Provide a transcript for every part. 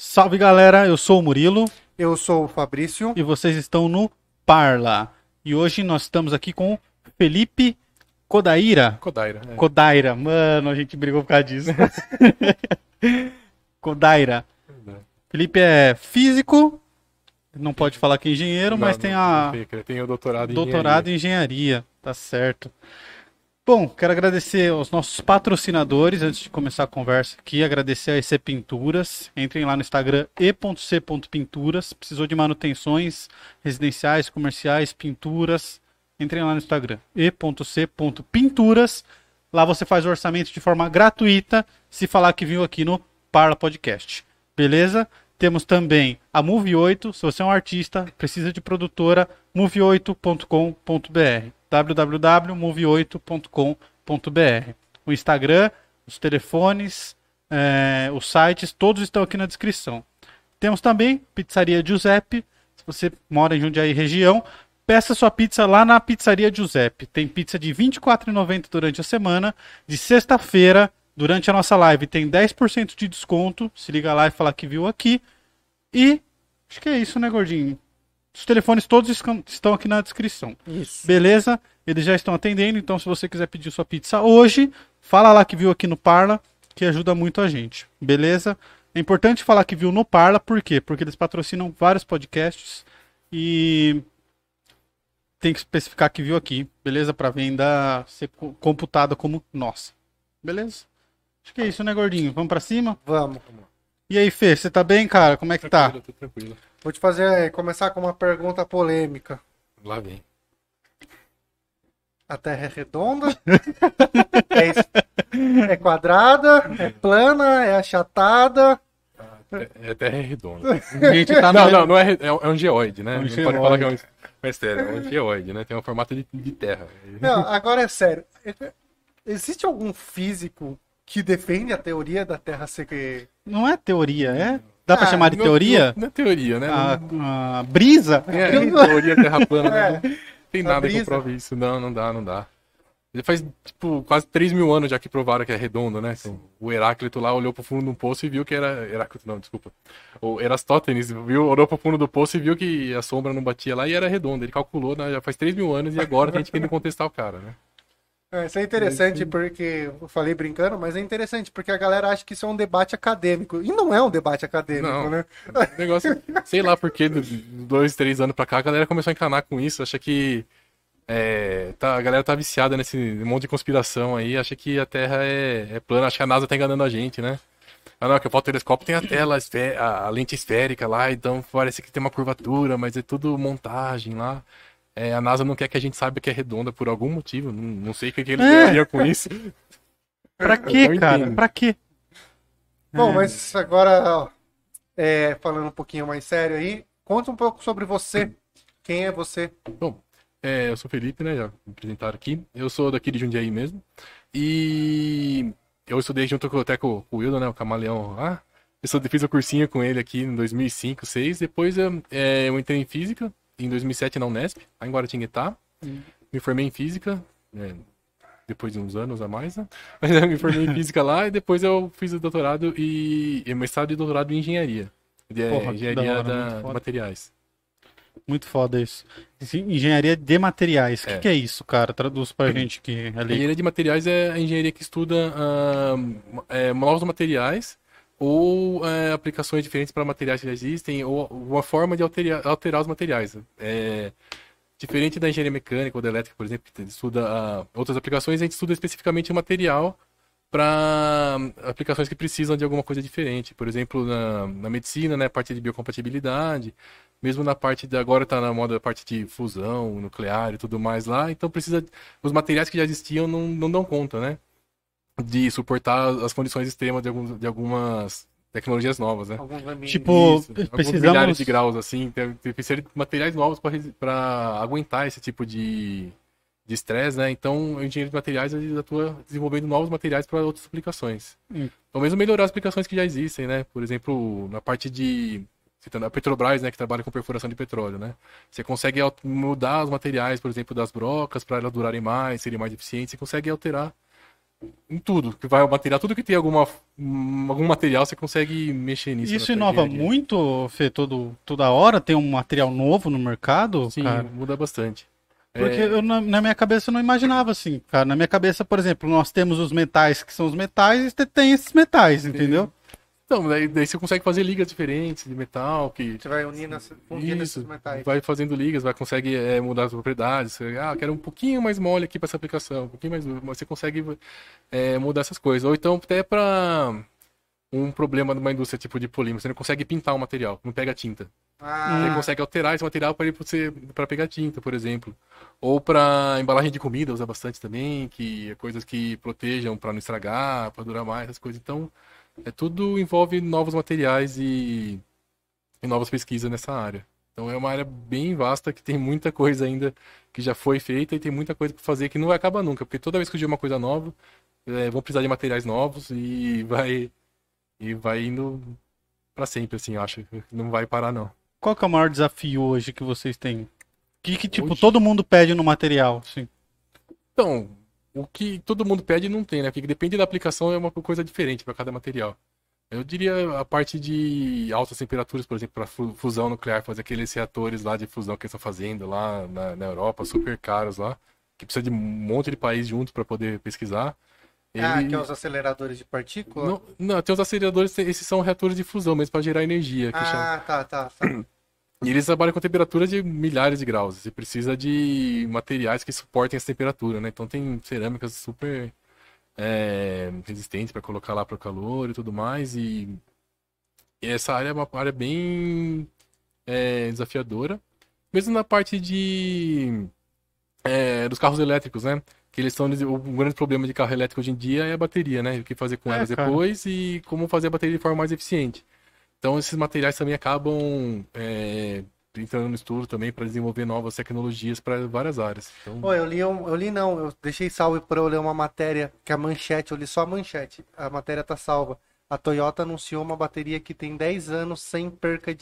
Salve galera, eu sou o Murilo Eu sou o Fabrício. e vocês estão no Parla. E hoje nós estamos aqui com o Felipe Kodaira. Kodaira. Kodaira, mano, a gente brigou por causa disso. Kodaira. Felipe é físico, não pode falar que é engenheiro, mas tem Tem o doutorado em doutorado em engenharia, tá certo. Bom, quero agradecer aos nossos patrocinadores, antes de começar a conversa aqui, agradecer a EC Pinturas, entrem lá no Instagram e.c.pinturas, precisou de manutenções residenciais, comerciais, pinturas, entrem lá no Instagram e.c.pinturas, lá você faz o orçamento de forma gratuita, se falar que viu aqui no Parla Podcast, beleza? Temos também a Move 8, se você é um artista, precisa de produtora, move8.com.br www.move8.com.br. O Instagram, os telefones, os sites, todos estão aqui na descrição. Temos também Pizzaria Giuseppe, se você mora em Jundiaí região, peça sua pizza lá na Pizzaria Giuseppe. Tem pizza de R$ 24,90 durante a semana, de sexta-feira, durante a nossa live tem 10% de desconto, se liga lá e falar que viu aqui. E acho que é isso, né, gordinho? Os telefones todos estão aqui na descrição. Isso. Beleza? Eles já estão atendendo, então se você quiser pedir sua pizza hoje, fala lá que viu aqui no Parla, que ajuda muito a gente. Beleza? É importante falar que viu no Parla, por quê? Porque eles patrocinam vários podcasts e tem que especificar que viu aqui, beleza? Para venda ser computada como nossa. Beleza? Acho que é isso, né, gordinho? Vamos pra cima? Vamos. E aí, Fê, você tá bem, cara? Como é que tá? Tô tranquilo. Vou te fazer começar com uma pergunta polêmica. Lá vem. A Terra é redonda? É quadrada? É plana? É achatada? É Terra redonda. A gente tá Não é um geoide, né? Um Não geoide. pode falar que é um mistério, é um geoide, né? Tem um formato de terra. Não, agora é sério. Existe algum físico que defende a teoria da Terra ser... Não é teoria, é? Dá pra Ah, chamar de teoria? Não é teoria, né? A brisa? É teoria terra plana, né? Não tem A nada que brisa. comprove isso. Não dá. Ele faz, tipo, quase 3 mil anos já que provaram que é redondo, né? Então, o Heráclito lá olhou pro fundo do poço e viu que era... Heráclito não, desculpa. O Erastótenes olhou pro fundo do poço e viu que a sombra não batia lá e era redonda. Ele calculou, né? Já faz 3 mil anos e agora tem gente querendo contestar o cara, né? Isso é interessante porque, eu falei brincando, mas é interessante porque a galera acha que isso é um debate acadêmico. E não é um debate acadêmico, Não. né? O negócio, sei lá porque, 2, 3 anos pra cá, a galera começou a encanar com isso. Acha que a galera tá viciada nesse monte de conspiração aí. Acha que a Terra é plana. Acha que a NASA tá enganando a gente, né? Ah, não, que o fototelescópio tem a tela, a lente esférica lá, então parece que tem uma curvatura, mas é tudo montagem lá. A NASA não quer que a gente saiba que é redonda por algum motivo. Não sei o que eles queriam com isso. Pra Não quê, cara? entendo. Pra quê? Bom, mas agora, ó, falando um pouquinho mais sério aí, conta um pouco sobre você. Quem é você? Bom, eu sou o Felipe, né? Já me apresentaram aqui. Eu sou daqui de Jundiaí mesmo. E eu estudei junto até com o Wildo, né? O Camaleão lá. Fiz o cursinho com ele aqui em 2005, 2006. Depois eu entrei em Física, em 2007 na Unesp, lá em Guaratinguetá. Me formei em Física, depois de uns anos a mais, né? Mas eu me formei em Física lá e depois eu fiz o doutorado e mestrado e doutorado em Engenharia. Porra, que Engenharia da hora, muito de foda. materiais. Muito foda isso. Engenharia de materiais. O que é isso, cara? Traduz pra gente que A ali. engenharia de materiais é a engenharia que estuda novos materiais ou aplicações diferentes para materiais que já existem ou uma forma de alterar os materiais. Diferente da engenharia mecânica ou da elétrica, por exemplo, que estuda outras aplicações, a gente estuda especificamente o material para aplicações que precisam de alguma coisa diferente. Por exemplo, na medicina, né, a parte de biocompatibilidade, mesmo na parte agora está na moda a parte de fusão nuclear e tudo mais lá, então os materiais que já existiam não dão conta, né, de suportar as condições extremas de algumas tecnologias novas, né? Alguns amigos. Tipo, Isso, alguns precisamos. milhares de graus, assim, tem que ser materiais novos para aguentar esse tipo de estresse, né? Então, o engenheiro de materiais ele atua desenvolvendo novos materiais para outras aplicações. Ou mesmo melhorar as aplicações que já existem, né? Por exemplo, na parte citando a Petrobras, né, que trabalha com perfuração de petróleo, né? Você consegue mudar os materiais, por exemplo, das brocas para elas durarem mais, serem mais eficientes, você consegue alterar Em tudo, que vai o material, tudo que tem algum material, você consegue mexer nisso. Isso na inova engenharia. muito, Fê, toda hora tem um material novo no mercado, Sim, cara? muda bastante. Porque É, na minha cabeça eu não imaginava assim, cara. Na minha cabeça, por exemplo, nós temos os metais que são os metais e você tem esses metais, entendeu? então, daí você consegue fazer ligas diferentes de metal, que Você vai unindo, fundindo esses isso, metais. vai fazendo ligas, consegue mudar as propriedades. Você, quero um pouquinho mais mole aqui para essa aplicação, um pouquinho mais duro, mas você consegue mudar essas coisas. Ou então até para um problema numa indústria tipo de polímero, você não consegue pintar o material, não pega tinta. Você Ah, consegue alterar esse material para pegar tinta, por exemplo. Ou para embalagem de comida, usa bastante também, que é coisas que protejam para não estragar, para durar mais, essas coisas. Então, tudo envolve novos materiais e novas pesquisas nessa área. Então é uma área bem vasta que tem muita coisa ainda que já foi feita e tem muita coisa para fazer que não vai acabar nunca, porque toda vez que surgir uma coisa nova, vão precisar de materiais novos e vai indo para sempre, assim, eu acho. Não vai parar, não. Qual que é o maior desafio hoje que vocês têm? Que tipo, Hoje. todo mundo pede no material, sim. Então, o que todo mundo pede não tem, né? Porque depende da aplicação, é uma coisa diferente para cada material. Eu diria a parte de altas temperaturas, por exemplo, para fusão nuclear, fazer aqueles reatores lá de fusão que eles estão fazendo lá na Europa, super caros lá, que precisa de um monte de país junto para poder pesquisar. que é Ele os aceleradores de partícula? não, tem os aceleradores, esses são reatores de fusão mesmo para gerar energia, que chama. Tá. E eles trabalham com temperaturas de milhares de graus. Você precisa de materiais que suportem essa temperatura, né? Então tem cerâmicas super resistentes para colocar lá para o calor e tudo mais. E essa área é uma área bem desafiadora. Mesmo na parte dos carros elétricos, né? Que eles são o grande problema de carro elétrico hoje em dia é a bateria, né? O que fazer com elas Cara. depois e como fazer a bateria de forma mais eficiente. Então esses materiais também acabam entrando no estudo também para desenvolver novas tecnologias para várias áreas. Então, Pô, eu li não, eu deixei salvo para eu ler uma matéria, que é a manchete, eu li só a manchete, a matéria tá salva. A Toyota anunciou uma bateria que tem 10 anos sem perca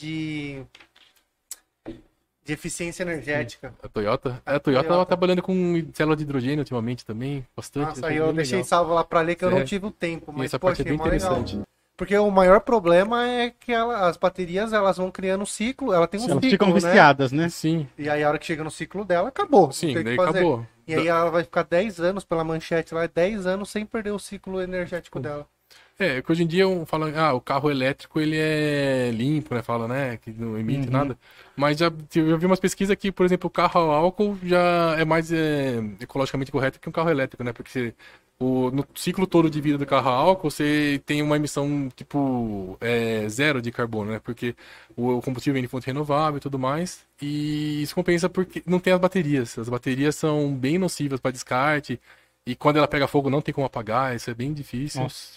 de eficiência energética. a Toyota Toyota. estava trabalhando com célula de hidrogênio ultimamente também, bastante. Nossa, achei aí eu bem deixei legal. salvo lá pra ler que eu não É. tive o tempo, E mas essa pô, parte é achei bem mó legal. interessante. Porque o maior problema é que as baterias, elas vão criando ciclo, ela tem um Elas ciclo, ficam né? viciadas, né? Sim, E aí a hora que chega no ciclo dela, acabou. não sim, tem o que daí fazer. acabou. E aí ela vai ficar 10 anos, pela manchete lá, 10 anos sem perder o ciclo energético dela. Que hoje em dia falam, o carro elétrico ele é limpo, né? Fala, né? Que não emite nada. Mas já vi umas pesquisas que, por exemplo, o carro a álcool já é mais ecologicamente correto que um carro elétrico, né? Porque no ciclo todo de vida do carro a álcool, você tem uma emissão, tipo, zero de carbono, né? Porque o combustível vem de fonte renovável e tudo mais. E isso compensa porque não tem as baterias. As baterias são bem nocivas para descarte. E quando ela pega fogo, não tem como apagar. Isso é bem difícil. Nossa.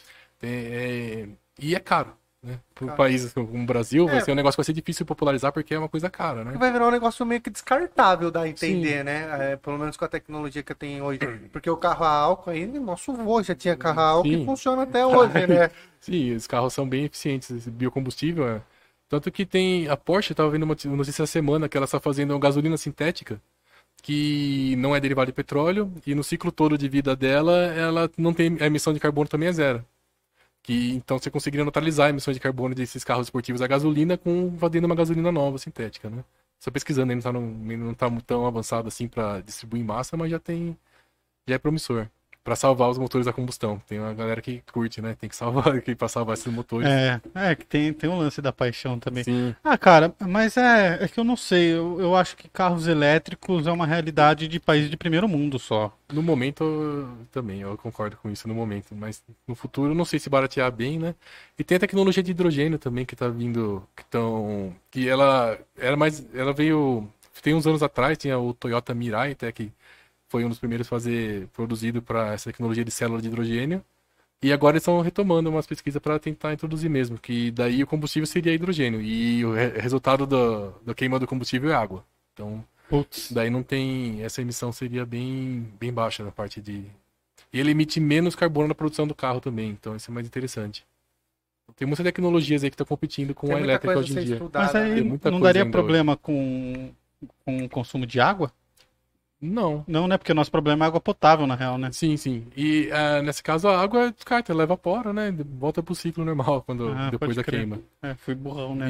E é caro, né? Para um Caro. país como o Brasil, vai É. ser um negócio que vai ser difícil de popularizar porque é uma coisa cara, né? Que vai virar um negócio meio que descartável, dá a entender, né? Pelo menos com a tecnologia que eu tenho hoje. Porque o carro a álcool aí, nosso vô já tinha carro a álcool Sim. e funciona até hoje, né? Sim, os carros são bem eficientes, esse biocombustível. Tanto que tem a Porsche, eu tava vendo uma notícia essa semana que ela está fazendo gasolina sintética, que não é derivada de petróleo, e no ciclo todo de vida dela, ela não tem, a emissão de carbono também é zero. Então você conseguiria neutralizar a emissão de carbono desses carros esportivos a gasolina fazendo uma gasolina nova, sintética, né? Só pesquisando, ainda não tá tão avançado assim para distribuir em massa, mas já é promissor. Para salvar os motores a combustão. Tem uma galera que curte, né? Tem que salvar, para salvar esses motores. Que tem um lance da paixão também. Sim. Ah, cara, mas é que eu não sei. Eu acho que carros elétricos é uma realidade de país de primeiro mundo só. No momento, também, eu concordo com isso no momento. Mas no futuro, não sei se baratear bem, né? E tem a tecnologia de hidrogênio também que tá vindo. Que ela era mais. Ela veio. Tem uns anos atrás, tinha o Toyota Mirai, até que foi um dos primeiros a fazer produzido para essa tecnologia de célula de hidrogênio. E agora eles estão retomando umas pesquisas para tentar introduzir mesmo, que daí o combustível seria hidrogênio. E o resultado da queima do combustível é água. Então, Putz. daí não tem. Essa emissão seria bem, bem baixa na parte de. E ele emite menos carbono na produção do carro também, então isso é mais interessante. Tem muitas tecnologias aí que estão competindo com Tem a muita elétrica coisa hoje a em ser dia. estudada, Mas né? aí Tem muita não coisa daria ainda problema com o consumo de água? Não. Não, né? Porque o nosso problema é água potável, na real, né? Sim, sim. E nesse caso a água descarta, ela evapora, né? Volta pro ciclo normal quando depois pode da crer. queima. Fui burrão, né?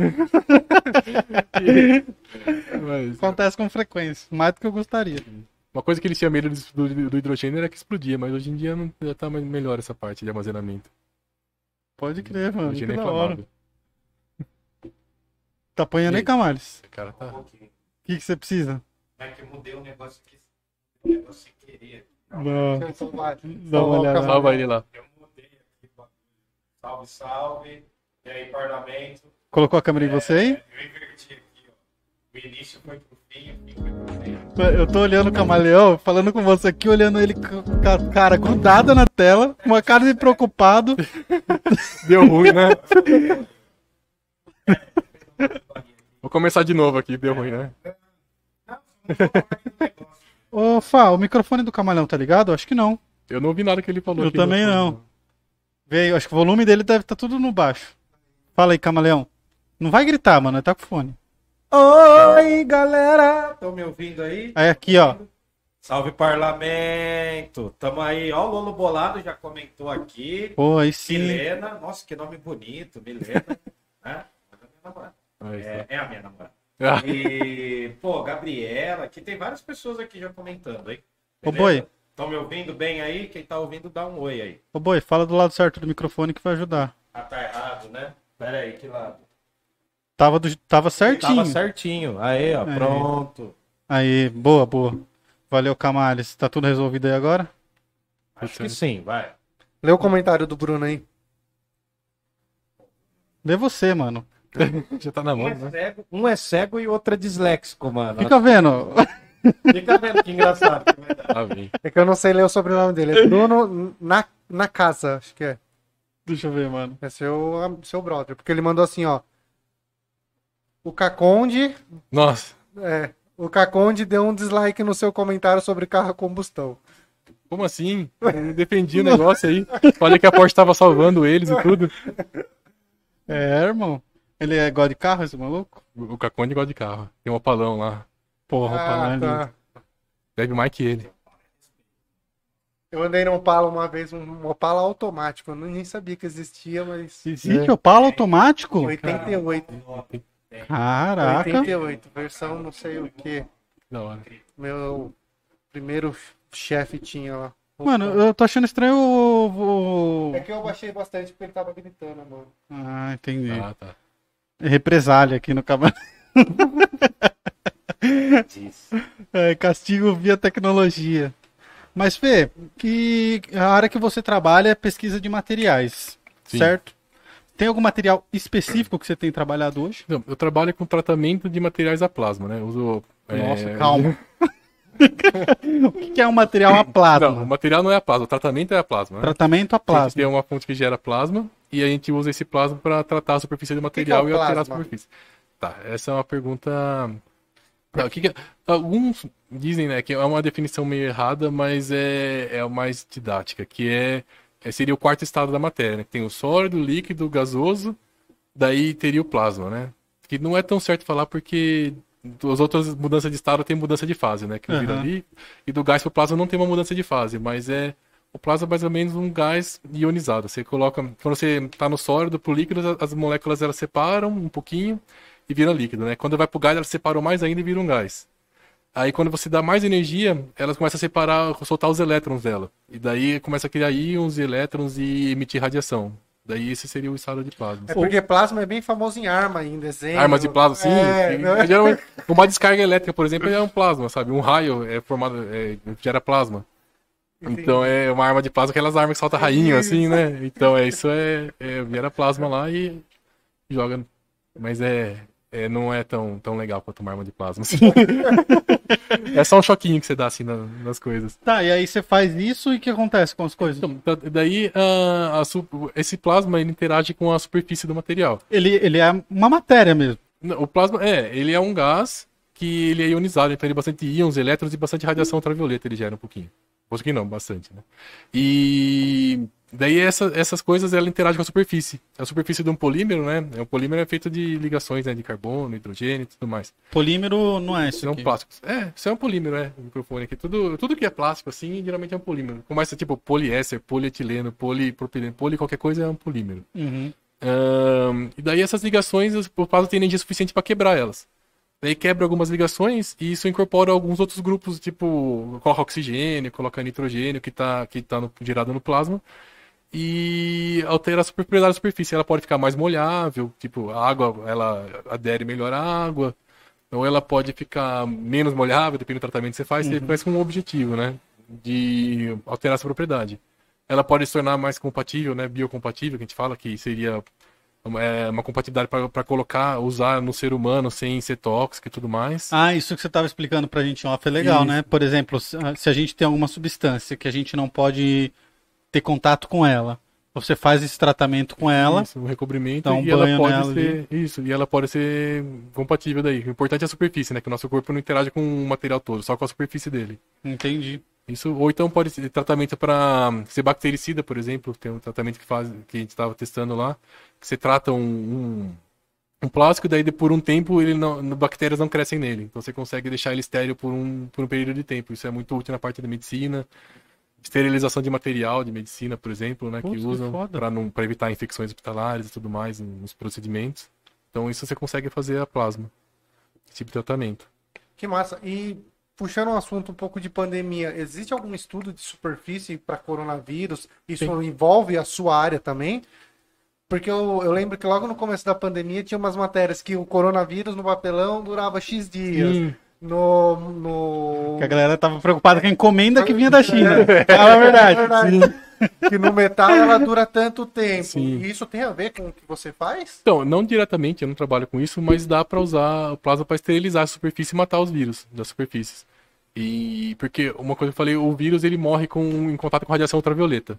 Mas, Acontece com frequência, mais do que eu gostaria. uma coisa que eles tinham medo do hidrogênio era que explodia, mas hoje em dia não, já tá melhor essa parte de armazenamento. Pode crer, mano. Que Hidrogênio é da hora. inflamável. Tá apanhando E aí, aí? Camales? O cara tá. O que você precisa? É que eu mudei um negócio aqui. Um negócio sem querer. Não. Deixa eu salvar. Dá uma olhada. Salva ele lá. Eu mudei aqui. Salve, salve. E aí, parlamento. Colocou a câmera em você aí? Eu inverti aqui, ó. O início foi pro fim, o fim foi pro meio. Eu tô olhando o camaleão, falando com você aqui, olhando ele com a cara grudada na tela, com uma cara de preocupado. Deu ruim, né? Vou começar de novo aqui, deu ruim, né? Ô, Fá, o microfone do camaleão tá ligado? Acho que não. Eu não ouvi nada que ele falou. Eu aqui também não. Veio, acho que o volume dele deve estar tudo no baixo. Fala aí, camaleão. Não vai gritar, mano, tá com fone. Oi, galera! Estão me ouvindo aí? Aí aqui, ó. Salve, parlamento! Tamo aí, ó, o Lolo Bolado já comentou aqui. Pô, aí sim. Milena, nossa, que nome bonito, Milena. Né? É a minha namorada. Aí, É a minha namorada. tá. E, pô, Gabriela, aqui tem várias pessoas aqui já comentando, hein? Ô, Boi. Estão me ouvindo bem aí? Quem tá ouvindo, dá um oi aí. Ô, Boi, fala do lado certo do microfone que vai ajudar. Ah, tá errado, né? Pera aí, que lado? Tava certinho. Tava certinho. Aí, ó, Aí. pronto. Aí, boa, boa. Valeu, Camales. Tá tudo resolvido aí agora? Acho que sim, vai. Lê o comentário do Bruno aí. Lê você, mano. Já tá na mão, né? Um é cego e outro é disléxico, mano. Fica vendo. Fica vendo que engraçado que vai dar. Tá bem. É que eu não sei ler o sobrenome dele. É Bruno na casa, acho que é. Deixa eu ver, mano. É seu brother. Porque ele mandou assim, ó. O Caconde. Nossa, O Caconde deu um dislike no seu comentário sobre carro a combustão. como assim? Eu defendi o negócio aí. Falei que a Porsche tava salvando eles e tudo. É, irmão. Ele é igual de carro, esse maluco? O Caconde gosta de carro. Tem um opalão lá. Porra, Ah, ah, tá. Bebe mais que ele. Eu andei num Opala uma vez, um Opala automático. Eu nem sabia que existia, mas. Existe Opala automático? 88. Caraca. 88, versão não sei o que. Da hora. Meu primeiro chefe tinha lá. Mano, eu tô achando estranho É que eu baixei bastante porque ele tava gritando, mano. Ah, entendi. Ah, tá. Represália aqui no cavalo. É, castigo via tecnologia. Mas, Fê, que a área que você trabalha é pesquisa de materiais, Sim. certo? Tem algum material específico que você tem trabalhado hoje? Não, eu trabalho com tratamento de materiais a plasma, né? Eu uso. Nossa, calma. O que é um material a plasma? Não, o material não é a plasma, o tratamento é a plasma. Né? Tratamento a A gente plasma. tem uma fonte que gera plasma e a gente usa esse plasma para tratar a superfície do material que é e o alterar a plasma? superfície. Tá, essa é uma pergunta. Tá, alguns dizem, né, que é uma definição meio errada, mas é a mais didática, que seria o quarto estado da matéria, né? Tem o sólido, o líquido, o gasoso, daí teria o plasma, né? Que não é tão certo falar porque as outras mudanças de estado tem mudança de fase, né? Que vira ali. E do gás para o plasma não tem uma mudança de fase, mas o plasma é mais ou menos um gás ionizado. Você coloca, quando você está no sólido, pro líquido, as moléculas elas separam um pouquinho e viram líquido, né? Quando vai pro gás, elas separam mais ainda e viram um gás. Aí quando você dá mais energia, elas começam a separar, soltar os elétrons dela. E daí começa a criar íons e elétrons e emitir radiação. Daí esse seria o estado de plasma. É porque plasma é bem famoso em arma, em desenho. Armas de plasma, sim. É, Geralmente, uma descarga elétrica, por exemplo, é um plasma, sabe? Um raio gera plasma. Entendi. Então é uma arma de plasma, aquelas armas que soltam rainho, assim, né? Então isso gera plasma lá e joga. Mas não é tão legal quanto uma arma de plasma. Assim. É só um choquinho que você dá assim nas coisas. Tá, e aí você faz isso e o que acontece com as coisas? Então, daí esse plasma ele interage com a superfície do material. Ele é uma matéria mesmo. O plasma ele é um gás que ele é ionizado, então ele tem bastante íons, elétrons e bastante radiação ultravioleta ele gera um pouquinho. Um pouquinho não, bastante, né? E Daí essas coisas ela interage com a superfície. A superfície de um polímero, né? O polímero é feito de ligações, né? De carbono, hidrogênio e tudo mais. Polímero não é isso São aqui. plásticos. Isso é um polímero, o microfone aqui. Tudo que é plástico, assim, geralmente é um polímero. Começa tipo poliéster, polietileno, polipropileno, qualquer coisa é um polímero. Uhum. E daí essas ligações, o plasma tem energia suficiente para quebrar elas. Daí quebra algumas ligações e isso incorpora alguns outros grupos, tipo, coloca oxigênio, coloca nitrogênio que tá gerado no plasma e altera a propriedade da superfície. Ela pode ficar mais molhável, tipo, a água, ela adere melhor à água, ou ela pode ficar menos molhável, dependendo do tratamento que você faz, você faz com um objetivo, né, de alterar essa propriedade. Ela pode se tornar mais compatível, né, biocompatível, que a gente fala, que seria uma compatibilidade para colocar, usar no ser humano sem ser tóxico e tudo mais. Ah, isso que você estava explicando pra gente off é legal, Isso. né? Por exemplo, se a gente tem alguma substância que a gente não pode ter contato com ela, você faz esse tratamento com ela, Isso, um recobrimento dá um e ela banho pode nela ser isso, e ela pode ser compatível daí. O importante é a superfície, né, que o nosso corpo não interage com o material todo, só com a superfície dele. entendi. Isso, ou então pode ser tratamento para ser bactericida, por exemplo, tem um tratamento que a gente estava testando lá, que você trata um plástico, daí por um tempo bactérias não crescem nele. Então você consegue deixar ele estéril por um período de tempo. Isso é muito útil na parte da medicina. Esterilização de material de medicina, por exemplo, né, Putz, que que usam foda. para evitar infecções hospitalares e tudo mais nos procedimentos. Então isso você consegue fazer a plasma, esse tipo de tratamento. Que massa. E puxando um assunto um pouco de pandemia, existe algum estudo de superfície para coronavírus? Isso Sim. envolve a sua área também? Porque eu lembro que logo no começo da pandemia tinha umas matérias que o coronavírus no papelão durava X dias. Sim. Que a galera tava preocupada com a encomenda que vinha da China. Fala a verdade. Que no metal ela dura tanto tempo. Sim. E isso tem a ver com o que você faz? Então, não diretamente, eu não trabalho com isso, mas dá para usar o plasma para esterilizar a superfície e matar os vírus das superfícies. E porque uma coisa que eu falei, o vírus ele morre em contato com radiação ultravioleta.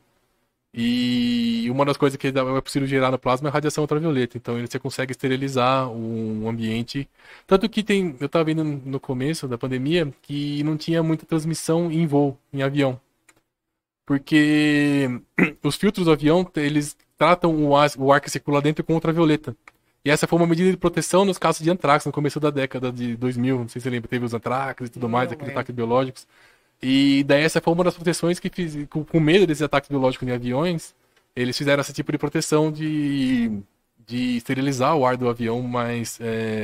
E uma das coisas que é possível gerar no plasma é a radiação ultravioleta. Então você consegue esterilizar um ambiente. Tanto que eu estava vendo no começo da pandemia que não tinha muita transmissão em voo, em avião. Porque os filtros do avião, eles tratam o ar que circula dentro com ultravioleta. E essa foi uma medida de proteção nos casos de antrax, no começo da década de 2000. Não sei se você lembra, teve os antrax e tudo mais, aqueles ataques biológicos. E daí essa foi uma das proteções que com medo desses ataques biológicos em aviões, eles fizeram esse tipo de proteção de esterilizar o ar do avião, mas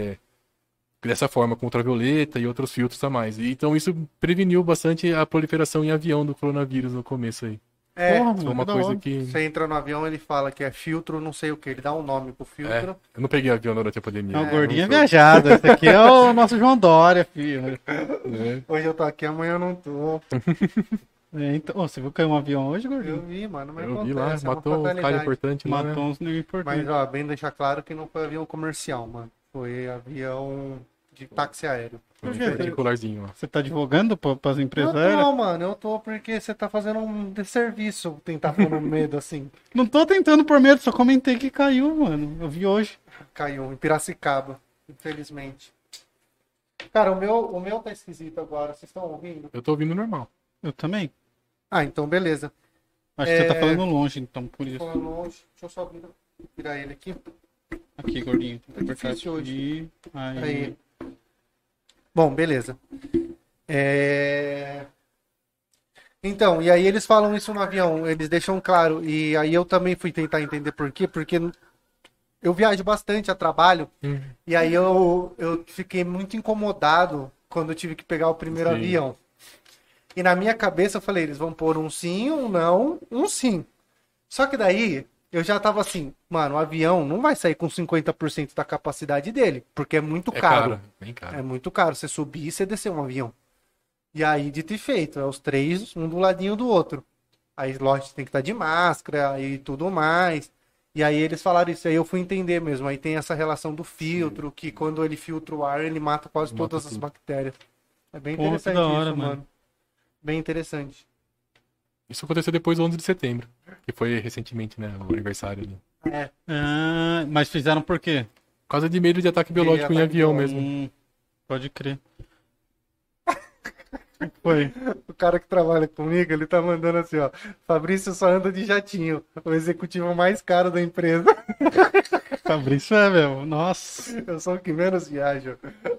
dessa forma, com ultravioleta e outros filtros a mais. E, então isso preveniu bastante a proliferação em avião do coronavírus no começo aí. Porra, Foi mano, uma que da coisa hora. que... Você entra no avião, ele fala que é filtro, não sei o que. Ele dá um nome pro filtro. Eu não peguei avião durante a pandemia. É o né? gordinho Não sou- viajado. Esse aqui é o nosso João Dória, filho. né? Hoje eu tô aqui, amanhã eu não tô. Então, você viu cair um avião hoje, Eu gordinho? vi, mano, mas Eu vi lá, acontece, é uma matou um cara fatalidade. importante lá, né? Matou uns negros importantes. Mas, ó, bem deixar claro que não foi avião comercial, mano. Foi avião de táxi aéreo. Um Por quê? particularzinho lá. Você tá advogando pras Eu empresas tô, aéreas? mano, eu tô porque você tá fazendo um desserviço tentar pôr no medo assim. Não tô tentando por medo, só comentei que caiu, mano. Eu vi hoje. Caiu em Piracicaba, infelizmente. Cara, o meu tá esquisito agora, vocês estão ouvindo? Eu tô ouvindo normal. Eu também. Ah, então beleza. Acho que você tá falando longe, então, por isso. Falando longe, deixa eu só virar ele aqui. Aqui, gordinho. Tá difícil hoje. Aí. Bom, beleza. Então, e aí eles falam isso no avião, eles deixam claro. E aí eu também fui tentar entender por quê, porque eu viajo bastante a trabalho, e aí eu fiquei muito incomodado quando eu tive que pegar o primeiro Sim. avião. E na minha cabeça eu falei, eles vão pôr um sim, um não, um sim. Só que daí eu já tava assim, mano, o avião não vai sair com 50% da capacidade dele, porque é muito É caro. caro, bem caro. É muito caro você subir e você descer um avião. E aí, dito e feito, é os três, um do ladinho do outro. Aí, lógico, tem que estar de máscara e tudo mais. E aí eles falaram isso, aí eu fui entender mesmo. Aí tem essa relação do filtro, que quando ele filtra o ar, ele mata quase Mata todas as tudo. bactérias. É bem Porra, que interessante da hora, isso, mano. Bem interessante. Isso aconteceu depois do 11 de setembro, que foi recentemente, né, o aniversário ali. É, Ah, mas fizeram por quê? Por causa de medo de ataque biológico em ataque avião biológico. mesmo. Pode crer. Foi. O cara que trabalha comigo, ele tá mandando assim, ó. Fabrício só anda de jatinho, o executivo mais caro da empresa. Fabrício é mesmo. Nossa. Eu sou o que menos viajo.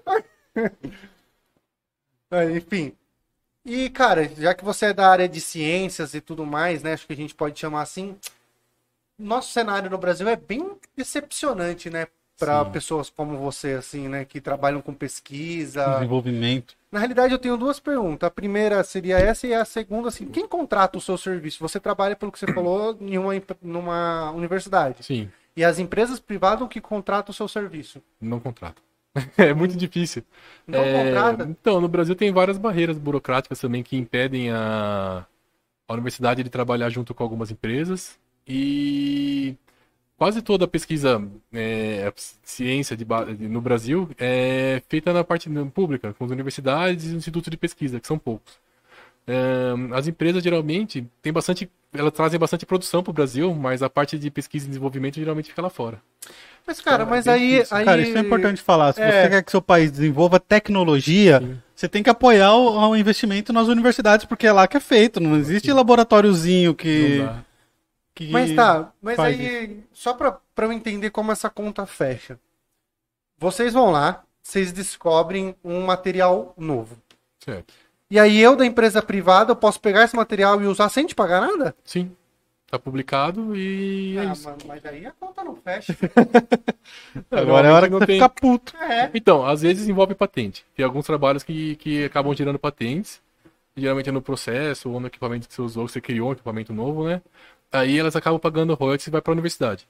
Enfim. E, cara, já que você é da área de ciências e tudo mais, né? Acho que a gente pode chamar assim. Nosso cenário no Brasil é bem decepcionante, né? Para Sim. pessoas como você, assim, né? Que trabalham com pesquisa. Desenvolvimento. Na realidade, eu tenho duas perguntas. A primeira seria essa e a segunda, assim, quem contrata o seu serviço? Você trabalha, pelo que você falou, numa universidade. Sim, E as empresas privadas que contratam o seu serviço? não contrato. É muito difícil. Não contrata? Então, no Brasil tem várias barreiras burocráticas também que impedem a universidade de trabalhar junto com algumas empresas. E quase toda a pesquisa, ciência no Brasil é feita na parte pública, com as universidades e os institutos de pesquisa, que são poucos. As empresas geralmente elas trazem bastante produção para o Brasil, mas a parte de pesquisa e desenvolvimento geralmente fica lá fora. Mas, cara, Então, é mas bem aí, difícil. Cara, isso é importante falar. Se É. você quer que seu país desenvolva tecnologia, Sim. você tem que apoiar o investimento nas universidades, porque é lá que é feito. Não existe laboratóriozinho que. Não dá. que Mas tá, mas faz aí, só pra eu entender como essa conta fecha. Vocês vão lá, vocês descobrem um material novo. Certo. E aí eu, da empresa privada, eu posso pegar esse material e usar sem te pagar nada? Sim. Tá publicado e é isso. Mas aí a conta não fecha. Agora é a hora que Não você tem- fica puto. É. Então, às vezes envolve patente. Tem alguns trabalhos que acabam gerando patentes. Geralmente é no processo ou no equipamento que você usou, que você criou um equipamento novo, né? Aí elas acabam pagando royalties e vai para a universidade.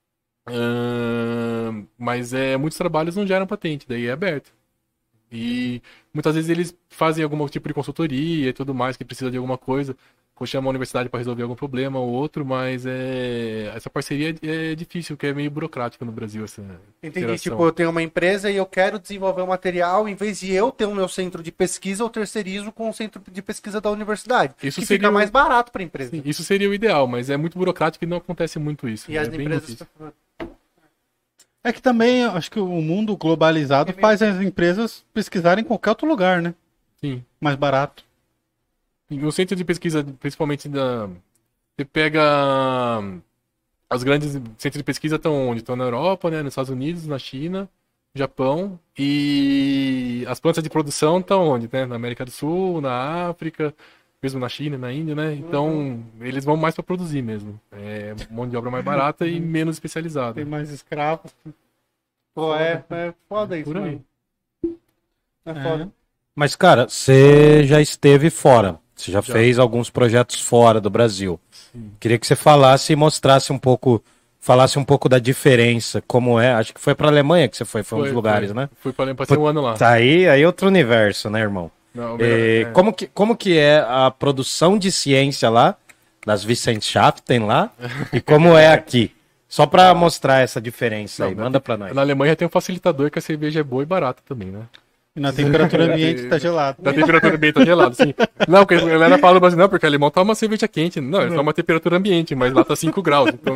Mas muitos trabalhos não geram patente, daí é aberto. E muitas vezes eles fazem algum tipo de consultoria e tudo mais, que precisa de alguma coisa, ou chama a universidade para resolver algum problema ou outro, mas essa parceria é difícil, porque é meio burocrático no Brasil essa Entendi. interação. Tipo, eu tenho uma empresa e eu quero desenvolver um material, em vez de eu ter o meu centro de pesquisa, eu terceirizo com o centro de pesquisa da universidade. Isso que seria fica mais barato para a empresa. Sim, isso seria o ideal, mas é muito burocrático e não acontece muito isso. E é as bem empresas. difícil. É que também, acho que o mundo globalizado faz as empresas pesquisarem em qualquer outro lugar, né? Sim. Mais barato. E no centro de pesquisa, principalmente você pega os grandes centros de pesquisa estão onde? Estão na Europa, né? Nos Estados Unidos, na China, no Japão. E as plantas de produção estão onde? Né? Na América do Sul, na África, mesmo na China, na Índia, né? Então, eles vão mais para produzir mesmo. É mão de obra mais barata e menos especializada. Tem mais escravos. Pô, é foda isso, Por aí. mano. É foda. Mas, cara, você já esteve fora. Você já fez alguns projetos fora do Brasil. Queria que você falasse e mostrasse um pouco, falasse um pouco da diferença, como é. Acho que foi pra Alemanha que você foi um dos lugares, né? Fui para passei um ano lá. Tá aí outro universo, né, irmão? Não, Como que é a produção de ciência lá, das Wissenschaften lá, e como é aqui? Só pra mostrar essa diferença aí, manda pra nós. Na Alemanha tem um facilitador que a cerveja é boa e barata também, né? E na temperatura ambiente tá gelado. Da temperatura ambiente tá gelado, sim. Não, porque a galera fala assim, não, porque alemão toma cerveja quente. Não, ele toma temperatura ambiente, mas lá tá 5 graus. Então...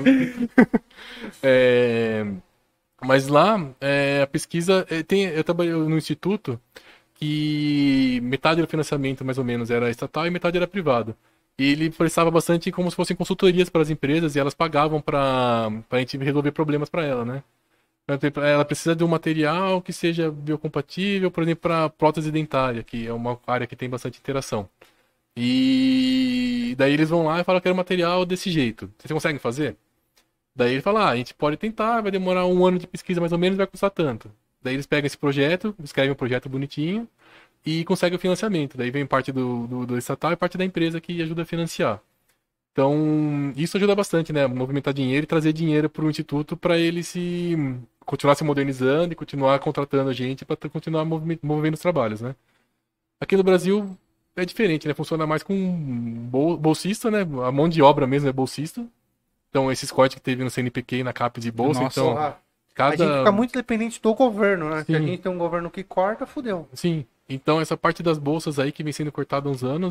Mas lá, a pesquisa... eu trabalhei no instituto que metade do financiamento, mais ou menos, era estatal e metade era privado. E ele prestava bastante como se fossem consultorias para as empresas e elas pagavam para a gente resolver problemas para ela, né? Ela precisa de um material que seja biocompatível, por exemplo, para prótese dentária, que é uma área que tem bastante interação. E daí eles vão lá e falam que era um material desse jeito. Vocês conseguem fazer? Daí ele fala, a gente pode tentar, vai demorar um ano de pesquisa mais ou menos, vai custar tanto. Daí eles pegam esse projeto, escrevem um projeto bonitinho e conseguem o financiamento. Daí vem parte do estatal e parte da empresa que ajuda a financiar. Então, isso ajuda bastante, né? Movimentar dinheiro e trazer dinheiro para o instituto para ele continuar se modernizando e continuar contratando a gente para continuar movendo os trabalhos, né? Aqui no Brasil é diferente, né? Funciona mais com bolsista, né? A mão de obra mesmo é bolsista. Então, esses cortes que teve no CNPq e na CAPES de bolsa, Nossa, então... A gente fica muito dependente do governo, né? Se a Sim. gente tem um governo que corta, fudeu. Sim, então essa parte das bolsas aí que vem sendo cortada há uns anos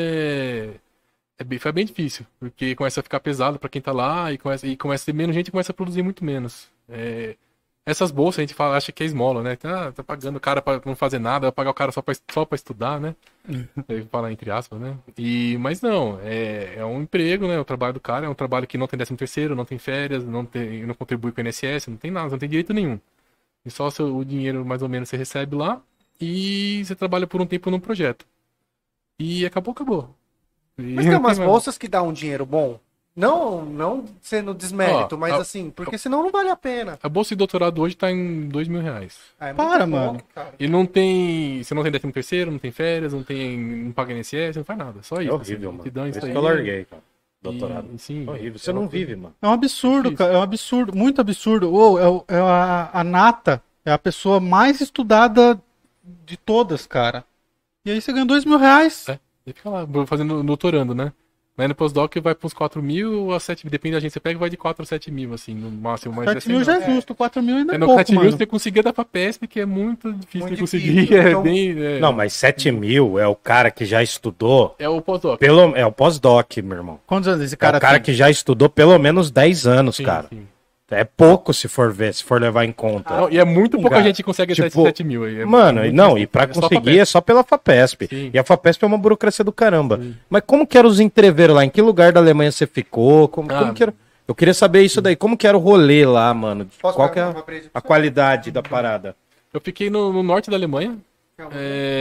foi bem difícil, porque começa a ficar pesado para quem tá lá e começa a ter menos gente e começa a produzir muito menos. É Essas bolsas a gente fala, acha que é esmola, né? Tá pagando o cara pra não fazer nada, vai pagar o cara só pra estudar, né? Eu falar entre aspas, né? Mas não, é um emprego, né? O trabalho do cara é um trabalho que não tem 13º, não tem férias, não contribui com o INSS, não tem nada, não tem direito nenhum. E só o dinheiro mais ou menos você recebe lá e você trabalha por um tempo num projeto. E acabou. Mas tem umas bolsas que dão um dinheiro bom. Não sendo desmérito, mas assim, porque senão não vale a pena. A bolsa de doutorado hoje tá em R$2.000. É Para, muito bom, mano. cara. E não tem. Você não tem 13º, não tem férias, não paga INSS, não faz nada. Só isso. É horrível, assim, mano. te dão Por isso isso aí. que eu larguei, cara. Doutorado. Sim, É horrível. Você não vive, mano. É um absurdo, Difícil. cara. É um absurdo, muito absurdo. A Nata é a pessoa mais estudada de todas, cara. E aí você ganha R$2.000. E fica lá, fazendo doutorando, né? Mas no pós-doc vai para uns 4.000 a 7.000, depende da agência, você pega vai de 4 a 7.000, assim, no máximo. Mas 7.000 já é justo, 4.000 ainda é no pouco, 7.000 mano. você conseguia dar pra PESP, que é muito difícil Muito de conseguir. difícil, então- Não, mas 7.000 é o cara que já estudou. É o pós-doc. É o pós-doc, meu irmão. Quantos anos esse É cara o cara tem? que já estudou pelo menos 10 anos, Sim, cara. sim. É pouco se for ver, se for levar em conta. Não, e é muito pouca Cara, gente que consegue tipo, 7.000 aí. Mano, muito não, difícil. e pra É só conseguir PESP. é só pela FAPESP. Sim. E a FAPESP é uma burocracia do caramba. Sim. Mas como que eram os entreveiros lá? Em que lugar da Alemanha você ficou? Como Ah, que era? Eu queria saber isso daí. Como que era o rolê lá, mano? Posso Qual que é pegar uma presa pra a você? qualidade da parada? Eu fiquei no norte da Alemanha, Calma.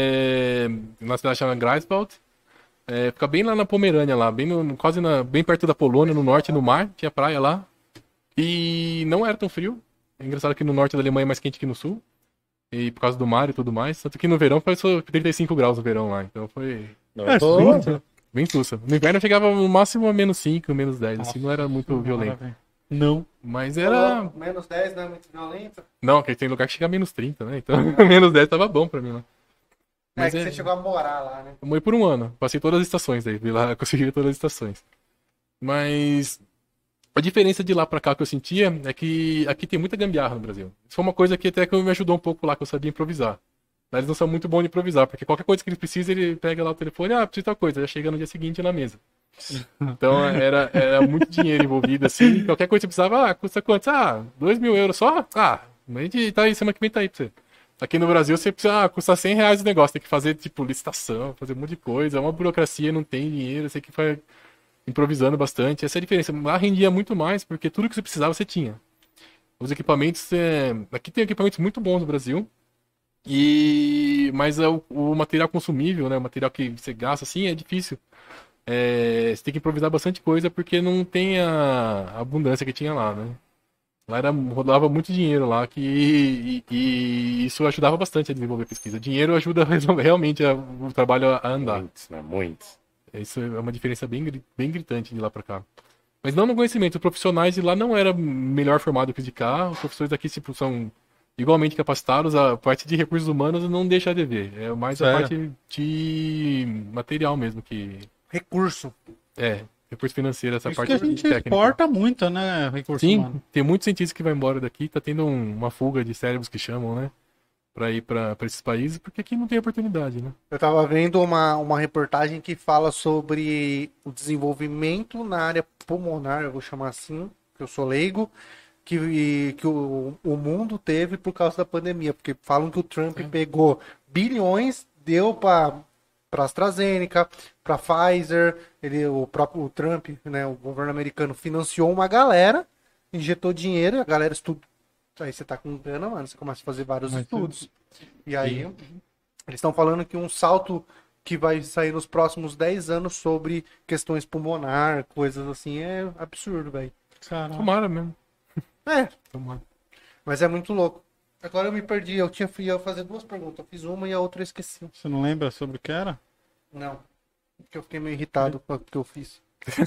na cidade chamada Greifswald. Fica bem lá na Pomerânia, lá, bem perto da Polônia, no norte, no mar, tinha praia lá. E não era tão frio. É engraçado que no norte da Alemanha é mais quente que no sul. E por causa do mar e tudo mais. Tanto que no verão foi só 35 graus no verão lá. Então foi Não, É, eu tô- sim. bem sussa. No inverno chegava no máximo a -5, -10. Assim, não era muito violento. Não. Mas era. Menos 10 não é muito violento. Não, porque tem lugar que chega a -30, né? Então -10 tava bom pra mim lá. Mas que você chegou a morar lá, né? Eu morei por um ano. Passei todas as estações daí. Vi lá, consegui ver todas as estações. Mas a diferença de lá pra cá que eu sentia é que aqui tem muita gambiarra no Brasil. Isso foi uma coisa que até que me ajudou um pouco lá, que eu sabia improvisar. Mas eles não são muito bons de improvisar, porque qualquer coisa que eles precisam, ele pega lá o telefone, preciso de tal coisa, já chega no dia seguinte na mesa. Então era muito dinheiro envolvido, assim. Qualquer coisa que você precisava, custa quanto? 2.000 euros só? Mas a gente tá aí, semana que vem tá aí pra você. Aqui no Brasil você precisa, custa R$100 o negócio, tem que fazer, tipo, licitação, fazer um monte de coisa, é uma burocracia, não tem dinheiro, você que vai improvisando bastante. Essa é a diferença. Lá rendia muito mais, porque tudo que você precisava você tinha. Os equipamentos, aqui tem equipamentos muito bons no Brasil, mas o material consumível, né, o material que você gasta, assim, é difícil. Você tem que improvisar bastante coisa, porque não tem a abundância que tinha lá, né. Lá rodava muito dinheiro lá, e isso ajudava bastante a desenvolver pesquisa. Dinheiro ajuda realmente o trabalho a andar. Muitos, né? Muitos. Isso é uma diferença bem gritante de lá pra cá. Mas não no conhecimento. Os profissionais de lá não eram melhor formados que os de cá. Os professores daqui tipo, são igualmente capacitados. A parte de recursos humanos não deixa a dever. É mais Sério? a parte de material mesmo que... Recurso. Recurso financeiro, essa Isso parte que a gente técnica. exporta muito, né, recurso Sim, humano. tem muitos cientistas que vão embora daqui. Tá tendo uma fuga de cérebros que chamam, né? Pra ir pra esses países, porque aqui não tem oportunidade, né? Eu tava vendo uma reportagem que fala sobre o desenvolvimento na área pulmonar, eu vou chamar assim, que eu sou leigo, que o mundo teve por causa da pandemia, porque falam que o Trump pegou bilhões, deu para AstraZeneca, para Pfizer, o próprio Trump, né, o governo americano financiou uma galera, injetou dinheiro, a galera estuda. Aí você tá com grana, mano, você começa a fazer vários estudos. E aí, eles estão falando que um salto que vai sair nos próximos 10 anos sobre questões pulmonar, coisas assim, é absurdo, velho. Caramba. Tomara mesmo. Tomara. Mas é muito louco. Agora eu me perdi, eu ia fazer duas perguntas, eu fiz uma e a outra eu esqueci. Você não lembra sobre o que era? Não, porque eu fiquei meio irritado com o que eu fiz.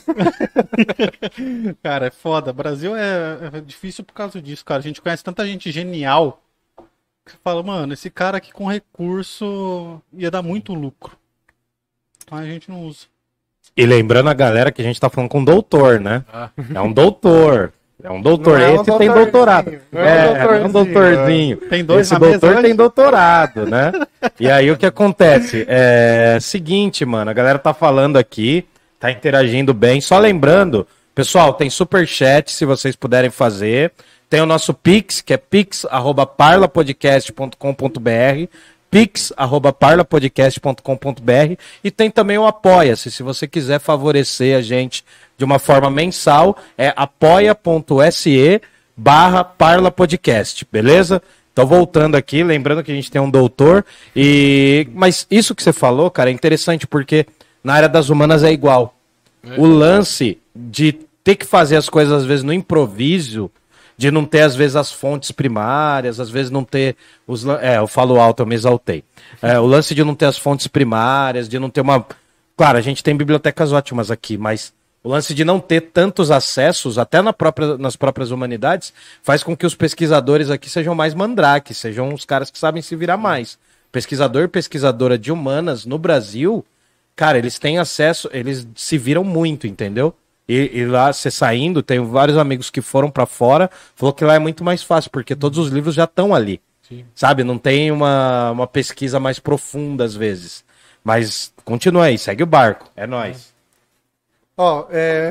Cara, é foda. Brasil é difícil por causa disso, cara. A gente conhece tanta gente genial que você fala, mano, esse cara aqui com recurso ia dar muito lucro. Mas a gente não usa. E lembrando a galera que a gente tá falando com um doutor, né? Ah. É um doutor. É um doutor. Não é um Esse tem doutorzinho, doutorado. não é um doutorzinho. Tem dois Esse na mesa doutor hoje? tem doutorado, né? E aí o que acontece? Seguinte, mano, a galera tá falando aqui, tá interagindo bem. Só lembrando, pessoal, tem superchat se vocês puderem fazer. Tem o nosso Pix, que é pix@parlapodcast.com.br, pix@parlapodcast.com.br, e tem também o Apoia-se, se você quiser favorecer a gente de uma forma mensal, é apoia.se/parlapodcast, beleza? Então, voltando aqui, lembrando que a gente tem um doutor, mas isso que você falou, cara, é interessante, porque na área das humanas é igual. O lance de ter que fazer as coisas, às vezes, no improviso, de não ter, às vezes, as fontes primárias, às vezes não ter os... eu falo alto, eu me exaltei. O lance de não ter as fontes primárias, de não ter uma... Claro, a gente tem bibliotecas ótimas aqui, mas o lance de não ter tantos acessos, até nas próprias humanidades, faz com que os pesquisadores aqui sejam mais mandrakes, sejam os caras que sabem se virar mais. Pesquisador e pesquisadora de humanas no Brasil, cara, eles têm acesso, eles se viram muito, entendeu? E lá, você saindo, tenho vários amigos que foram pra fora, falou que lá é muito mais fácil, porque todos os livros já estão ali. Sim. Sabe? Não tem uma pesquisa mais profunda, às vezes. Mas continua aí, segue o barco. É nóis. Ó,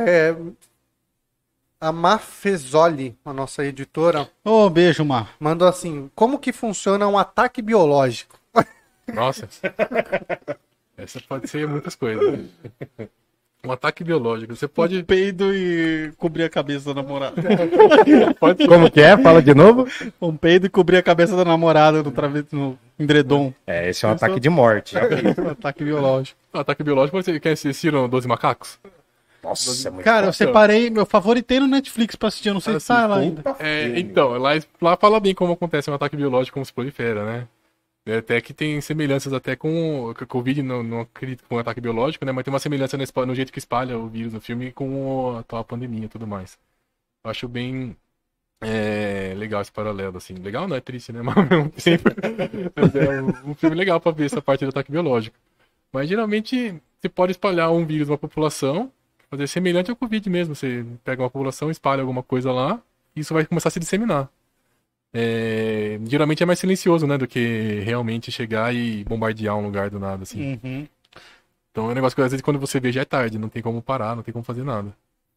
a Mafezoli, a nossa editora, Ô, beijo, Mar. mandou assim: como que funciona um ataque biológico? Nossa. Essa pode ser muitas coisas. Um ataque biológico. Você pode. Peido e cobrir a cabeça da namorada. pode... Como que é? Fala de novo. Um peido e cobrir a cabeça da namorada no edredom. Esse é um ataque de morte. Um ataque biológico. Um ataque biológico pode ser. Quem assistiram 12 Macacos? Nossa, é muito Cara, eu separei, meu favoritei no Netflix pra assistir, eu não sei se tá lá ainda. Então, lá fala bem como acontece um ataque biológico, como se prolifera, né? Até que tem semelhanças até com o Covid, não acredito com um ataque biológico, né? Mas tem uma semelhança no jeito que espalha o vírus no filme com a atual pandemia e tudo mais. Eu acho bem legal esse paralelo, assim. Legal não, é triste, né? Mas é um filme legal pra ver essa parte do ataque biológico. Mas geralmente você pode espalhar um vírus numa população, fazer semelhante ao Covid mesmo. Você pega uma população, espalha alguma coisa lá, e isso vai começar a se disseminar. Geralmente é mais silencioso, né, do que realmente chegar e bombardear um lugar do nada, assim. Uhum. Então é um negócio que às vezes quando você vê já é tarde, não tem como parar, não tem como fazer nada.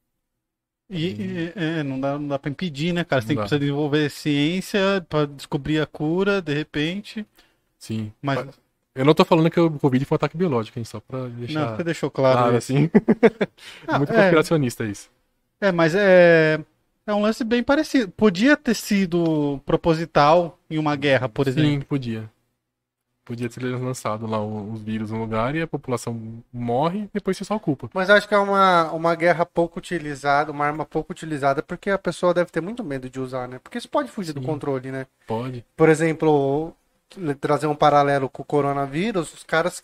Não dá pra impedir, né, cara? Você tem que precisar desenvolver ciência pra descobrir a cura, de repente. Sim. Mas eu não tô falando que o Covid foi um ataque biológico, hein, só pra deixar não, você deixou claro isso. assim. Muito conspiracionista isso. Mas é um lance bem parecido. Podia ter sido proposital em uma guerra, por exemplo. Sim, podia. Podia ter lançado lá os vírus no lugar e a população morre e depois você só ocupa. Mas eu acho que é uma guerra pouco utilizada, uma arma pouco utilizada, porque a pessoa deve ter muito medo de usar, né? Porque isso pode fugir do controle, né? Pode. Por exemplo, trazer um paralelo com o coronavírus, os caras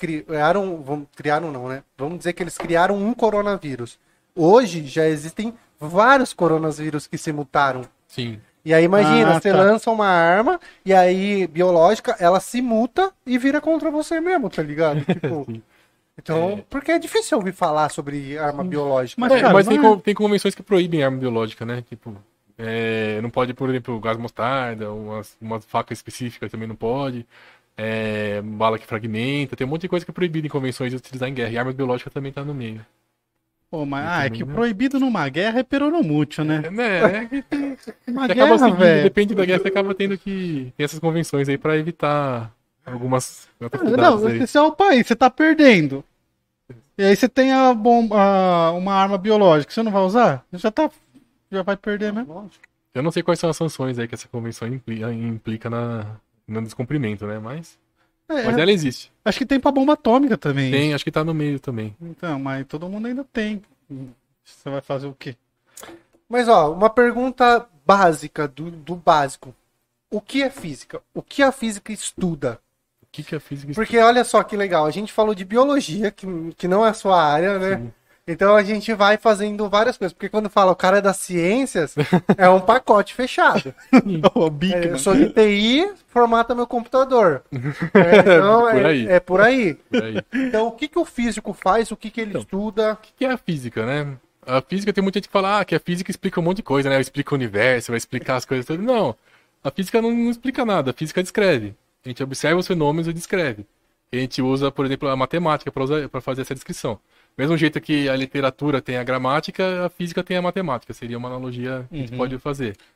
vamos dizer que eles criaram um coronavírus. Hoje já existem vários coronavírus que se mutaram. Sim. E aí imagina, você lança uma arma e aí biológica, ela se muta e vira contra você mesmo, tá ligado? Tipo, então, porque é difícil ouvir falar sobre arma biológica. Mas tem convenções que proíbem arma biológica, né? Tipo, não pode, por exemplo, gás mostarda, uma faca específica também não pode. Bala que fragmenta, tem um monte de coisa que é proibida em convenções de utilizar em guerra. E arma biológica também tá no meio. Pô, mas é que o proibido numa guerra é peronomútil, né? Uma Você guerra, acaba velho. depende da guerra, você acaba tendo que ter essas convenções aí pra evitar algumas Não, esse é o país, você tá perdendo. E aí você tem uma arma biológica, você não vai usar? Já vai perder mesmo. Eu não sei quais são as sanções aí que essa convenção implica no descumprimento, né? Mas ela existe. Acho que tem pra bomba atômica também. Tem, acho que tá no meio também. Então, mas todo mundo ainda tem. Você vai fazer o quê? Mas ó, uma pergunta básica do básico. O que é física? O que a física estuda? O que a física Porque olha só que legal, a gente falou de biologia, que não é a sua área, né? Sim. Então a gente vai fazendo várias coisas. Porque quando fala o cara é das ciências, é um pacote fechado. O Big, Eu sou de TI, formata meu computador. Então Por aí. é por aí. Por aí. Então o que o físico faz, o que ele estuda? O que é a física, né? A física tem muita gente que fala que a física explica um monte de coisa, né? Explica o universo, vai explicar as coisas todas. Não, a física não explica nada, a física descreve. A gente observa os fenômenos e descreve. A gente usa, por exemplo, a matemática para fazer essa descrição. Mesmo jeito que a literatura tem a gramática, a física tem a matemática. Seria uma analogia que a gente pode fazer.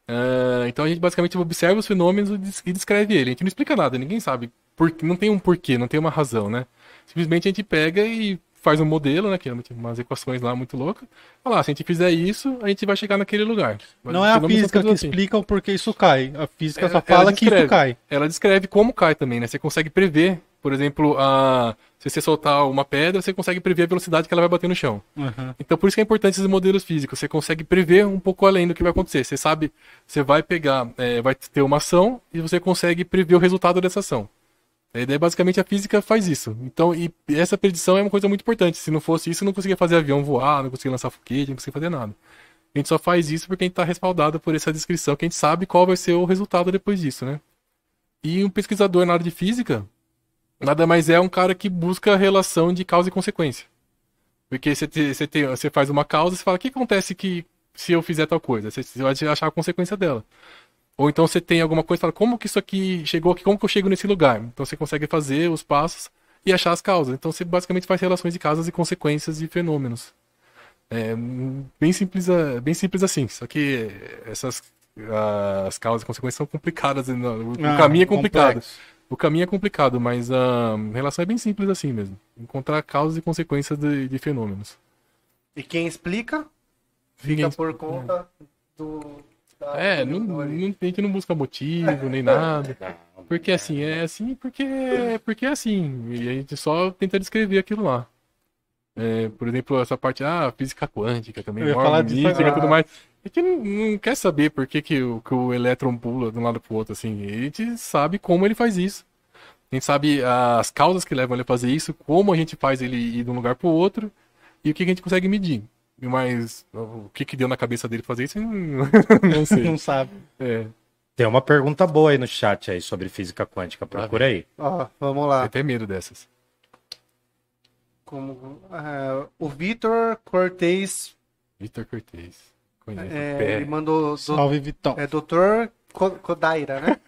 Então a gente basicamente observa os fenômenos e descreve ele. A gente não explica nada, ninguém sabe. Não tem um porquê, não tem uma razão, né? Simplesmente a gente pega e faz um modelo, né? Que é umas equações lá muito loucas. Fala, se a gente fizer isso, a gente vai chegar naquele lugar. Não é a Fenômenos física são que todos assim. explica o porquê isso cai. A física só Ela fala que descreve. isso cai. Ela descreve como cai também, né? Você consegue prever, por exemplo, se você soltar uma pedra, você consegue prever a velocidade que ela vai bater no chão. Uhum. Então por isso que é importante esses modelos físicos. Você consegue prever um pouco além do que vai acontecer. Você sabe, você vai pegar, vai ter uma ação e você consegue prever o resultado dessa ação. E daí basicamente a física faz isso. Então, e essa predição é uma coisa muito importante. Se não fosse isso, não conseguia fazer avião voar, não conseguia lançar foguete, não conseguia fazer nada. A gente só faz isso porque a gente está respaldado por essa descrição, que a gente sabe qual vai ser o resultado depois disso, né? E um pesquisador na área de física nada mais é um cara que busca a relação de causa e consequência. Porque você faz uma causa e você fala, o que acontece se eu fizer tal coisa? Você vai achar a consequência dela. Ou então você tem alguma coisa e fala, como que isso aqui chegou aqui, como que eu chego nesse lugar? Então você consegue fazer os passos e achar as causas. Então você basicamente faz relações de causas e consequências de fenômenos. É bem simples assim. Só que as causas e consequências são complicadas. O caminho é complicado. Complexo. O caminho é complicado, mas a relação é bem simples assim mesmo. Encontrar causas e consequências de fenômenos. E quem explica fica Ninguém- por conta do... A gente não busca motivo nem nada. Porque assim, porque é assim. E a gente só tenta descrever aquilo lá. Por exemplo, essa parte, física quântica também, Eu ia falar disso mística e agora. tudo mais. A gente não quer saber por que o elétron pula de um lado pro outro, assim. A gente sabe como ele faz isso. A gente sabe as causas que levam ele a fazer isso, como a gente faz ele ir de um lugar pro outro e o que a gente consegue medir. Mas o que deu na cabeça dele fazer isso, não sei. Não sabe. Tem uma pergunta boa aí no chat aí sobre física quântica. Procura aí. Ó, vamos Eu lá. tenho medo dessas. O Vitor Cortez, Vitor Cortez. Conheço. ele mandou... Salve, Vitão. Dr. Kodaira, né?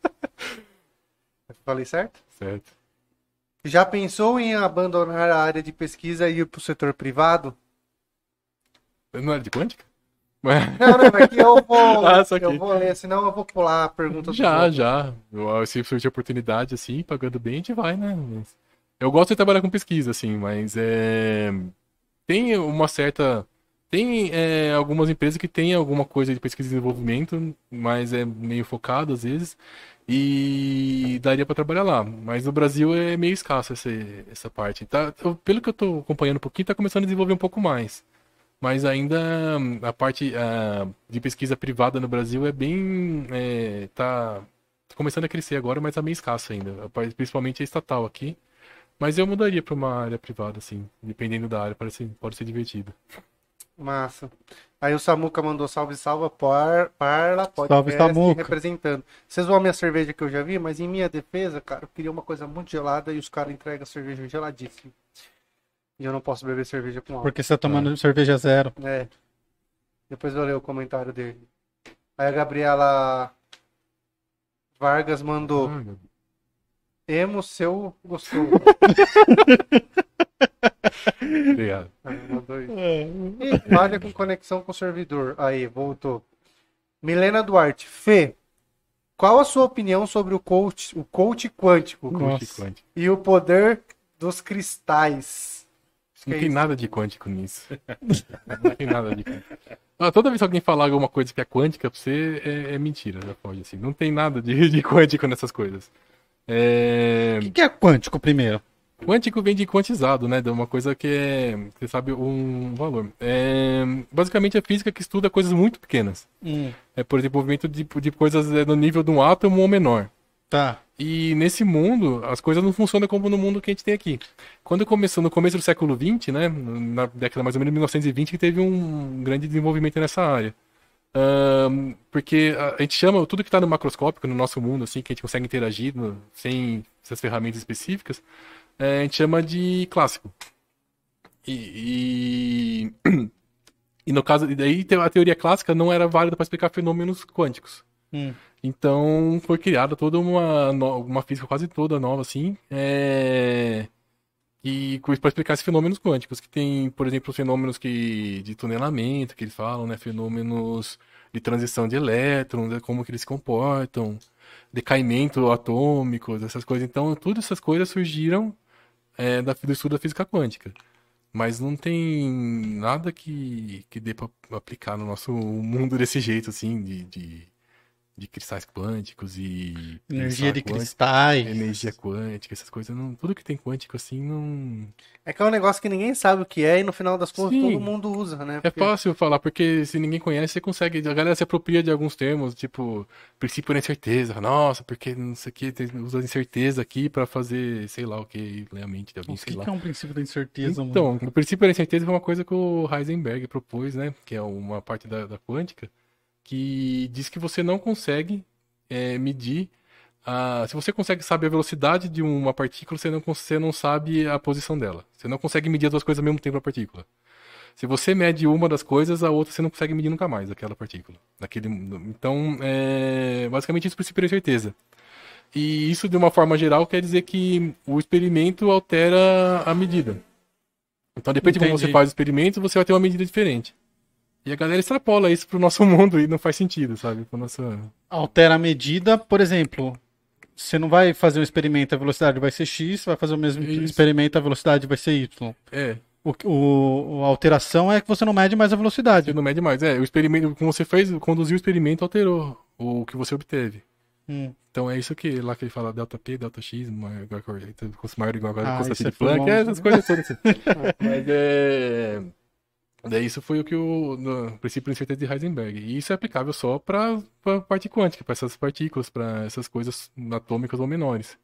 Falei certo? Certo. Já pensou em abandonar a área de pesquisa e ir para o setor privado? Não era de quântica? Não, é que eu vou, saquei. eu vou ler, senão eu vou pular a pergunta do Já. outro. Se surgir oportunidade, assim, pagando bem, a gente vai, né? Eu gosto de trabalhar com pesquisa, assim, mas tem uma certa... Tem algumas empresas que têm alguma coisa de pesquisa e desenvolvimento, mas é meio focado às vezes, e daria para trabalhar lá. Mas no Brasil é meio escasso essa parte. Pelo que eu tô acompanhando um pouquinho, tá começando a desenvolver um pouco mais. Mas ainda a parte de pesquisa privada no Brasil é bem... tá começando a crescer agora, mas tá meio escasso ainda. Principalmente a estatal aqui. Mas eu mudaria para uma área privada, assim. Dependendo da área, pode ser divertido. Massa. Aí o Samuca mandou salve, Parla, podcast Salve, Samuca. representando. Vocês vão a minha cerveja que eu já vi, mas em minha defesa, cara, eu queria uma coisa muito gelada e os caras entregam a cerveja geladíssima. E eu não posso beber cerveja com álcool. Porque você tá tomando cerveja zero. Depois eu leio o comentário dele. Aí a Gabriela Vargas mandou emo seu gostoso. Obrigado. Mandou isso. E falha com conexão com o servidor. Aí, voltou. Milena Duarte. Fê, qual a sua opinião sobre o coach quântico Nossa. e o poder dos cristais? Não Que tem isso? nada de quântico nisso. Não tem nada de quântico. Toda vez que alguém falar alguma coisa que é quântica pra você, é mentira, já pode, assim. Não tem nada de quântico nessas coisas. O que é quântico primeiro? Quântico vem de quantizado, né? De uma coisa que você sabe um valor. Basicamente é física que estuda coisas muito pequenas. Por exemplo, movimento de coisas no nível de um átomo ou menor. Tá. E nesse mundo, as coisas não funcionam como no mundo que a gente tem aqui. Quando começou, no começo do século XX, né? Na década mais ou menos de 1920, que teve um grande desenvolvimento nessa área. Porque a gente chama tudo que está no macroscópico, no nosso mundo, assim, que a gente consegue interagir sem essas ferramentas específicas, a gente chama de clássico. E no caso, daí a teoria clássica não era válida para explicar fenômenos quânticos. Então foi criada toda uma física quase toda nova, assim, e para explicar esses fenômenos quânticos, que tem, por exemplo, os fenômenos de tunelamento, que eles falam, né, fenômenos de transição de elétrons, como que eles se comportam, decaimento atômico, essas coisas. Então, todas essas coisas surgiram do estudo da física quântica. Mas não tem nada que dê para aplicar no nosso mundo desse jeito, assim, de cristais quânticos e Energia de pensar quântico, cristais. energia quântica, essas coisas. Não, tudo que tem quântico, assim, não... É que é um negócio que ninguém sabe o que é e no final das contas Sim. todo mundo usa, né? É Porque- fácil falar, porque se ninguém conhece, você consegue. A galera se apropria de alguns termos, tipo, princípio da incerteza. Nossa, porque não sei o que, usa incerteza aqui pra fazer, sei lá o que, ler a mente de alguém, Nossa, o sei que, lá. que é um princípio da incerteza, mano? Então, o princípio da incerteza foi uma coisa que o Heisenberg propôs, né? Que é uma parte da quântica, que diz que você não consegue medir. Se você consegue saber a velocidade de uma partícula, você não sabe a posição dela. Você não consegue medir as duas coisas ao mesmo tempo na partícula. Se você mede uma das coisas, a outra você não consegue medir nunca mais, aquela partícula. Então, basicamente isso é o princípio da incerteza. E isso, de uma forma geral, quer dizer que o experimento altera a medida. Então, depende de como você Entendi. faz o experimento, você vai ter uma medida diferente. E a galera extrapola isso pro nosso mundo e não faz sentido, sabe? Pro nosso... Altera a medida, por exemplo, você não vai fazer um experimento, a velocidade vai ser X, você vai fazer o mesmo Isso. experimento, a velocidade vai ser Y. A alteração é que você não mede mais a velocidade. Você não mede mais. O experimento, como você fez, conduziu o experimento, alterou o que você obteve. Hum. Então é isso que lá que ele fala delta P, delta X, maior igual a Ah, constante isso de é Planck, bom. essas coisas todas assim. Mas daí isso foi o que no princípio de incerteza de Heisenberg. E isso é aplicável só para parte quântica, para essas partículas, para essas coisas atômicas ou menores.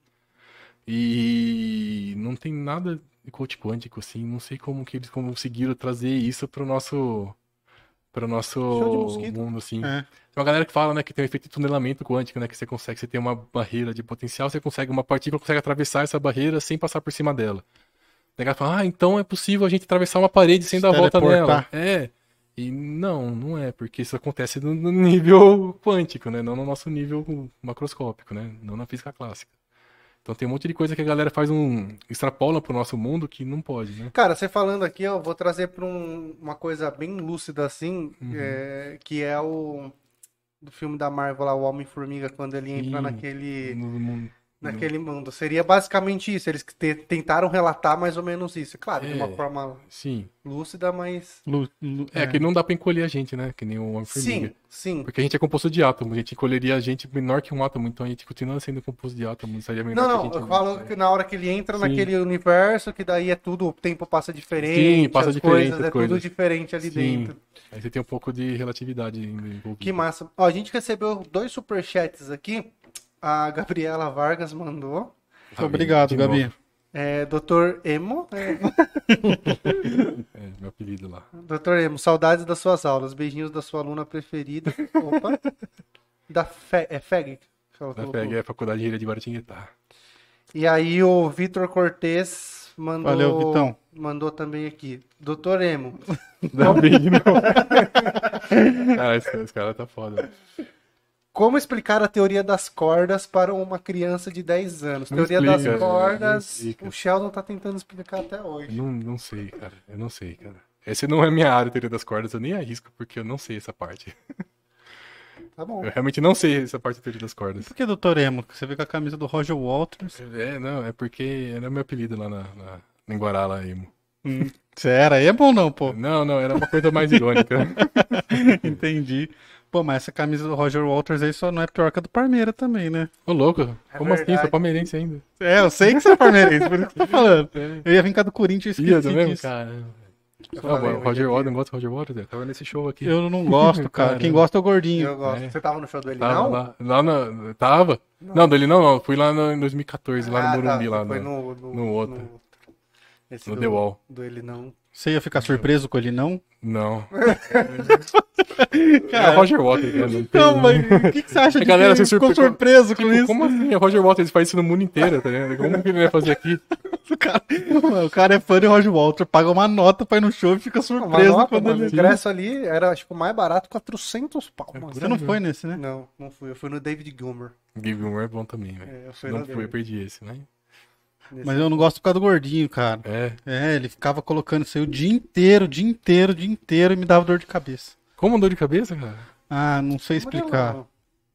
E não tem nada de coach quântico, assim, não sei como que eles conseguiram trazer isso para o nosso Show de mosquito. mundo, assim. É. Tem uma galera que fala, né, que tem um efeito de tunelamento quântico, né, que você tem uma barreira de potencial, uma partícula consegue atravessar essa barreira sem passar por cima dela. A galera fala, então é possível a gente atravessar uma parede sem dar a volta nela. teleportar. E não é, porque isso acontece no nível quântico, né, não no nosso nível macroscópico, né, não na física clássica. Então tem um monte de coisa que a galera extrapola pro nosso mundo que não pode, né? Cara, você falando aqui, eu vou trazer para uma coisa bem lúcida assim, que é o do filme da Marvel lá, o Homem-Formiga, quando ele entra Sim. naquele mundo. Seria basicamente isso. Eles tentaram relatar mais ou menos isso. Claro, de uma forma Sim. lúcida, mas. Que não dá pra encolher a gente, né? Que nem o Homem-Formiga. Sim, sim. Porque a gente é composto de átomos, a gente encolheria a gente menor que um átomo, então a gente continua sendo composto de átomos, seria menor que a Não, gente. eu falo que na hora que ele entra Sim. naquele universo, que daí é tudo, o tempo passa diferente, Sim, passa as diferente coisas, as é coisas. tudo diferente ali Sim. dentro. Aí você tem um pouco de relatividade envolvida. Que massa. Ó, a gente recebeu 2 superchats aqui. A Gabriela Vargas mandou. Obrigado, De Gabi. novo. Dr. Emo. Meu apelido lá. Dr. Emo, saudades das suas aulas. Beijinhos da sua aluna preferida. Opa. FEG. que ela Da colocou. FEG é a Faculdade de Engenharia de Guaratinguetá. E aí o Vitor Cortez mandou. Valeu, Vitão. Mandou também aqui. Dr. Emo. Dá bem de novo. Cara, esse cara tá foda. Como explicar a teoria das cordas para uma criança de 10 anos? Não Teoria explica, das não cordas, explica. o Sheldon tá tentando explicar até Eu hoje. não sei, cara. Eu não sei, cara. Esse não é minha área, teoria das cordas. Eu nem arrisco, porque eu não sei essa parte. Tá bom. Eu realmente não sei essa parte da teoria das cordas. Por que Dr. Emo? Você vê com a camisa do Roger Walters. Não, é porque era meu apelido lá em Guará, lá, Emo. Sério, aí é bom não, pô. Não, era uma coisa mais irônica. Entendi. Pô, mas essa camisa do Roger Walters aí só não é pior que a do Parmeira também, né? Ô, louco, como assim? verdade. Sou palmeirense ainda. É, eu sei que você é parmeirense, por isso que eu tô falando. Eu ia vir cá do Corinthians e Ia, esqueci tá mesmo? disso. Cara. Eu falei, Roger Waters, não gosto do Roger Waters? Eu tava nesse show aqui. Eu não gosto, cara. Cara, Quem gosta é o gordinho. Eu gosto. É. Você tava no show do Ele Tava não? Tava? Não, dele não. Fui lá em 2014, lá no Morumbi, tá. lá Foi no outro. Esse No do, The Wall. Do Ele não. Você ia ficar surpreso com ele, não? Não. Cara, É o Roger Waters, né? Não tem... Não, mas o que você acha A de galera que ele se ficou surpre- surpreso com Tipo, isso? como assim? O Roger Waters faz isso no mundo inteiro, tá ligado? Como que ele vai fazer aqui? O cara é fã de Roger Walters, paga uma nota pra ir no show e fica Uma surpreso nota, quando mano, o ele... ingresso ali era, tipo, mais barato, 400 pau, mano. Você não foi nesse, né? Não fui. Eu fui no David Gilmour. Give Me More é bom também, velho. Eu fui Não no fui, eu dele. perdi esse, né? Mas eu não gosto por causa do gordinho, cara. É, ele ficava colocando isso aí o dia inteiro e me dava dor de cabeça. Como dor de cabeça, cara? Ah, não sei explicar. Amarelão.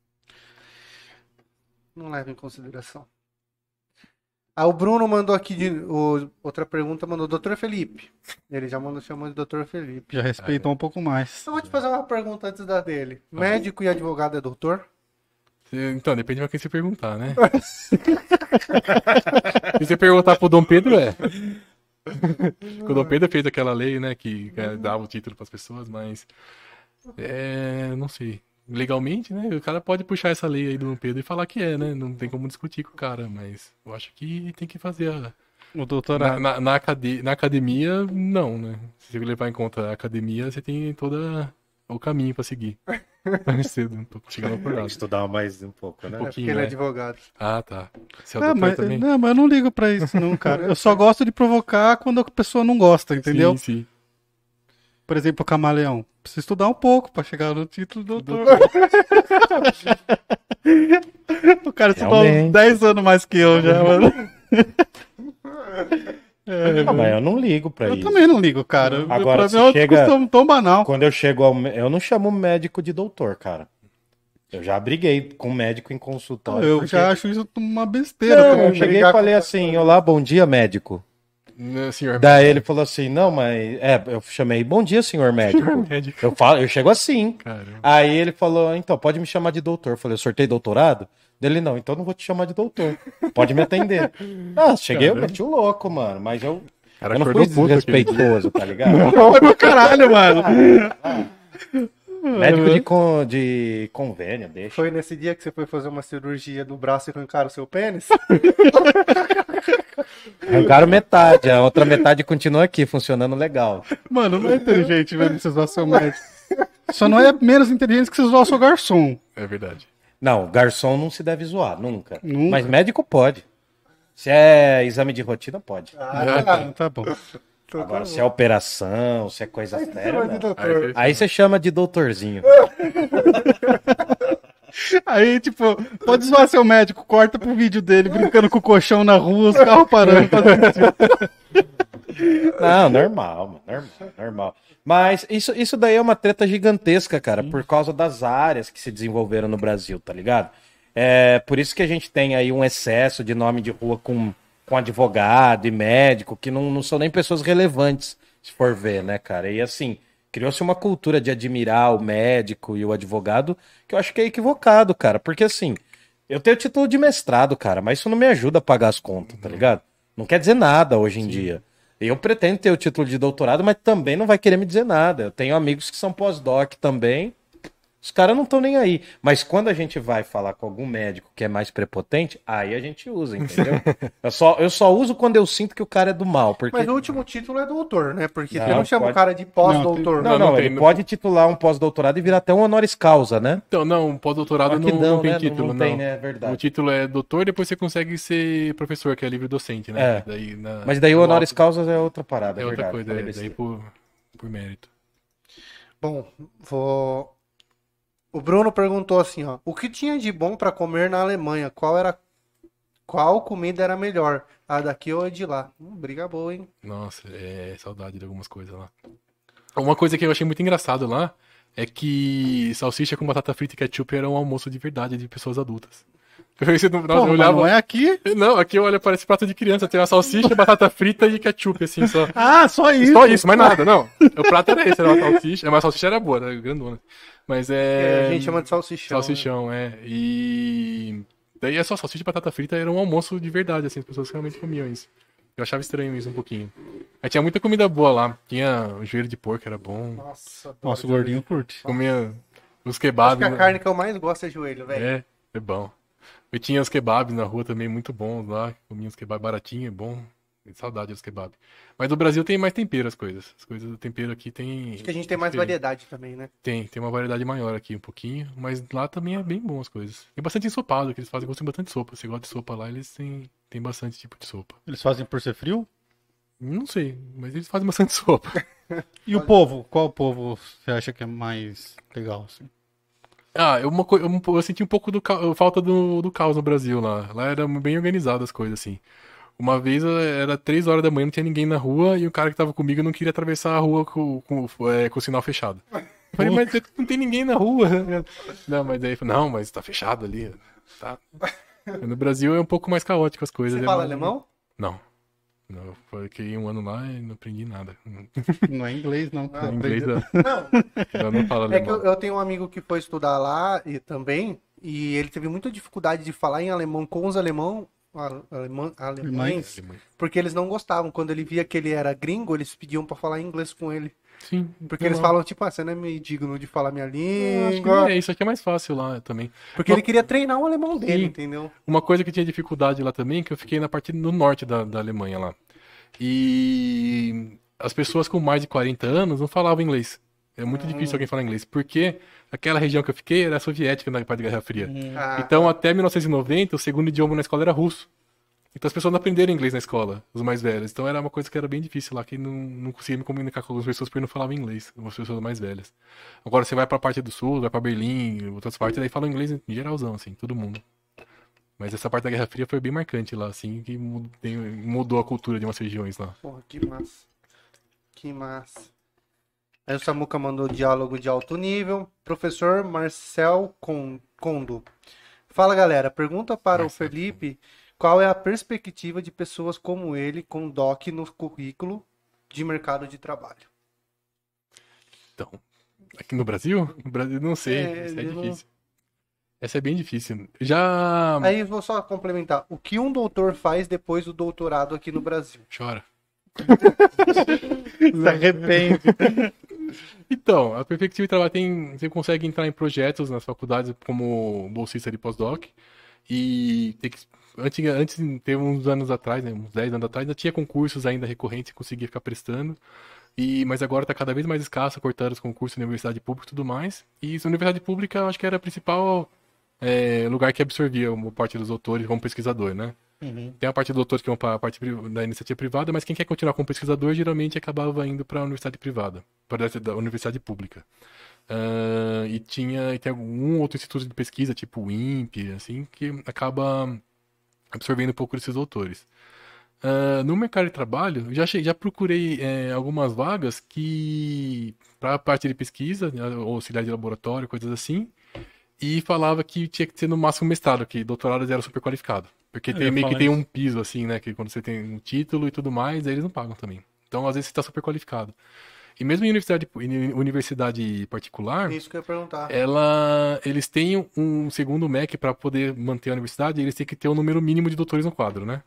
Não leva em consideração. Ah, o Bruno mandou aqui outra pergunta, mandou Dr. Felipe. Ele já mandou chamando de Dr. Felipe. Já respeitou um pouco mais. Eu vou te fazer uma pergunta antes da dele. Médico e advogado é doutor? Então, depende de quem você perguntar, né? Se você perguntar pro Dom Pedro, é. O Dom Pedro fez aquela lei, né, que dava o título pras pessoas, mas... não sei. Legalmente, né, o cara pode puxar essa lei aí do Dom Pedro e falar que é, né? Não tem como discutir com o cara, mas eu acho que tem que fazer O doutorado. Na academia, não, né? Se você levar em conta a academia, você tem todo o caminho pra seguir. Mais cedo, tô chegando ao programa. Estudar mais um pouco, né? É porque ele é advogado. Ah, tá. Você é o Ah, doutor mas, também? não, mas eu não ligo pra isso, não, cara. Eu só gosto de provocar quando a pessoa não gosta, entendeu? Sim. Por exemplo, o camaleão. Precisa estudar um pouco pra chegar no título do doutor. O cara estudou uns Realmente. 10 anos mais que eu já, mano. Ah, mas eu não ligo pra Eu isso. também não ligo, cara. Agora, Pra se mim é uma chega- discussão tão banal. Quando eu chego eu não chamo médico de doutor, cara. Eu já briguei com médico em consultório. Eu porque- já acho isso uma besteira. Não, também. eu cheguei e brigar falei com assim, olá, bom dia, médico. Senhor Daí ele falou assim, não, mas... eu chamei, bom dia, senhor médico. médico. Eu chego assim. Caramba. Aí ele falou, então, pode me chamar de doutor. Eu falei, eu sorteio doutorado? Dele, não, então eu não vou te chamar de doutor. Pode me atender. Ah, cheguei, eu Caramba. meti o louco, mano. Mas eu Cara, não acordou fui puto aqui. desrespeitoso, tá ligado? Foi pro caralho, mano. Médico de convênio, deixa. Foi nesse dia que você foi fazer uma cirurgia do braço e arrancaram o seu pênis? Arrancaram metade, a outra metade continua aqui, funcionando legal. Mano, não é inteligente mesmo você zoar seu médico. Só não é menos inteligente que você zoar seu garçom. É verdade. Não, garçom não se deve zoar, nunca. Nunca. Mas médico pode. Se é exame de rotina, pode. Ah, tá bom. Agora, se é operação, se é coisa séria, não. doutor. Aí você chama de doutorzinho. Aí, tipo, pode zoar seu médico, corta pro vídeo dele brincando com o colchão na rua, os carros parando. Não, normal, mano, normal. Mas isso daí é uma treta gigantesca, cara, por causa das áreas que se desenvolveram no Brasil, tá ligado? É por isso que a gente tem aí um excesso de nome de rua com advogado e médico, que não são nem pessoas relevantes, se for ver, né, cara? E assim, criou-se uma cultura de admirar o médico e o advogado, que eu acho que é equivocado, cara, porque assim, eu tenho título de mestrado, cara, mas isso não me ajuda a pagar as contas, tá ligado? Não quer dizer nada hoje em dia. Eu pretendo ter o título de doutorado, mas também não vai querer me dizer nada. Eu tenho amigos que são pós-doc também. Os caras não estão nem aí. Mas quando a gente vai falar com algum médico que é mais prepotente, aí a gente usa, entendeu? eu só uso quando eu sinto que o cara é do mal. Porque... Mas o último título é doutor, né? Porque Não, você não chama pode- o cara de pós-doutor. Não, Não, ele tem- pode titular um pós-doutorado e virar até um honoris causa, né? Então, não, pós-doutorado Só que não tem né? título, não tem, né? É verdade. O título é doutor, depois você consegue ser professor, que é livre docente, né? É. Daí, Mas daí o no honoris alto- causa é outra parada, é outra verdade. coisa, falei daí besteira. por mérito. Bom, vou... O Bruno perguntou assim, ó. O que tinha de bom pra comer na Alemanha? Qual comida era melhor? A daqui ou a de lá? Briga boa, hein? Nossa, saudade de algumas coisas lá. Uma coisa que eu achei muito engraçado lá é que salsicha com batata frita e ketchup era um almoço de verdade de pessoas adultas. Você não, Pô, mas não é aqui? Não, aqui olha, parece prato de criança. Tem uma salsicha, batata frita e ketchup, assim, só. Ah, só isso. Só isso, mais nada, não. O prato era esse, era uma salsicha. Mas a salsicha era boa, era grandona. Mas A gente chama de salsichão. né? Salsichão, E... Daí é só salsicha e batata frita, era um almoço de verdade, assim, as pessoas realmente comiam isso. Eu achava estranho isso um pouquinho. Aí tinha muita comida boa lá. Tinha o joelho de porco, era bom. Nossa, Nossa, o gordinho curte. Comia os Acho kebabs. que a carne que eu mais gosto é joelho, velho. É bom. E tinha os kebabs na rua também, muito bons lá. Comia uns kebabs baratinho, é bom. Saudade dos kebabs. Mas no Brasil tem mais tempero as coisas. As coisas do tempero aqui tem. Acho que a gente tem mais diferente. variedade também, né? Tem uma variedade maior aqui, um pouquinho. Mas lá também é bem bom as coisas. Tem bastante ensopado que eles fazem, gostam bastante de sopa. Você gosta de sopa lá, eles têm bastante tipo de sopa. Eles fazem por ser frio? Não sei, mas eles fazem bastante sopa. E o povo? Qual povo você acha que é mais legal, assim? Eu senti um pouco falta do caos no Brasil lá. Lá era bem organizado as coisas, assim. Uma vez era 3 horas da manhã, não tinha ninguém na rua, e o cara que tava comigo não queria atravessar a rua com o sinal fechado. falei, mas não tem ninguém na rua. Não, mas aí, não, mas tá fechado ali. Tá. No Brasil é um pouco mais caótico as coisas. Você é fala mais- alemão? Não. Não, eu fiquei um ano lá e não aprendi nada. Não é inglês, não. Ah, Em inglês, Não, eu não falo é que alemão. eu tenho um amigo que foi estudar lá e também, e ele teve muita dificuldade de falar em alemão com os alemães, porque eles não gostavam. Quando ele via que ele era gringo, eles pediam pra falar inglês com ele. Sim. Porque eles normal. falam, tipo, você não é meio digno de falar minha Eu acho que língua. isso aqui é mais fácil lá também. Porque ele queria treinar o alemão dele, Sim. entendeu? Uma coisa que tinha dificuldade lá também, que eu fiquei na parte do norte da Alemanha lá. E as pessoas com mais de 40 anos não falavam inglês. É muito difícil alguém falar inglês, porque aquela região que eu fiquei era soviética na parte da Guerra Fria. Ah, Então, até 1990, o segundo idioma na escola era russo. Então, as pessoas não aprenderam inglês na escola, os mais velhos. Então, era uma coisa que era bem difícil lá, que não conseguia me comunicar com algumas pessoas porque não falavam inglês, as pessoas mais velhas. Agora, você vai pra parte do sul, vai pra Berlim, outras partes, daí falam inglês em geralzão, assim, todo mundo. Mas essa parte da Guerra Fria foi bem marcante lá, assim, que mudou a cultura de umas regiões lá. porra, que massa. Que massa. Aí o Samuca mandou diálogo de alto nível. Professor Marcel Condo. Fala, galera. Pergunta para o Marcel Felipe qual é a perspectiva de pessoas como ele com DOC no currículo de mercado de trabalho. Então, aqui no Brasil? No Brasil, não sei, É, essa é eu não- difícil. Essa é bem difícil. Já... Aí eu vou só complementar. O que um doutor faz depois do doutorado aqui no Brasil? Chora. Se arrepende. Então, a perspectiva de trabalho você consegue entrar em projetos nas faculdades como bolsista de pós-doc e antes, teve uns anos atrás, né, uns 10 anos atrás, ainda tinha concursos ainda recorrentes que conseguia ficar prestando, mas agora está cada vez mais escasso, cortando os concursos na universidade pública e tudo mais. E a universidade pública, eu acho que era o principal lugar que absorvia uma parte dos doutores como pesquisador, né? Tem a parte do doutor que é a parte da iniciativa privada, mas quem quer continuar como pesquisador geralmente acabava indo para a universidade privada, para a universidade pública. E tem algum outro instituto de pesquisa, tipo o INPE, assim, que acaba absorvendo um pouco desses doutores. No mercado de trabalho, já procurei algumas vagas que para a parte de pesquisa, né, ou auxiliar de laboratório, coisas assim, e falava que tinha que ser no máximo mestrado, que doutorado era super qualificado. Porque Eu ia meio que falar tem isso. um piso, assim, né? Que quando você tem um título e tudo mais, aí eles não pagam também. Então, às vezes, você está super qualificado. E mesmo em universidade particular, Isso que eu ia perguntar. eles têm um segundo MEC para poder manter a universidade, eles têm que ter o número mínimo de doutores no quadro, né?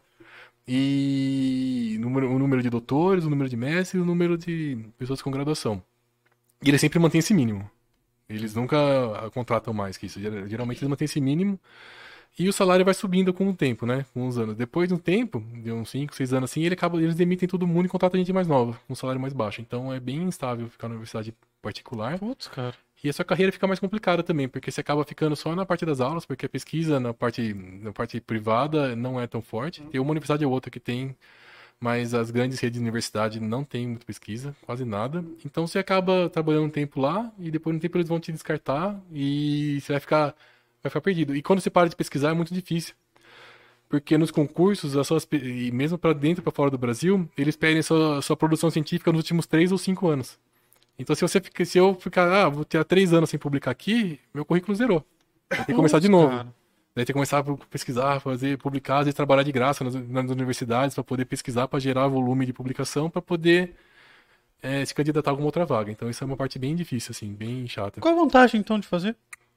E o número de doutores, o número de mestres e o número de pessoas com graduação. E eles sempre mantêm esse mínimo. Eles nunca contratam mais que isso. Geralmente eles mantêm esse mínimo. E o salário vai subindo com o tempo, né? Com os anos. Depois de um tempo, de uns 5, 6 anos assim, eles demitem todo mundo e contratam gente mais nova, com um salário mais baixo. Então é bem instável ficar na universidade particular. Putz, cara. E a sua carreira fica mais complicada também, porque você acaba ficando só na parte das aulas, porque a pesquisa na parte privada não é tão forte. Tem uma universidade ou outra que tem, mas as grandes redes de universidade não tem muita pesquisa, quase nada. Então você acaba trabalhando um tempo lá e depois de um tempo eles vão te descartar e você vai ficar perdido. E quando você para de pesquisar é muito difícil. Porque nos concursos, e mesmo para dentro e para fora do Brasil, eles pedem sua produção científica nos últimos 3 ou 5 anos. Então se eu ficar, vou ter 3 anos sem publicar aqui, meu currículo zerou. Vai ter que começar de novo. Cara. Daí tem que começar a pesquisar, publicar, às vezes trabalhar de graça nas universidades para poder pesquisar, para gerar volume de publicação, para poder se candidatar a alguma outra vaga. Então isso é uma parte bem difícil, assim, bem chata. Qual a vantagem, então, de fazer?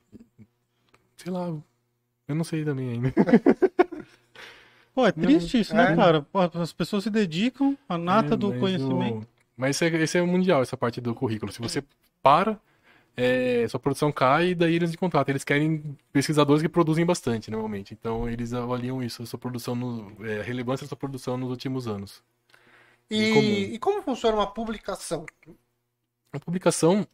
Sei lá, eu não sei também ainda. Pô, é triste isso, né, É. cara? Pô, as pessoas se dedicam à nata do Mas conhecimento. Mas esse é mundial, essa parte do currículo. Se você para, sua produção cai e daí eles te contratam. Eles querem pesquisadores que produzem bastante, normalmente. Então eles avaliam isso, a sua produção, a relevância da sua produção nos últimos anos. Incomum. E como funciona uma publicação? A publicação,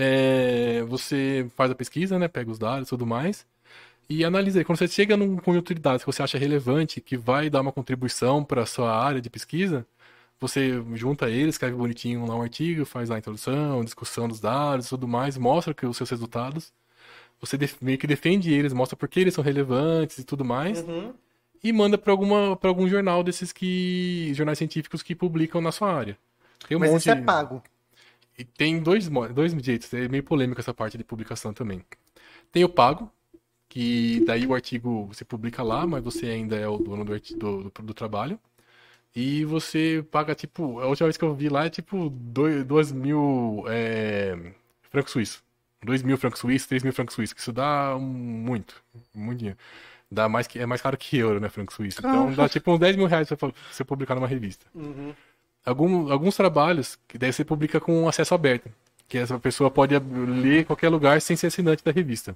você faz a pesquisa, né? Pega os dados e tudo mais. E analisa. Quando você chega num conjunto de dados que você acha relevante, que vai dar uma contribuição para a sua área de pesquisa, você junta eles, escreve bonitinho lá um artigo, faz lá a introdução, discussão dos dados e tudo mais, mostra os seus resultados. Você meio que defende eles, mostra por que eles são relevantes e tudo mais. Uhum. E manda para algum jornal jornais científicos que publicam na sua área. Tem um Mas monte isso é pago. E tem dois jeitos, é meio polêmico essa parte de publicação também. Tem o pago, que daí o artigo você publica lá, mas você ainda é o dono do trabalho. E você paga, tipo, a última vez que eu vi lá é tipo 2.000 francos suíços. 2.000 francos suíços, 3.000 francos suíços, que isso dá muito dinheiro. É mais caro que euro, né, franco suíço. Então dá tipo uns 10 mil reais pra você publicar numa revista. Uhum. Alguns trabalhos que daí você publica com acesso aberto, que essa pessoa pode ler em qualquer lugar sem ser assinante da revista.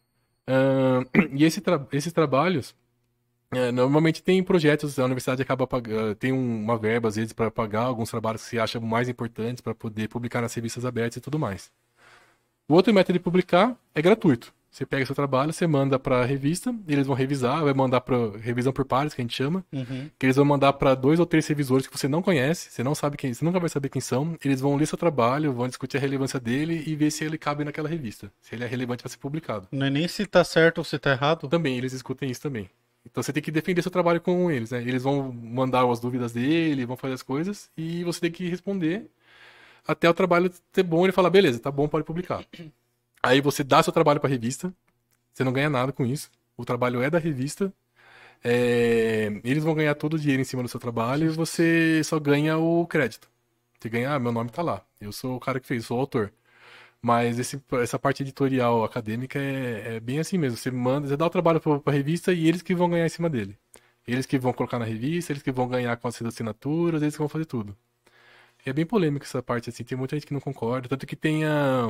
E esses trabalhos, normalmente tem projetos, a universidade acaba pagando, tem uma verba às vezes para pagar alguns trabalhos que se acha mais importantes para poder publicar nas revistas abertas e tudo mais. O outro método de publicar é gratuito. Você pega seu trabalho, você manda para a revista, eles vão revisar, vai mandar para revisão por pares, que a gente chama, que eles vão mandar para 2 ou 3 revisores que você não conhece, você não sabe quem, você nunca vai saber quem são, eles vão ler seu trabalho, vão discutir a relevância dele e ver se ele cabe naquela revista, se ele é relevante para ser publicado. Não é nem se tá certo ou se tá errado. Também, eles escutem isso também. Então você tem que defender seu trabalho com eles, né? Eles vão mandar as dúvidas dele, vão fazer as coisas e você tem que responder até o trabalho ser bom e ele falar, beleza, tá bom, pode publicar. Aí você dá seu trabalho pra revista, você não ganha nada com isso, o trabalho é da revista, eles vão ganhar todo o dinheiro em cima do seu trabalho e você só ganha o crédito. Você ganha, meu nome tá lá, eu sou o cara que fez, sou o autor. Mas essa parte editorial acadêmica é bem assim mesmo, você dá o trabalho pra revista e eles que vão ganhar em cima dele. Eles que vão colocar na revista, eles que vão ganhar com as assinaturas, eles que vão fazer tudo. É bem polêmico essa parte, assim, tem muita gente que não concorda, tanto que tem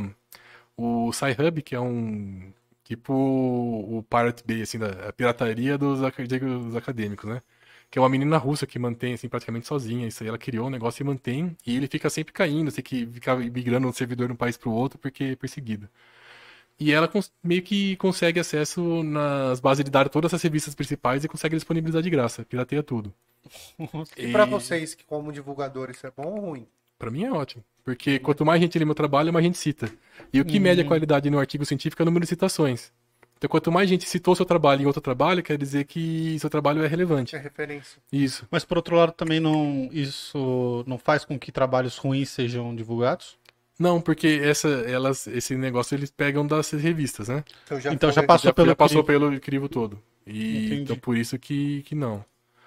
o Sci-Hub, que é tipo o Pirate Bay, assim, a pirataria dos acadêmicos, né? Que é uma menina russa que mantém, assim, praticamente sozinha. Isso aí, ela criou um negócio e mantém. E ele fica sempre caindo, tem que ficar migrando um servidor de um país pro outro porque é perseguido. E ela meio que consegue acesso nas bases de dados, todas as revistas principais e consegue disponibilizar de graça. Pirateia tudo. E pra vocês, que como divulgadores, isso é bom ou ruim? Pra mim é ótimo. Porque quanto mais gente lê meu trabalho, mais gente cita. E o que mede a qualidade no artigo científico é o número de citações. Então, quanto mais gente citou seu trabalho em outro trabalho, quer dizer que seu trabalho é relevante. É referência. Isso. Mas por outro lado também isso não faz com que trabalhos ruins sejam divulgados? Não, porque esse negócio eles pegam das revistas, né? Então já passou pelo Já passou crivo. pelo crivo todo. E Entendi. então por isso que não.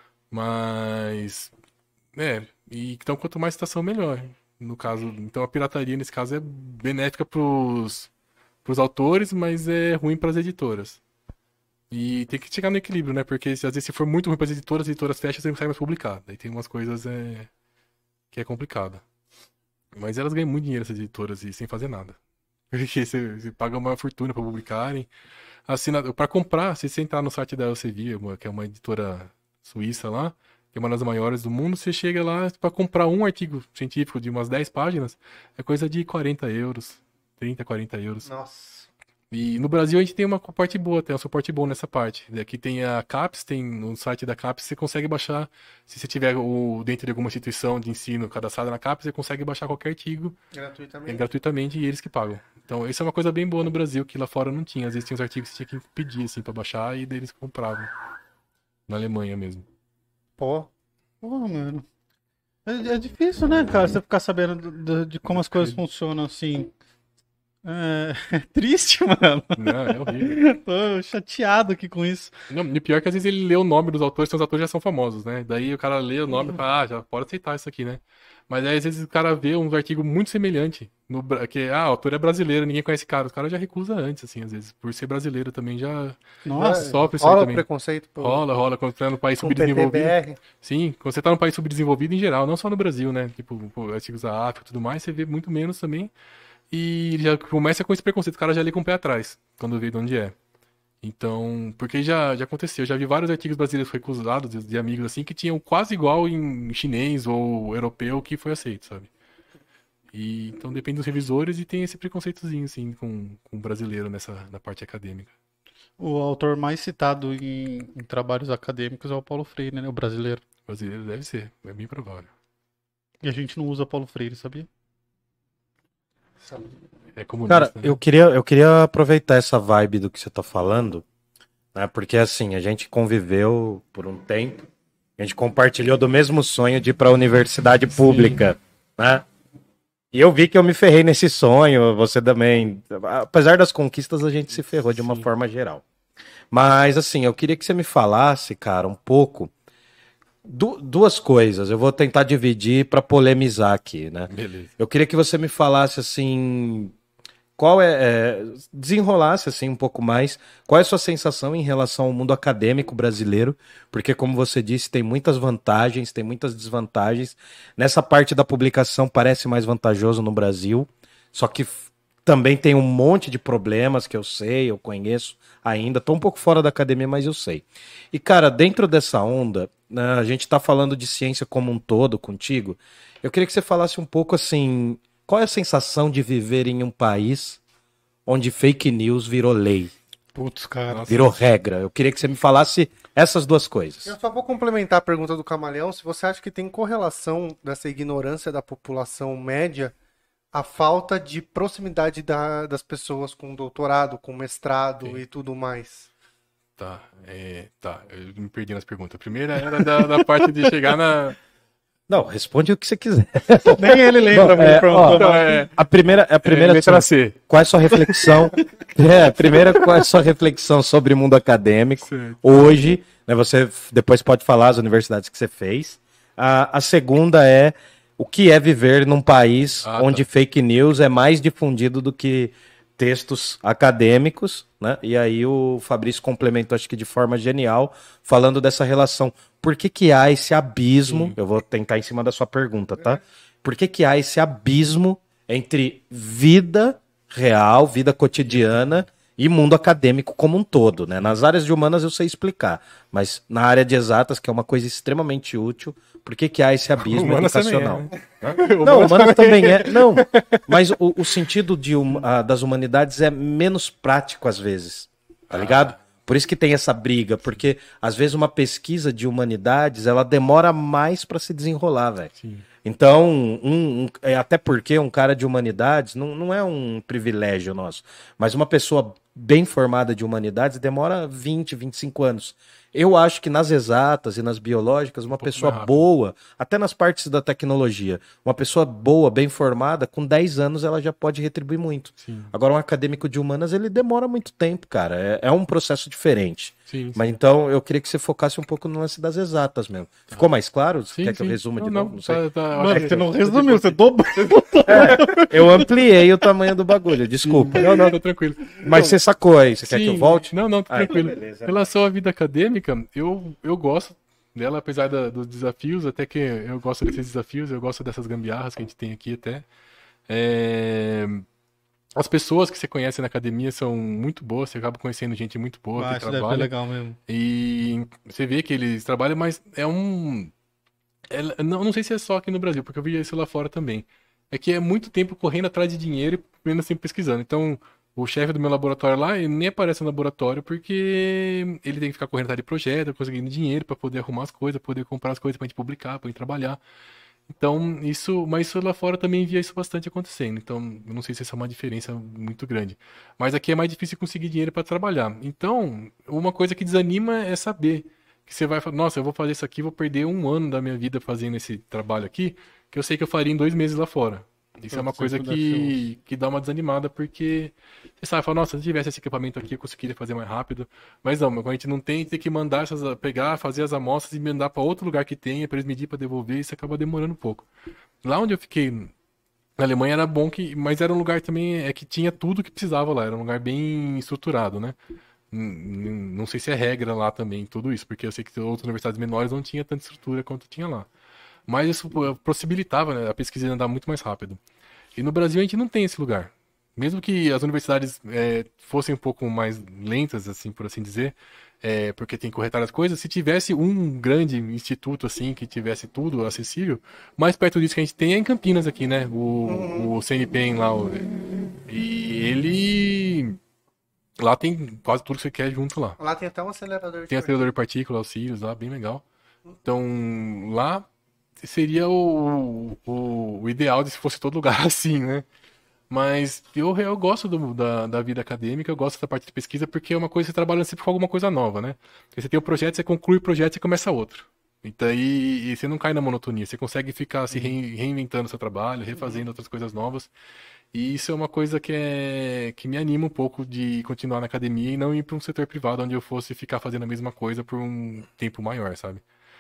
Mas então quanto mais citação melhor. No caso, então a pirataria nesse caso é benéfica pros autores, mas é ruim pras editoras. E tem que chegar no equilíbrio, né? Porque às vezes se for muito ruim pras editoras, as editoras fecham, você não consegue mais publicar. Daí tem umas coisas que é complicado. Mas elas ganham muito dinheiro, essas editoras, e sem fazer nada. Porque você paga uma fortuna pra publicarem. Pra comprar, se você entrar no site da Elsevier, que é uma editora suíça lá, que é uma das maiores do mundo, você chega lá pra comprar um artigo científico de umas 10 páginas, é coisa de 40 euros, 30, 40 euros. Nossa. E no Brasil a gente tem uma parte boa, tem um suporte bom nessa parte. Aqui tem a CAPES, tem no site da CAPES, você consegue baixar, se você tiver dentro de alguma instituição de ensino cadastrada na CAPES, você consegue baixar qualquer artigo Gratuitamente. gratuitamente e eles que pagam. Então isso é uma coisa bem boa no Brasil, que lá fora não tinha. Às vezes tinha uns artigos que você tinha que pedir assim, pra baixar e daí eles compravam. Na Alemanha mesmo. Pô. Pô, mano. É difícil, né, cara, você ficar sabendo de como as coisas funcionam assim. É triste, mano. Não, é horrível. Tô chateado aqui com isso. Não, e pior que às vezes ele lê o nome dos autores, então os autores já são famosos, né? Daí o cara lê o nome e fala, já pode aceitar isso aqui, né? Mas aí às vezes o cara vê um artigo muito semelhante, que o autor é brasileiro, ninguém conhece o cara. Os caras já recusa antes, assim, às vezes. Por ser brasileiro também já Nossa. sofre isso aí Rola também. preconceito pô, Rola, quando você tá no país com subdesenvolvido. PTBR. Sim, quando você tá num país subdesenvolvido em geral, não só no Brasil, né? Tipo, artigos da África e tudo mais, você vê muito menos também. E já começa com esse preconceito, o cara já lê com o pé atrás, quando vê de onde é. Então, porque já aconteceu, já vi vários artigos brasileiros recusados, de amigos assim, que tinham quase igual em chinês ou europeu que foi aceito, sabe? E, então depende dos revisores e tem esse preconceitozinho, assim, com o brasileiro na parte acadêmica. O autor mais citado em trabalhos acadêmicos é o Paulo Freire, né? O brasileiro. O brasileiro deve ser, é bem provável. E a gente não usa Paulo Freire, sabia? É comunista, Cara, né? eu queria aproveitar essa vibe do que você tá falando, né? Porque assim, a gente conviveu por um tempo, a gente compartilhou do mesmo sonho de ir pra universidade pública, né? E eu vi que eu me ferrei nesse sonho, você também. Apesar das conquistas, a gente se ferrou de uma forma geral. Mas, assim, eu queria que você me falasse, cara, um pouco. Duas coisas, eu vou tentar dividir para polemizar aqui, né? Beleza. Eu queria que você me falasse, assim. Desenrolasse assim um pouco mais, qual é a sua sensação em relação ao mundo acadêmico brasileiro, porque como você disse, tem muitas vantagens, tem muitas desvantagens, nessa parte da publicação parece mais vantajoso no Brasil, só que também tem um monte de problemas que eu sei, eu conheço ainda, tô um pouco fora da academia, mas eu sei. E cara, dentro dessa onda, né, a gente tá falando de ciência como um todo contigo, eu queria que você falasse um pouco assim, qual é a sensação de viver em um país onde fake news virou lei, Putz, cara. virou regra? Eu queria que você me falasse essas duas coisas. Eu só vou complementar a pergunta do Camaleão. Se você acha que tem correlação dessa ignorância da população média à falta de proximidade das pessoas com doutorado, com mestrado e tudo mais. Tá, eu me perdi nas perguntas. A primeira era da parte de chegar na... Não, responde o que você quiser. Nem ele lembra, Bom, mas pronto. Então, A primeira letra C. qual é a sua reflexão? Primeira, qual é a sua reflexão sobre o mundo acadêmico Certo. hoje? Né, você depois pode falar as universidades que você fez. A segunda é o que é viver num país onde fake news é mais difundido do que textos acadêmicos, né? E aí o Fabrício complementou, acho que de forma genial, falando dessa relação. Por que que há esse abismo? Eu vou tentar em cima da sua pergunta, tá? Por que que há esse abismo entre vida real, vida cotidiana e mundo acadêmico como um todo, né? Nas áreas de humanas eu sei explicar, mas na área de exatas, que é uma coisa extremamente útil, por que que há esse abismo Humanas educacional? também Não, humanas também é. Não, mas o sentido das humanidades é menos prático às vezes, tá ligado? Por isso que tem essa briga, porque às vezes uma pesquisa de humanidades ela demora mais para se desenrolar, velho. Então, até porque um cara de humanidades não é um privilégio nosso, mas uma pessoa bem formada de humanidades demora 20, 25 anos. Eu acho que nas exatas e nas biológicas, uma pessoa boa, até nas partes da tecnologia, uma pessoa boa, bem formada, com 10 anos ela já pode retribuir muito. Agora, um acadêmico de humanas, ele demora muito tempo, cara. É um processo diferente. Mas então, eu queria que você focasse um pouco no lance das exatas mesmo. Ficou mais claro? Você quer que eu resuma de novo? Não sei. Mano, você não resumiu, você dobrou. Eu ampliei o tamanho do bagulho, desculpa. Não, tá tranquilo. Mas você sacou aí, você quer que eu volte? Não, tá tranquilo. beleza. Em relação à vida acadêmica, eu gosto dela, apesar dos desafios, até que eu gosto desses desafios, eu gosto dessas gambiarras que a gente tem aqui até. As pessoas que você conhece na academia são muito boas, você acaba conhecendo gente muito boa que Isso deve ser trabalha. legal mesmo. E você vê que eles trabalham, mas não sei se é só aqui no Brasil, porque eu vi isso lá fora também. É que é muito tempo correndo atrás de dinheiro e menos tempo pesquisando. Então, o chefe do meu laboratório lá, ele nem aparece no laboratório porque ele tem que ficar correndo atrás de projeto, conseguindo dinheiro para poder arrumar as coisas, poder comprar as coisas pra gente publicar, pra gente trabalhar. Então, mas isso lá fora também via isso bastante acontecendo. Então, eu não sei se essa é uma diferença muito grande. Mas aqui é mais difícil conseguir dinheiro para trabalhar. Então, uma coisa que desanima é saber que você vai falar, nossa, eu vou fazer isso aqui, vou perder 1 ano da minha vida fazendo esse trabalho aqui, que eu sei que eu faria em 2 meses lá fora. Isso é uma coisa que dá uma desanimada, porque você sabe, fala, nossa, se tivesse esse equipamento aqui, eu conseguiria fazer mais rápido. Mas não, quando a gente não tem que mandar pegar, fazer as amostras e mandar para outro lugar que tenha, para eles medir, para devolver, isso acaba demorando um pouco. Lá onde eu fiquei, na Alemanha, era bom, mas era um lugar também que tinha tudo que precisava lá, era um lugar bem estruturado, né? Não sei se é regra lá também, tudo isso, porque eu sei que outras universidades menores não tinha tanta estrutura quanto tinha lá. Mas isso possibilitava, né, a pesquisa andar muito mais rápido. E no Brasil a gente não tem esse lugar. Mesmo que as universidades fossem um pouco mais lentas, assim, por assim dizer, porque tem que corretar as coisas, se tivesse um grande instituto, assim, que tivesse tudo acessível, mais perto disso que a gente tem é em Campinas aqui, né? O CNPq lá. E ele... Lá tem quase tudo que você quer junto lá. Lá tem até um acelerador. Tem acelerador de partículas, auxílios lá, bem legal. Então, lá seria o ideal de se fosse todo lugar assim, né? Mas eu gosto da vida acadêmica, eu gosto da parte de pesquisa, porque é uma coisa que você trabalha sempre com alguma coisa nova, né? Porque você tem o projeto, você conclui o projeto e começa outro. Então, e você não cai na monotonia, você consegue ficar se reinventando seu trabalho, refazendo outras coisas novas. E isso é uma coisa que me anima um pouco de continuar na academia e não ir para um setor privado onde eu fosse ficar fazendo a mesma coisa por um tempo maior, sabe?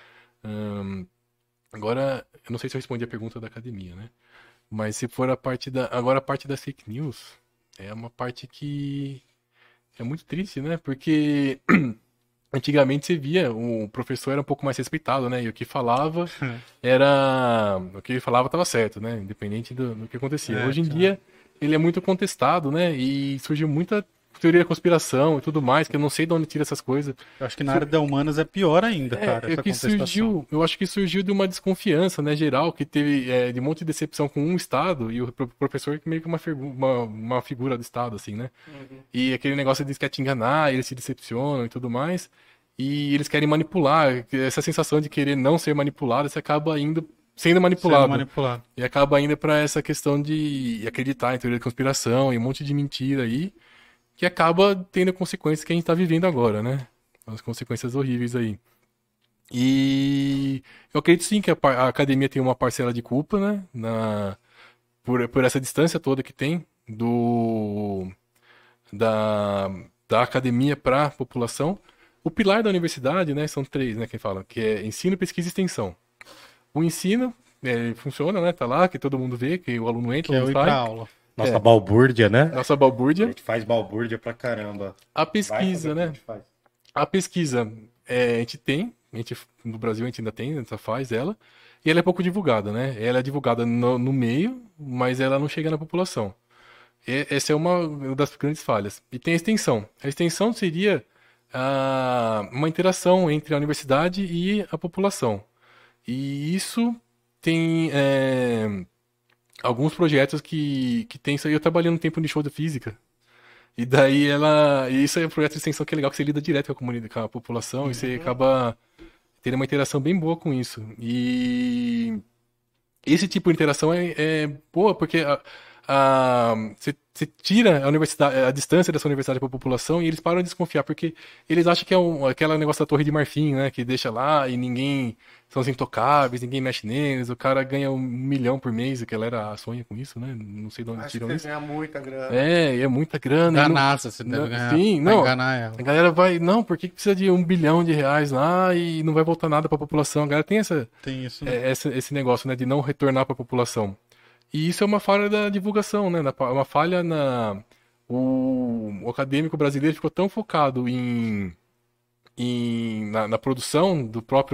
Agora, eu não sei se eu respondi a pergunta da academia, né? Mas se for agora a parte das fake news, é uma parte que é muito triste, né? Porque antigamente você via, o professor era um pouco mais respeitado, né? E o que falava o que ele falava estava certo, né? Independente do que acontecia. Hoje em dia, ele é muito contestado, né? E surgiu muita teoria da conspiração e tudo mais, que eu não sei de onde tira essas coisas. Eu acho que na área da humanas é pior ainda, cara, essa contestação. Eu acho que surgiu de uma desconfiança, né, geral, que teve de um monte de decepção com um Estado e o professor que meio que uma figura do Estado, assim, né? E aquele negócio de que quer te enganar, eles se decepcionam e tudo mais, e eles querem manipular, essa sensação de querer não ser manipulado, você acaba sendo manipulado. E acaba indo para essa questão de acreditar em teoria da conspiração e um monte de mentira aí, que acaba tendo consequências que a gente tá vivendo agora, né? As consequências horríveis aí. E eu acredito sim que a academia tem uma parcela de culpa, né? Por essa distância toda que tem da academia para a população. O pilar da universidade, né? São 3, né? Quem fala, que é ensino, pesquisa e extensão. O ensino, funciona, né? Tá lá, que todo mundo vê, que o aluno entra, Que é o ir pra aula. Nossa balbúrdia, né? Nossa balbúrdia. A gente faz balbúrdia pra caramba. A pesquisa, né? A pesquisa, no Brasil a gente ainda tem, a gente faz ela, e ela é pouco divulgada, né? Ela é divulgada no meio, mas ela não chega na população. Essa é uma das grandes falhas. E tem a extensão. A extensão seria uma interação entre a universidade e a população. E isso tem alguns projetos que tem isso aí. Eu trabalhei um tempo no show de física. E daí isso é um projeto de extensão que é legal, que você lida direto com a comunidade, com a população, e você acaba tendo uma interação bem boa com isso. E esse tipo de interação é boa, porque você tira a universidade, a distância dessa universidade para a população, e eles param de desconfiar, porque eles acham que é aquele negócio da Torre de Marfim, né? Que deixa lá e ninguém são os intocáveis, ninguém mexe neles, o cara ganha 1 milhão por mês, que ela sonha com isso, né? Não sei de onde tiram isso. Ganha muita grana. É muita grana. Da NASA, você deve ganhar. Sim, não. Enganar ela. A galera não, por que precisa de R$1 bilhão lá e não vai voltar nada para a população? A galera tem Tem isso, né? esse negócio, né, de não retornar para a população. E isso é uma falha da divulgação, né? Uma falha o acadêmico brasileiro ficou tão focado na produção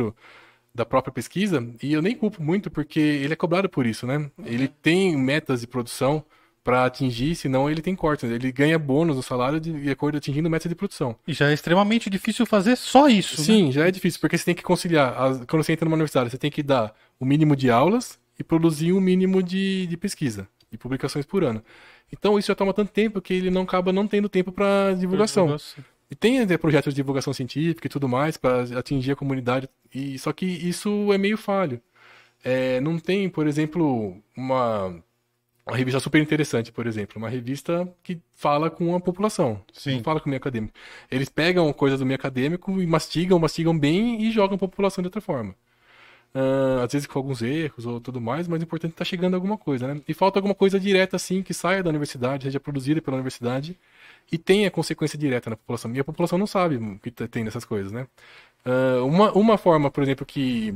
da própria pesquisa, e eu nem culpo muito, porque ele é cobrado por isso, né? Ele tem metas de produção para atingir, senão ele tem cortes. Ele ganha bônus no salário de acordo atingindo metas de produção. E já é extremamente difícil fazer só isso, Sim, né? já é difícil, porque você tem que conciliar. Quando você entra numa universidade, você tem que dar o mínimo de aulas e produzir um mínimo de pesquisa, de publicações por ano. Então isso já toma tanto tempo que ele acaba não tendo tempo para divulgação. E tem projetos de divulgação científica e tudo mais para atingir a comunidade, só que isso é meio falho. Não tem, por exemplo, uma revista super interessante, por exemplo, uma revista que fala com a população, Sim. não fala com o meio acadêmico. Eles pegam coisas do meio acadêmico e mastigam bem e jogam a população de outra forma. Às vezes com alguns erros ou tudo mais, mas o importante é estar chegando alguma coisa, né? E falta alguma coisa direta, assim, que saia da universidade, seja produzida pela universidade e tenha consequência direta na população. E a população não sabe o que tem nessas coisas, né? Uma forma, por exemplo,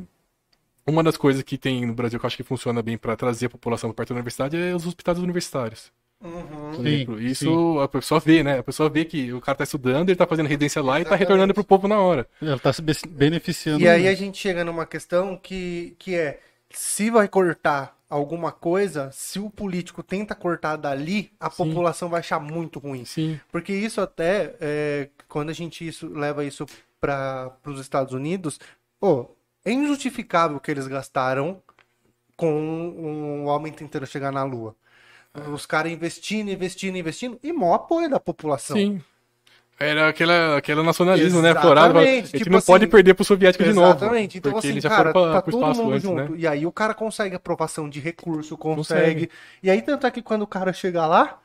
uma das coisas que tem no Brasil que eu acho que funciona bem para trazer a população para perto da universidade é os hospitais universitários. Por exemplo, isso a pessoa vê, né? A pessoa vê que o cara tá estudando, ele tá fazendo residência lá e tá retornando pro povo na hora. Ela tá se beneficiando. E aí a gente chega numa questão que é, se vai cortar alguma coisa, se o político tenta cortar dali, a população vai achar muito ruim. Sim. Porque isso até, quando a gente leva isso para os Estados Unidos, é injustificável o que eles gastaram com um homem tentando chegar na Lua. Os caras investindo e maior apoio da população. Sim. Era aquele nacionalismo, né? Exatamente. Aflorado. A gente Tipo não assim, pode perder pro soviético de novo. Exatamente. Então, porque assim, eles já cara, foram tá pro todo espaço mundo antes, junto. né? E aí o cara consegue aprovação de recurso, consegue. E aí, tanto é que quando o cara chega lá,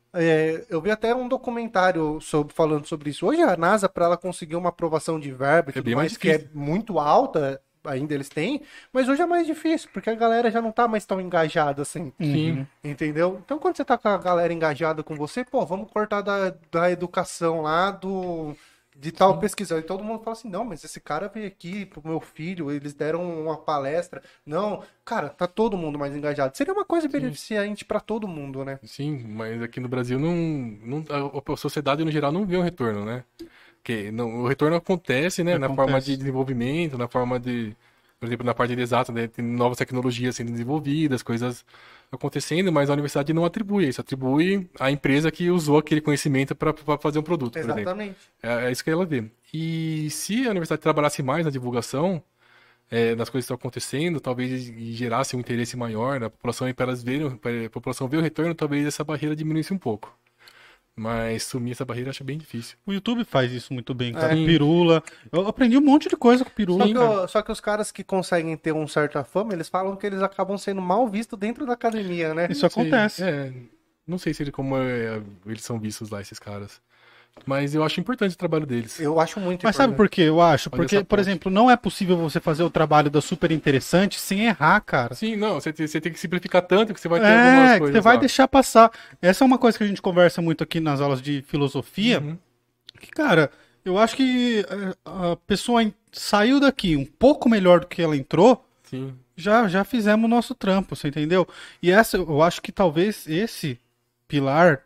eu vi até um documentário falando sobre isso. Hoje a NASA, para ela conseguir uma aprovação de verba e tudo bem mais mais, que é difícil. muito alta, ainda eles têm, mas hoje é mais difícil, porque a galera já não tá mais tão engajada assim. Sim. Entendeu? Então, quando você tá com a galera engajada com você, pô, vamos cortar da educação lá, de tal pesquisa. E todo mundo fala assim, não, mas esse cara veio aqui pro meu filho, eles deram uma palestra. Não, cara, tá todo mundo mais engajado. Seria uma coisa beneficente pra todo mundo, né? Sim, mas aqui no Brasil a sociedade no geral não vê um retorno, né? Porque o retorno acontece, né? Na forma de desenvolvimento, na forma de, por exemplo, na parte de exata, né? Tem novas tecnologias sendo desenvolvidas, coisas acontecendo, mas a universidade não atribui isso, atribui à empresa que usou aquele conhecimento para fazer um produto, por exemplo. Exatamente. É isso que ela vê. E se a universidade trabalhasse mais na divulgação das coisas que estão acontecendo, talvez gerasse um interesse maior da população e para elas verem, para a população ver o retorno, talvez essa barreira diminuísse um pouco. Mas sumir essa barreira eu acho bem difícil. O YouTube faz isso muito bem, cara. Pirula. Eu aprendi um monte de coisa com Pirula. Só que os caras que conseguem ter uma certa fama, eles falam que eles acabam sendo mal vistos dentro da academia, né? Isso acontece. Não sei se eles são vistos lá, esses caras. Mas eu acho importante o trabalho deles. Eu acho muito Mas sabe importante. por que eu acho? Fazer Porque, essa por ponte. exemplo, não é possível você fazer o trabalho da Super Interessante sem errar, cara. Sim, não, você tem que simplificar tanto que você vai ter algumas Que coisas você vai lá. deixar passar. Essa é uma coisa que a gente conversa muito aqui nas aulas de filosofia. Uhum. Que, cara, eu acho que a pessoa saiu daqui um pouco melhor do que ela entrou. Sim. Já fizemos o nosso trampo, você entendeu? E eu acho que talvez esse pilar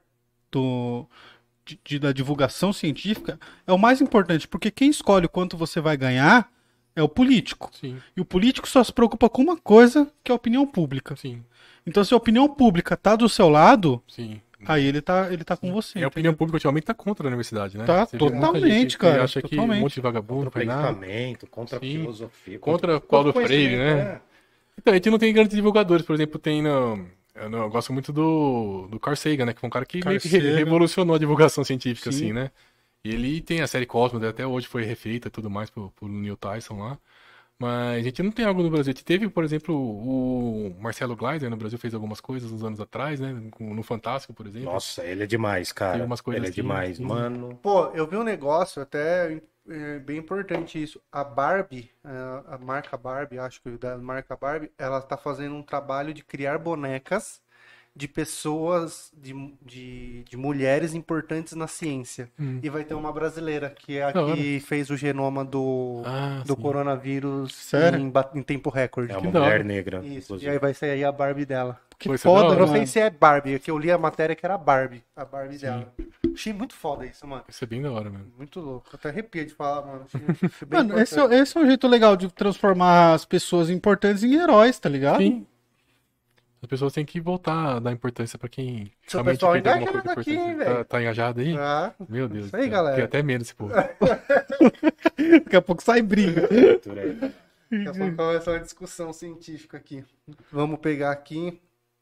da divulgação científica é o mais importante, porque quem escolhe quanto você vai ganhar é o político. Sim, E o político só se preocupa com uma coisa, que é a opinião pública. sim, Então, se a opinião pública tá do seu lado, sim. aí ele tá com você. E a opinião pública ultimamente tá contra a universidade, né? Tá Você vê muita totalmente, gente que cara, acha que um totalmente. monte de vagabundo, não Contra o faz nada. equipamento, contra a Sim. filosofia. Contra Paulo contra o Freire, conhecimento, né? Então, a gente não tem grandes divulgadores, por exemplo, eu gosto muito do Carl Sagan, né? Que foi um cara que meio que Carl Sagan. revolucionou a divulgação científica, Sim. assim, né? E ele tem a série Cosmos, até hoje foi refeita e tudo mais por Neil Tyson lá. Mas a gente não tem algo no Brasil. A gente teve, por exemplo, o Marcelo Gleiser no Brasil fez algumas coisas uns anos atrás, né? No Fantástico, por exemplo. Nossa, ele é demais, cara. Tem umas coisas Ele é assim, demais, sim. mano. Pô, eu vi um negócio até bem importante isso. A Barbie, a marca Barbie, acho que da marca Barbie, ela tá fazendo um trabalho de criar bonecas de pessoas, de mulheres importantes na ciência. E vai ter uma brasileira, que é a Da hora. que fez o genoma do sim. coronavírus Sério? em tempo recorde. É uma da hora. mulher negra. Isso, e inclusive. aí vai sair aí a Barbie dela. Que Pô, isso é da foda, hora. Eu não mano. sei se é Barbie, é que eu li a matéria que era Barbie, a Barbie dela. Achei muito foda isso, mano. Isso é bem da hora, mano. Muito louco. Até arrepia de falar, mano. Achei bem Mano, esse importante. é um jeito legal de transformar as pessoas importantes em heróis, tá ligado? Sim. As pessoas têm que voltar a dar importância pra quem Seu realmente pessoal fez alguma engajado coisa aqui, importante. hein, velho? Tá engajado aí? Ah, Meu Deus. isso aí, do céu. galera. Tenho até medo desse povo. Daqui a pouco sai briga. daqui a pouco começa uma discussão científica aqui. Vamos pegar aqui.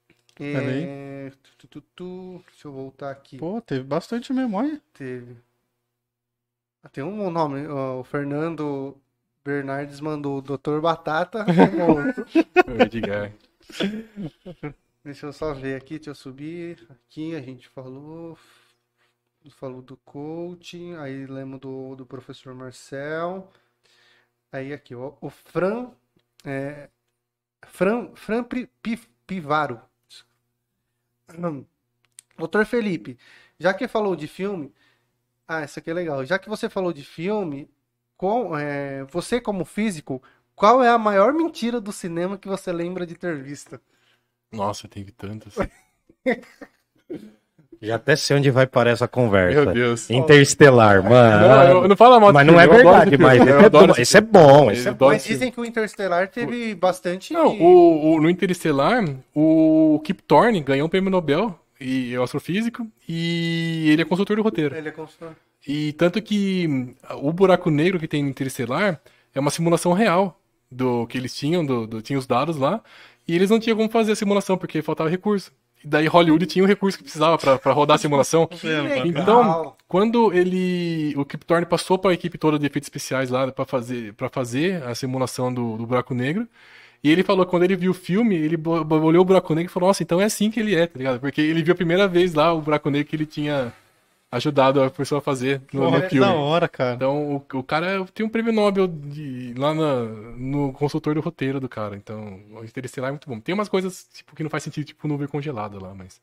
Peraí. Deixa eu voltar aqui. Pô, teve bastante memória. Teve. Tem um nome. O Fernando Bernardes mandou o Dr. Batata. O Edgar. Deixa eu só ver aqui, deixa eu subir. Aqui a gente falou do coaching, aí lemos do professor Marcel. Aí aqui, ó, o Fran Pivaro. Doutor Felipe, já que falou de filme, isso aqui é legal. Já que você falou de filme, você como físico, qual é a maior mentira do cinema que você lembra de ter visto? Nossa, teve tantas. Já até sei onde vai parar essa conversa. Meu Deus. Interestelar, mano. Não, eu não falo mal Mas desse não é filme, eu adoro verdade, esse mas filme, eu esse é adoro bom. esse Esse é filme. bom. Esse Eu é adoro Mas esse filme. dizem que o Interestelar teve bastante. Não, no Interestelar, o Kip Thorne ganhou um prêmio Nobel, e é astrofísico, e ele é consultor do roteiro. Ele é construtor. E tanto que o buraco negro que tem no Interestelar é uma simulação real do que eles tinham, tinha os dados lá, e eles não tinham como fazer a simulação, porque faltava recurso. E daí Hollywood tinha o recurso que precisava pra rodar a simulação. Que legal. Então, quando o Kip Thorne passou para a equipe toda de efeitos especiais lá para fazer a simulação do buraco negro, e ele falou que quando ele viu o filme, ele olhou o buraco negro e falou, nossa, então é assim que ele é, tá ligado? Porque ele viu a primeira vez lá o buraco negro que ele tinha ajudado a pessoa a fazer no Porra, que filme. da hora, cara. Então, o cara tem um prêmio Nobel lá no consultor do roteiro do cara. Então, o Interestelar é muito bom. Tem umas coisas tipo, que não faz sentido, tipo nuvem congelada lá, mas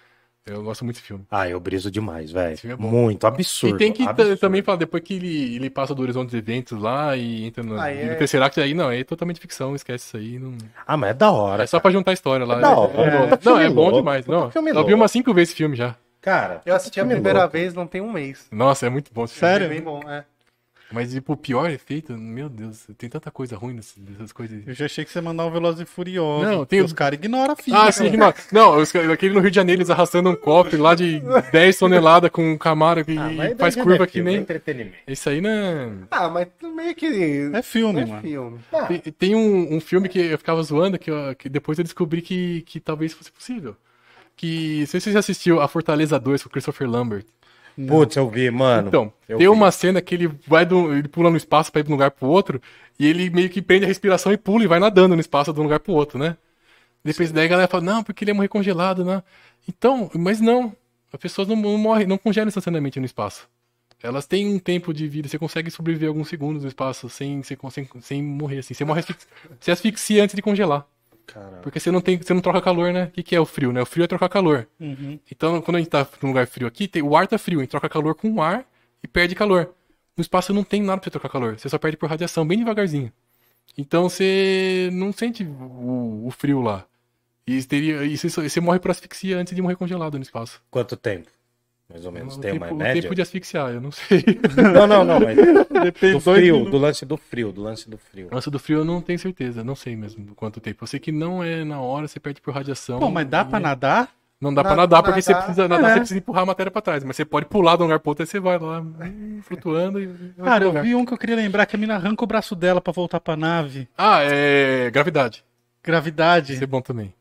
eu gosto muito do filme. Ah, eu briso demais, velho. Esse filme é bom. Muito absurdo. E tem que absurdo. também falar, depois que ele passa do horizonte dos eventos lá e entra no, Aí e no é- Tesseract, aí não, aí é totalmente ficção, esquece isso aí. Não... Ah, mas é da hora. É só pra juntar a história lá. É da hora. Não, Filme é bom louco, demais. puta Não, filme eu vi louco. umas 5 vezes esse filme já. Cara, Eu assisti a filme primeira louco. vez, não tem um mês. Nossa, é muito bom esse filme. Sério? É bem bom, é. Mas, tipo, o pior efeito, meu Deus, tem tanta coisa ruim dessas coisas. Eu já achei que você ia mandar um Velozes e Furiosos. Não, tem porque o- os caras ignoram a física. Ah, sim, não, aquele no Rio de Janeiro, eles arrastando um copo lá de 10 toneladas com um Camaro que mas faz daí curva é que filme, é nem... entretenimento. Isso aí, né? Ah, mas meio que. É filme, é mano. filme. Tem um filme que eu ficava zoando, que depois eu descobri que talvez fosse possível. Que, não sei se você já assistiu A Fortaleza 2 com o Christopher Lambert. Putz, eu vi, mano. Então, eu tem vi. uma cena que ele ele pula no espaço pra ir de um lugar pro outro, e ele meio que prende a respiração e pula e vai nadando no espaço de um lugar pro outro, né? Depois daí a galera fala, não, porque ele ia morrer congelado, né? Então, mas não. As pessoas não morrem, não congelam instantaneamente no espaço. Elas têm um tempo de vida, você consegue sobreviver alguns segundos no espaço sem morrer, assim. Você morre, você asfixia antes de congelar. Caramba. Porque você não troca calor, né? O que é o frio, né? O frio é trocar calor. Uhum. Então, quando a gente tá num lugar frio aqui, o ar tá frio, a gente troca calor com o ar e perde calor. No espaço não tem nada pra você trocar calor, você só perde por radiação, bem devagarzinho. Então você não sente o frio lá. E você morre por asfixia antes de morrer congelado no espaço. Quanto tempo? Mais ou menos. Tem uma O média? tempo de asfixiar, eu não sei. Não, mas Depende do frio, do lance do frio, do lance do frio. Nossa, do frio eu não tenho certeza, não sei mesmo quanto tempo. Eu sei que não é na hora, você perde por radiação. Pô, mas dá pra nadar? Não dá pra Nadar, nadar, porque você nadar, precisa nadar, é. você precisa empurrar a matéria pra trás. Mas você pode pular de um lugar pro outro, aí você vai lá, flutuando e vai Cara, pro eu lugar. vi um que eu queria lembrar que a mina arranca o braço dela pra voltar pra nave. Ah, é. Gravidade. Gravidade. Esse é bom também.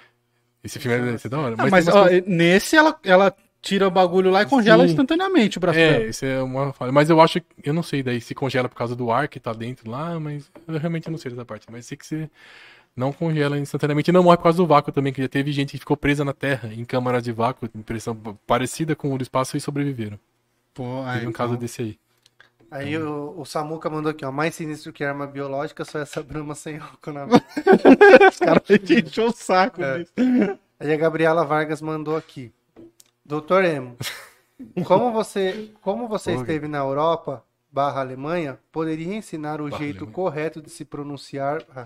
Esse filme é esse é da hora. Ah, mas tem umas ó, coisas- nesse ela tira o bagulho lá e congela Sim. instantaneamente o braço É, dela. esse é uma falha. Mas eu acho. Eu não sei daí se congela por causa do ar que tá dentro lá, mas eu realmente não sei dessa parte. Mas sei que você não congela instantaneamente e não morre por causa do vácuo também, que já teve gente que ficou presa na Terra em câmaras de vácuo, impressão parecida com o do espaço e sobreviveram. Pô, Teve um caso então- desse aí. Aí o Samuca mandou aqui, ó. Mais sinistro que arma biológica, só essa brama sem álcool na Os caras encheu o saco É. disso. Aí a Gabriela Vargas mandou aqui. Doutor Emo, como você esteve na Europa, /Alemanha, poderia ensinar o jeito Alemanha. correto de se pronunciar... Ah,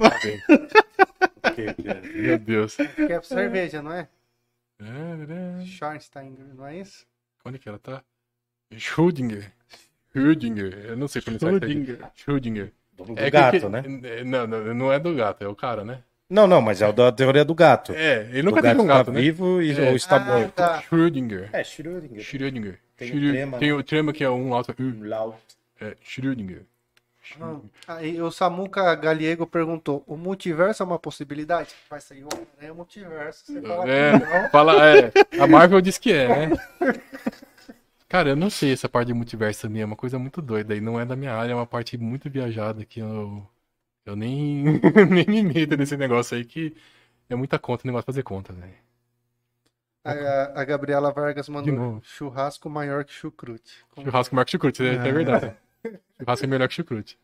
Meu Deus. que é cerveja, não é? É, Schornstein, não é isso? onde que ela tá? Schrödinger. Schrödinger. Eu não sei pronunciar isso aí. Schrödinger. Schrödinger. Do É gato, que- né? Não é do gato, é o cara, né? Não, mas é o da teoria do gato. É, ele O nunca teve um tá gato, né? vivo e, É. ou está Ah, morto. tá. Schrödinger. É, Schrödinger. Schrödinger. Tem o trema, Tem o trema que é um alto. Lau. É, Schrödinger. Não. Aí o Samuca Galiego perguntou, o multiverso é uma possibilidade? Vai sair o multiverso. Você fala que não. É, fala, a Marvel diz que é, né? Cara, eu não sei essa parte de multiverso também, é uma coisa muito doida. E não é da minha área, é uma parte muito viajada que eu nem, nem me meto nesse negócio aí, que é muita conta, o negócio de fazer conta, velho. A Gabriela Vargas De mandou novo. churrasco maior que chucrute. Churrasco maior que chucrute, é verdade. Churrasco é melhor que chucrute.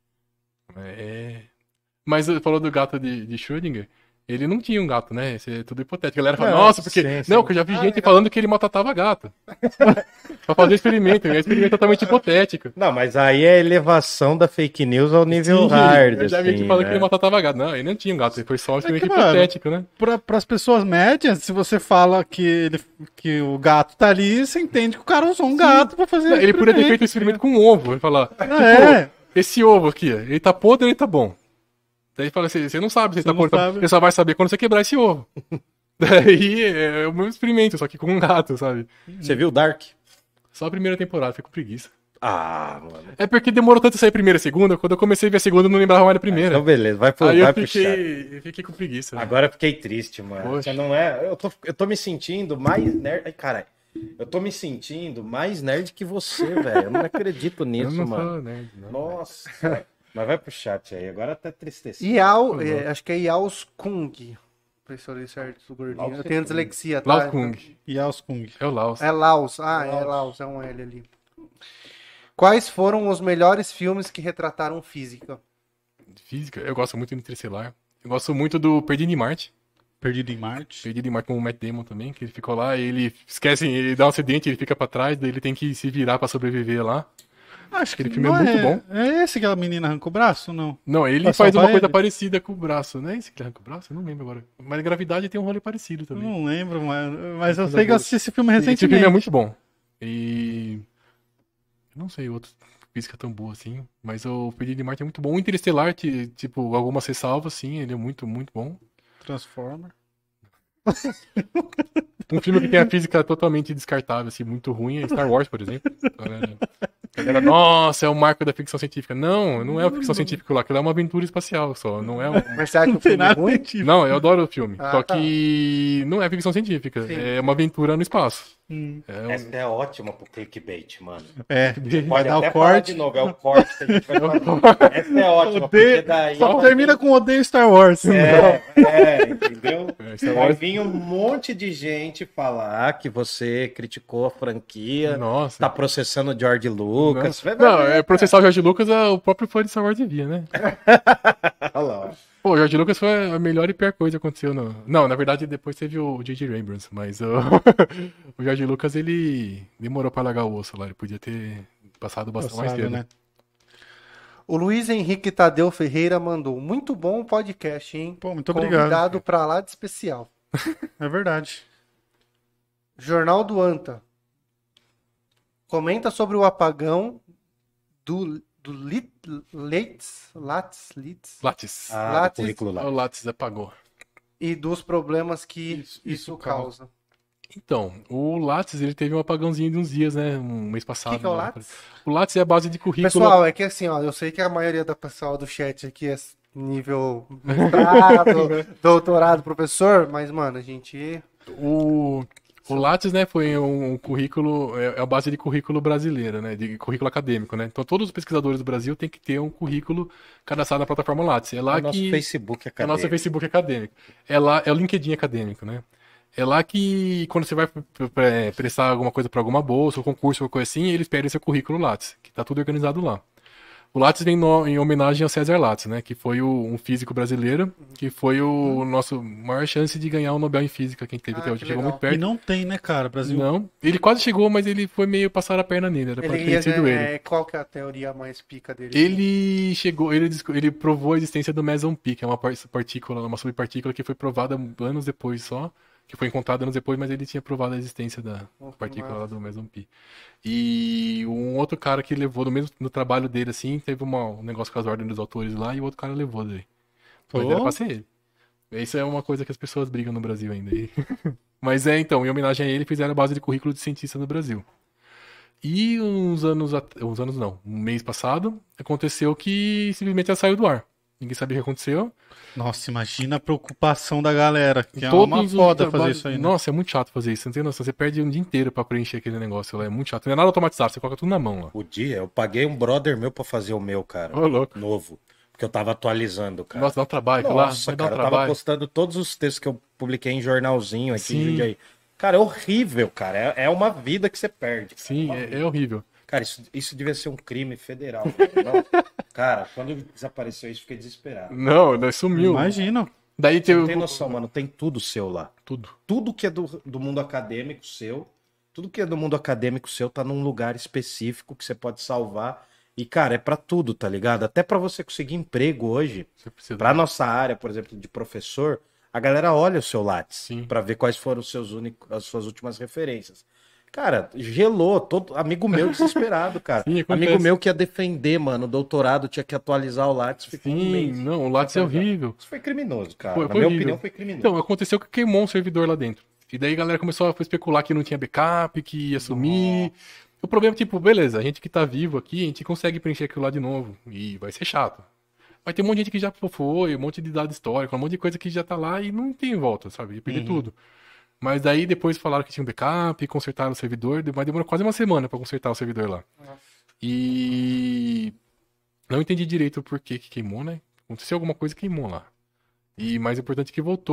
Mas falou do gato de Schrödinger. Ele não tinha um gato, né? Isso é tudo hipotético. A galera fala, Não, nossa, porque. sim, Não, sim. que eu já vi gente falando que ele maltratava gato. Pra fazer experimento. É um experimento totalmente hipotético. Não, mas aí é a elevação da fake news ao nível Sim, hard, eu já vi gente assim, falando que né? ele maltratava gato. Não, ele não tinha um gato, ele foi só um experimento mano, hipotético, né? Para as pessoas médias, se você fala que o gato tá ali, você entende que o cara usou um gato pra fazer. Não, ele podia ter feito um experimento com um ovo. Ele falar, É. esse ovo aqui, ó, ele tá podre ou ele tá bom? Daí ele fala assim, você não sabe se ele tá não podre, sabe. você só vai saber quando você quebrar esse ovo. Daí é o mesmo experimento, só que com um gato, sabe? Você viu Dark? Só a primeira temporada, fico com preguiça. Ah, mano. É porque demorou tanto sair a primeira e a segunda, quando eu comecei a ver a segunda eu não lembrava mais da primeira. Então, beleza, vai pro, Aí vai eu pro chat. fiquei com preguiça. né? Agora eu fiquei triste, mano. Poxa. Você não é. Eu tô me sentindo mais nerd. Ai, caralho. Eu tô me sentindo mais nerd que você, velho. Eu não acredito Eu nisso, não mano. sou nerd, não. Nossa. Mas vai pro chat aí. Agora até tristeza. Iau, acho que é Iaus Kung. Professor certo, do gordinho. Lao Eu Tse tenho Tung. dislexia, tá? Lao Kung. Yao Kung. É o Laos. É Laos. Ah, é Laos, é um L ali. Quais foram os melhores filmes que retrataram física? Física, eu gosto muito do Interestelar. Eu gosto muito do Perdido em Marte. Perdido em Marte. Perdido em Marte com o Matt Damon também, que ele ficou lá, ele esquece, ele dá um acidente, ele fica pra trás, daí ele tem que se virar pra sobreviver lá. Acho que Aquele filme não é muito bom. É esse que a menina arranca o braço ou não? Não, ele Mas só faz uma pra coisa ele? parecida com o braço, não é esse que arranca o braço? Eu não lembro agora. Mas Gravidade tem um rolê parecido Eu também. não lembro, mas eu sei que eu assisti esse filme Esse recentemente. filme é muito bom. E... eu não sei outro física tão boa assim, mas o Perdido em Marte é muito bom. O Interestelar, tipo, algumas ressalvas, sim, ele é muito, muito bom. Transformer. Um filme que tem a física totalmente descartável, assim, muito ruim, é Star Wars, por exemplo. Galera, nossa, é o marco da ficção científica. Não, não é uma ficção científica lá, aquilo é uma aventura espacial só, não é Mas você acha que o Não tem filme é nada ruim? científico. Não, eu adoro o filme, Ah, só tá. que não é ficção científica, Sim. é uma aventura no espaço. É Essa é ótima pro clickbait, mano. É, vai Pode dar até o falar corte. de novo, é o corte que a gente vai fazer. Essa é ótima, porque Odeio, daí... só termina com odeio Star Wars. Entendeu? Star Vai Wars- vir um monte de gente falar que você criticou a franquia, Nossa. tá processando o George Lucas. Nossa. Não, é processar o George Lucas, o próprio fã de Star Wars devia, né? Olha lá, ó. Pô, o George Lucas foi a melhor e pior coisa que aconteceu no... Não, na verdade depois teve o J.J. Abrams, mas o George Lucas, ele demorou pra largar o osso lá, ele podia ter passado bastante mais Passado, cedo. né? O Luiz Henrique Tadeu Ferreira mandou. Muito bom o podcast, hein? Pô, muito obrigado. Convidado pra lá de especial. É verdade. Jornal do Anta. Comenta sobre o apagão do Lattes Lattes. Ah, do Lattes. currículo lá. O Lattes apagou. e dos problemas que Isso isso causa. causa. Então, o Lattes, ele teve um apagão,zinho de uns dias, né? Um mês O passado. que é o lá. Lattes? O Lattes é a base de currículo. Pessoal, é que assim, ó, eu sei que a maioria do pessoal do chat aqui é nível mestrado, doutorado, professor, mas, mano, a gente... O Lattes, né, foi um currículo, é a base de currículo brasileira, né, de currículo acadêmico, né? Então todos os pesquisadores do Brasil têm que ter um currículo cadastrado na plataforma Lattes. É lá O nosso que Facebook é o acadêmico. nosso Facebook acadêmico. É lá, é o LinkedIn acadêmico, né? É lá que quando você vai prestar alguma coisa para alguma bolsa, ou concurso, ou coisa assim, eles pedem seu currículo Lattes, que tá tudo organizado lá. O Lattes vem em homenagem ao César Lattes, né? Que foi um físico brasileiro, que foi o nosso maior chance de ganhar o Nobel em Física que a gente teve Ah, até hoje. que Chegou legal. muito E perto. não tem, né, cara? Brasil. Não. Ele quase chegou, mas ele foi meio passar a perna nele. Era pra Ele ter ia sido ele. ganhar, qual que é a teoria mais pica dele? Ele chegou, ele provou a existência do meson P, que é uma partícula, uma subpartícula que foi provada anos depois só, que foi encontrada anos depois, mas ele tinha provado a existência da partícula lá do meson P. E um outro cara que levou no trabalho dele, assim, teve um negócio com as ordens dos autores lá, e o outro cara levou daí. Mas Pô. era pra ser ele. Isso é uma coisa que as pessoas brigam no Brasil ainda. Mas então, em homenagem a ele, fizeram a base de currículo de cientista no Brasil. E um mês passado, aconteceu que simplesmente ela saiu do ar. Ninguém sabia o que aconteceu. Nossa, imagina a preocupação da galera. Que é Todos uma os foda fazer trabalhos- isso aí, né? Nossa, é muito chato fazer isso. Você não tem noção. Você perde um dia inteiro pra preencher aquele negócio lá. É muito chato. Não é nada automatizado. Você coloca tudo na mão lá. O dia, eu paguei um brother meu pra fazer o meu, cara. Ô, louco. Novo. Porque eu tava atualizando, cara. Nossa, dá um trabalho. aquilo lá. Nossa, Vai dar um cara, eu tava trabalho. postando todos os textos que eu publiquei em jornalzinho aqui em Sim. Jundiaí. Cara, é horrível, cara. É uma vida que você perde. Cara. Sim, é horrível. Cara, isso devia ser um crime federal. Cara. Não, cara, quando desapareceu isso, fiquei desesperado. Não, sumiu. Imagina. Daí Você teve não tem noção, mano. Tem tudo seu lá. tudo. Tudo que é do mundo acadêmico seu, tudo que é do mundo acadêmico seu tá num lugar específico que você pode salvar. E, cara, é pra tudo, tá ligado? Até pra você conseguir emprego hoje, Você precisa. pra nossa área, por exemplo, de professor, a galera olha o seu Lattes Sim. pra ver quais foram as suas últimas referências. Cara, gelou, todo amigo meu desesperado, cara. Sim, acontece. Amigo meu que ia defender, mano, o doutorado, tinha que atualizar o Lattes, ficou um Sim, mês. não, o Lattes é horrível. Isso foi criminoso, cara. Foi Na minha horrível. opinião, foi criminoso. Então, aconteceu que queimou um servidor lá dentro. E daí a galera começou a especular que não tinha backup, que ia sumir. O problema é, tipo, beleza, a gente que tá vivo aqui, a gente consegue preencher aquilo lá de novo. E vai ser chato. Vai ter um monte de gente que já foi, um monte de dado histórico, um monte de coisa que já tá lá e não tem volta, sabe? Ia perder tudo. Mas daí depois falaram que tinha um backup, consertaram o servidor, mas demorou quase uma semana pra consertar o servidor lá. E não entendi direito o porquê que queimou, né? Aconteceu alguma coisa que queimou lá. E mais importante que voltou.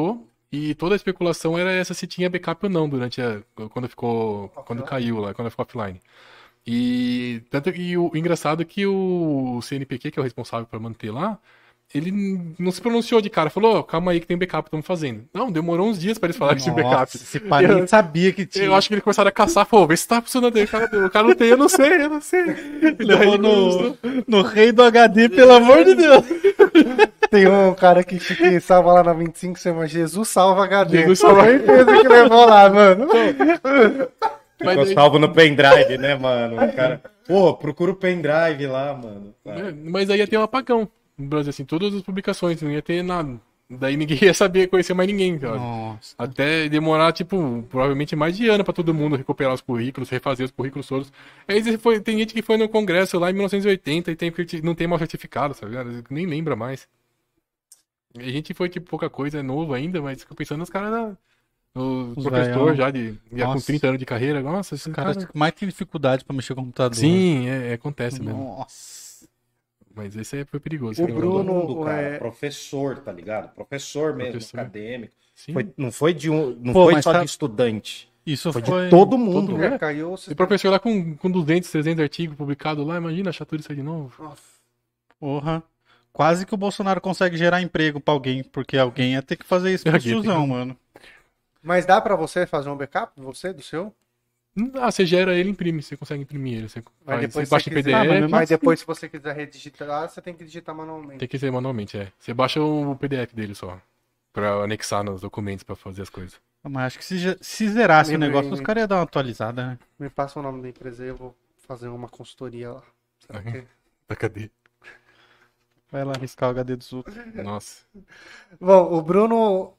E toda a especulação era essa se tinha backup ou não quando caiu lá, quando ficou offline. E tanto que o engraçado é que o CNPq, que é o responsável por manter lá, ele não se pronunciou de cara, falou, "Ó, calma aí que tem backup, estamos fazendo." Não, demorou uns dias pra eles falarem esse backup. Esse pai nem sabia que tinha. Eu acho que eles começaram a caçar, pô, vê se tá funcionando aí. O cara não tem, eu não sei. Levou no rei do HD, pelo amor de Deus. Tem um cara que salva lá na 25, que chama Jesus Salva HD. Jesus Salva certeza que levou lá, mano. Mas Ficou daí- salvo no pendrive, né, mano? O cara, pô, procura o pendrive lá, mano. Mas aí ia ter um apagão no Brasil, assim, todas as publicações, não ia ter nada. Daí ninguém ia saber conhecer mais ninguém, cara. Nossa. Até demorar, tipo, provavelmente mais de ano pra todo mundo recuperar os currículos, refazer os currículos todos. Aí tem gente que foi no congresso lá em 1980 e não tem mal certificado, sabe? Nem lembra mais. E a gente foi, tipo, pouca coisa, é novo ainda, mas fico pensando nos caras o Os professor velhão. já com Nossa. 30 anos de carreira. Nossa, esses Os caras caras... que mais tem dificuldade pra mexer com o computador. Sim, acontece mesmo. Nossa. Mas esse aí foi perigoso. O esse Bruno- negócio. Todo mundo, cara, é- professor, tá ligado? Professor mesmo, Professor. acadêmico. Sim. Não foi não Pô, foi mas só tá- de estudante. Isso Foi foi de todo mundo. todo É, caiu o E sistema. professor lá com 200, 300 artigos publicados lá, imagina achar tudo isso aí de novo. Porra. Quase que o Bolsonaro consegue gerar emprego pra alguém, porque alguém ia ter que fazer isso pro Alguém tem Suzão, que- mano. Mas dá pra você fazer um backup, do seu? Você gera ele e imprime, você consegue imprimir ele. Você, Mas faz, depois você baixa se em quiser- PDF, mas mesmo Mas depois, se você quiser redigitar, você tem que digitar manualmente. tem que ser manualmente, Você baixa o PDF dele só, pra anexar nos documentos pra fazer as coisas. Mas acho que se zerasse o Me- negócio, me- os caras iam dar uma atualizada, né? Me passa o nome da empresa aí, eu vou fazer uma consultoria lá. Será que- Da cadê? Vai lá riscar o HD dos outros. Nossa. Bom, o Bruno...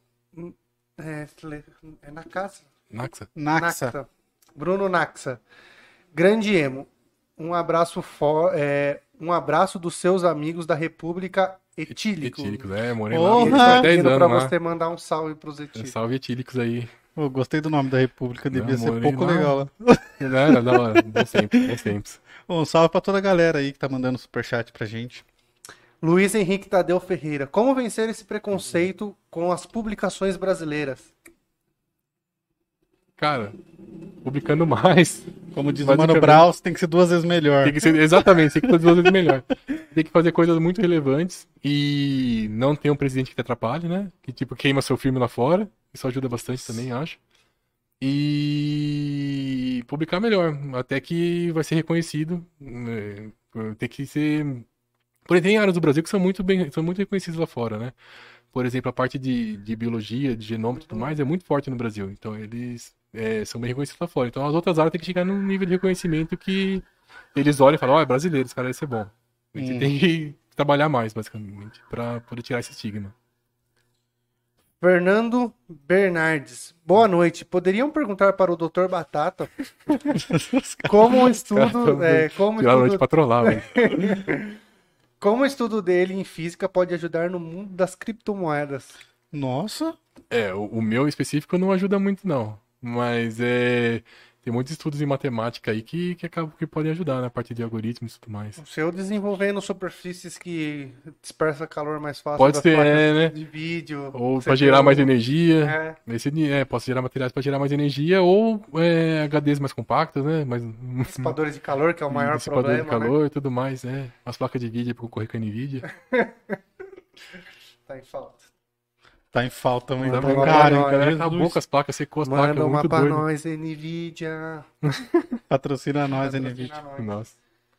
É na casa. Naxa? Naxa. Bruno Naxa. Grande Emo. Um abraço um abraço dos seus amigos da República Etílico. Etílicos, morei Porra! Eles lá. estão Faz 10 pedindo anos pra lá. você mandar um salve pros etílicos. Salve etílicos aí. Eu gostei do nome da República, devia ser morei pouco lá. legal lá. Era da hora. Bons tempos, bons tempos. Um salve pra toda a galera aí que tá mandando superchat pra gente. Luiz Henrique Tadeu Ferreira. Como vencer esse preconceito com as publicações brasileiras? Cara, publicando mais. Como diz o Mano Basicamente- Braus, tem que ser 2 vezes melhor. Tem que ser, exatamente, tem que fazer duas vezes melhor. Tem que fazer coisas muito relevantes e não ter um presidente que te atrapalhe, né? Que tipo queima seu filme lá fora. Isso ajuda bastante também, acho. E publicar melhor, até que vai ser reconhecido. Tem que ser. Porém, tem áreas do Brasil que são muito reconhecidas lá fora, né? Por exemplo, a parte de biologia, de genoma e tudo mais é muito forte no Brasil. Então eles são bem reconhecidos lá fora. Então as outras áreas têm que chegar num nível de reconhecimento que eles olham e falam, é brasileiro, esse cara deve ser bom. A gente tem que trabalhar mais, basicamente, pra poder tirar esse estigma. Fernando Bernardes. Boa noite. Poderiam perguntar para o Dr. Batata como o estudo, Tirar a noite pra trollar, velho. como o estudo dele em física pode ajudar no mundo das criptomoedas? Nossa. O meu específico não ajuda muito, não. Mas tem muitos estudos em matemática aí que podem ajudar na parte de algoritmos e tudo mais. O seu desenvolvendo superfícies que dispersa calor mais fácil Pode das ser, placas né? de vídeo. Ou Você para gerar tem mais um- energia. É, Posso gerar materiais para gerar mais energia ou HDs mais compactos, né? Mais dissipadores de calor, que é o maior dissipador problema, de calor e tudo mais, As placas de vídeo para concorrer com a Nvidia. né? Tá em falta. Tá em falta, Manda muito uma caro, pra hein, nós. cara. Acabou Jesus. com as placas, secou as placas, Manda uma muito pra doido. nós, Nvidia. Patrocina nós, Patrocina NVIDIA. nós. Nossa.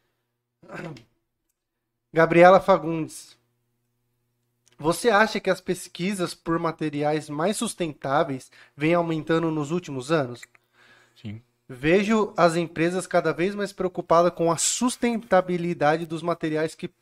Gabriela Fagundes. Você acha que as pesquisas por materiais mais sustentáveis vêm aumentando nos últimos anos? Sim. Vejo as empresas cada vez mais preocupadas com a sustentabilidade dos materiais que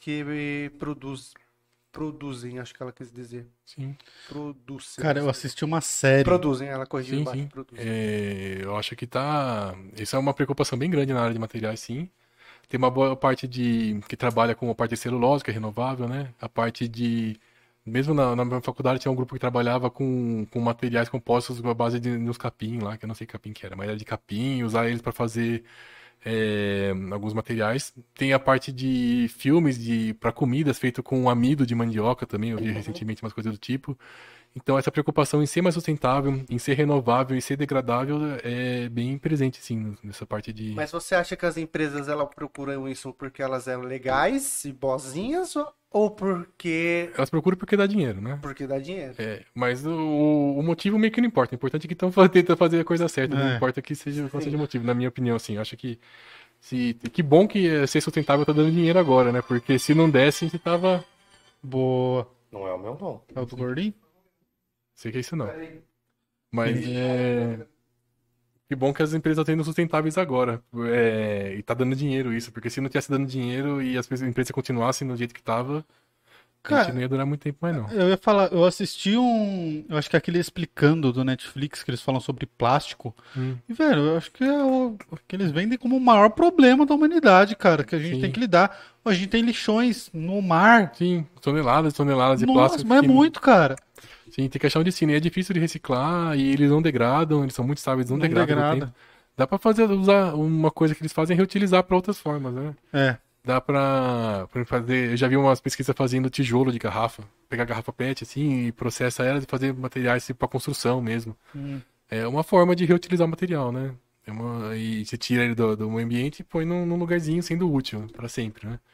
produzem, acho que ela quis dizer. Sim. Produzem. Cara, eu assisti uma série. Produzem, ela corrigiu Sim, embaixo. sim. Produzem. Eu acho que isso é uma preocupação bem grande na área de materiais, sim. Tem uma boa parte que trabalha com a parte de celulose, que é renovável, né? A parte de... Mesmo na minha faculdade tinha um grupo que trabalhava com materiais compostos à base nos capim lá, que eu não sei que capim que era, mas era de capim, usar eles para fazer alguns materiais. Tem a parte de filmes para comidas feito com amido de mandioca também, eu vi recentemente umas coisas do tipo. Então essa preocupação em ser mais sustentável, em ser renovável e ser degradável é bem presente, sim, nessa parte de... Mas você acha que as empresas elas procuram isso porque elas são legais e boazinhas ou porque Elas procuram porque dá dinheiro, né? dá dinheiro? Mas o motivo meio que não importa. O importante é que estão tentando fazer a coisa certa. Não importa que seja, qual seja o motivo, na minha opinião, assim. Eu acho que que bom que ser sustentável tá dando dinheiro agora, né? Porque se não desse, a gente tava... Boa. Não é o meu, não. É o do gordinho? Sei que é isso não. Mas que bom que as empresas estão sendo sustentáveis agora. E tá dando dinheiro isso. Porque se não tivesse dando dinheiro e as empresas continuassem do jeito que tava, a Cara, gente não ia durar muito tempo mais, não. eu ia falar, eu assisti eu acho que é aquele Explicando do Netflix, que eles falam sobre plástico. E, velho, eu acho que é o que eles vendem como o maior problema da humanidade, cara, que a gente Sim. tem que lidar. A gente tem lixões no mar. Sim, toneladas de Nossa, plástico. mas é muito, cara. Sim, tem que achar um destino. E é difícil de reciclar e eles não degradam, eles são muito estáveis, não Não degradam com o degrada. tempo. Dá pra usar uma coisa que eles fazem é reutilizar pra outras formas, né? É. Dá pra fazer. Eu já vi umas pesquisas fazendo tijolo de garrafa. Pegar garrafa PET assim e processa ela e fazer materiais tipo, pra construção mesmo. É uma forma de reutilizar o material, né? E você tira ele do meio ambiente e põe num lugarzinho sendo útil pra sempre, né?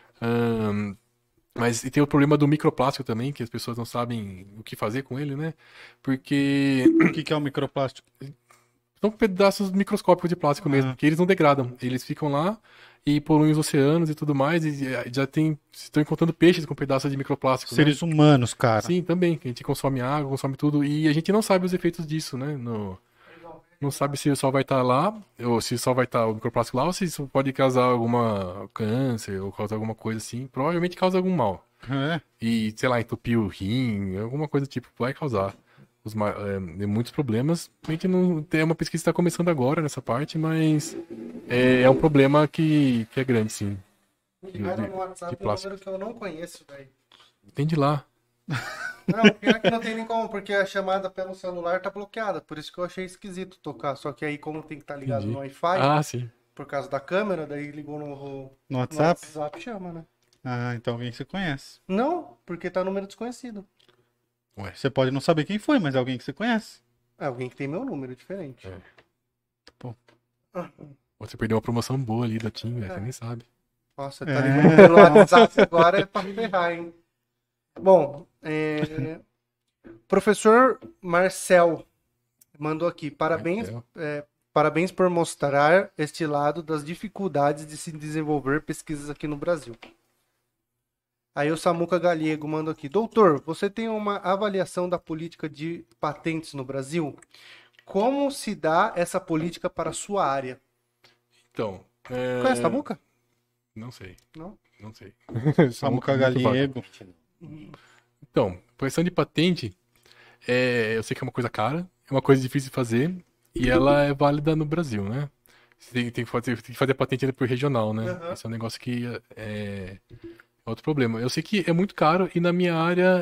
Mas e tem o problema do microplástico também, que as pessoas não sabem o que fazer com ele, né? Porque O que é o microplástico? são pedaços microscópicos de plástico mesmo, que eles não degradam. Eles ficam lá e poluem os oceanos e tudo mais, e já estão encontrando peixes com pedaços de microplástico, né? Seres humanos, cara. Sim, também. A gente consome água, consome tudo, e a gente não sabe os efeitos disso, né? Não sabe se o sol vai estar lá, ou se o sol vai estar o microplástico lá, ou se isso pode causar alguma câncer, ou causar alguma coisa assim. Provavelmente causa algum mal. É. E, sei lá, entupir o rim, alguma coisa do tipo, vai causar muitos problemas. A gente não tem uma pesquisa que está começando agora nessa parte, mas é um problema que é grande, sim. Ligaram no WhatsApp de um plástico. número que eu não conheço, velho. Entende lá. Não, pior que não tem nem como, porque a chamada pelo celular tá bloqueada. Por isso que eu achei esquisito tocar. Só que aí, como tem que estar ligado Entendi. no Wi-Fi, Ah, sim. por causa da câmera, daí ligou no No WhatsApp? chama, né? Ah, então alguém que você conhece. Não, porque tá número desconhecido. Você pode não saber quem foi, mas é alguém que você conhece. É alguém que tem meu número diferente. É. Pô. Você perdeu uma promoção boa ali da TIM, velho, você nem sabe. Nossa, tá ligando pelo WhatsApp agora é pra ferrar, hein? Bom, professor Marcel mandou aqui. Parabéns, Marcel. parabéns por mostrar este lado das dificuldades de se desenvolver pesquisas aqui no Brasil. Aí o Samuca Galego mandou aqui. Doutor, você tem uma avaliação da política de patentes no Brasil? Como se dá essa política para a sua área? Então. Conhece Samuca? Não sei. Não? Não sei. Samuca Muito vago. Galego. Então, questão de patente, eu sei que é uma coisa cara, é uma coisa difícil de fazer, e ela é válida no Brasil, né? Você tem que fazer patente por regional, né? Uhum. Esse é um negócio que é outro problema. Eu sei que é muito caro, e na minha área,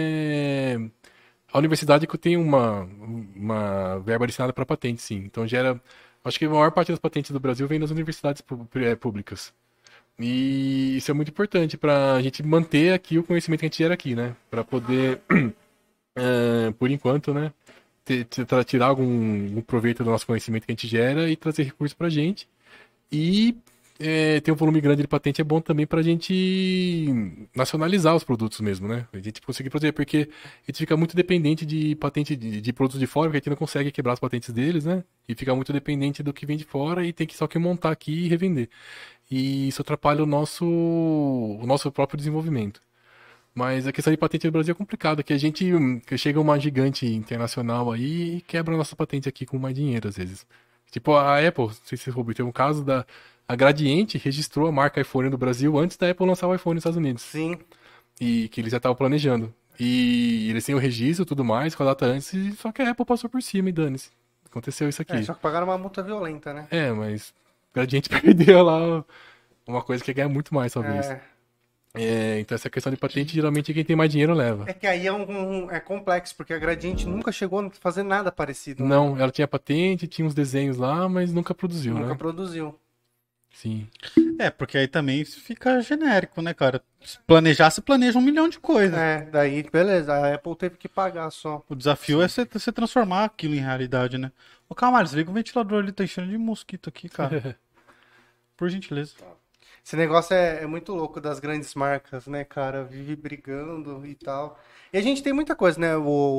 a universidade que tem uma verba destinada para patente, sim. Então gera. Acho que a maior parte das patentes do Brasil vem das universidades públicas. E isso é muito importante para a gente manter aqui o conhecimento que a gente gera aqui, né? Para poder, por enquanto, né? Tirar algum proveito do nosso conhecimento que a gente gera e trazer recursos para a gente. E ter um volume grande de patente é bom também para a gente nacionalizar os produtos mesmo, né? A gente conseguir produzir, porque a gente fica muito dependente de patente de produtos de fora, porque a gente não consegue quebrar as patentes deles, né? E fica muito dependente do que vem de fora e tem que só que montar aqui e revender. E isso atrapalha o nosso próprio desenvolvimento. Mas a questão de patente no Brasil é complicada, que que chega uma gigante internacional aí e quebra a nossa patente aqui com mais dinheiro, às vezes. Tipo, a Apple, não sei se você soube, tem um caso a Gradiente registrou a marca iPhone no Brasil antes da Apple lançar o iPhone nos Estados Unidos. Sim. E que eles já estavam planejando. E eles têm o registro e tudo mais, com a data antes, só que a Apple passou por cima e dane-se. Aconteceu isso aqui. Só que pagaram uma multa violenta, né? Mas Gradiente perdeu lá uma coisa que ganha muito mais, talvez. Então essa questão de patente, geralmente quem tem mais dinheiro leva. É que aí é complexo, porque a Gradiente nunca chegou a fazer nada parecido. Né? Não, ela tinha patente, tinha uns desenhos lá, mas nunca produziu, Nunca né? produziu. Sim. É, porque aí também fica genérico, né, cara? Se planejar, se planeja 1 milhão de coisas. Daí, beleza, a Apple teve que pagar só. O desafio é você transformar aquilo em realidade, né? Ô, Camargo, desliga o ventilador ali, tá enchendo de mosquito aqui, cara. Por gentileza. Esse negócio é muito louco das grandes marcas, né, cara? Vive brigando e tal. E a gente tem muita coisa, né?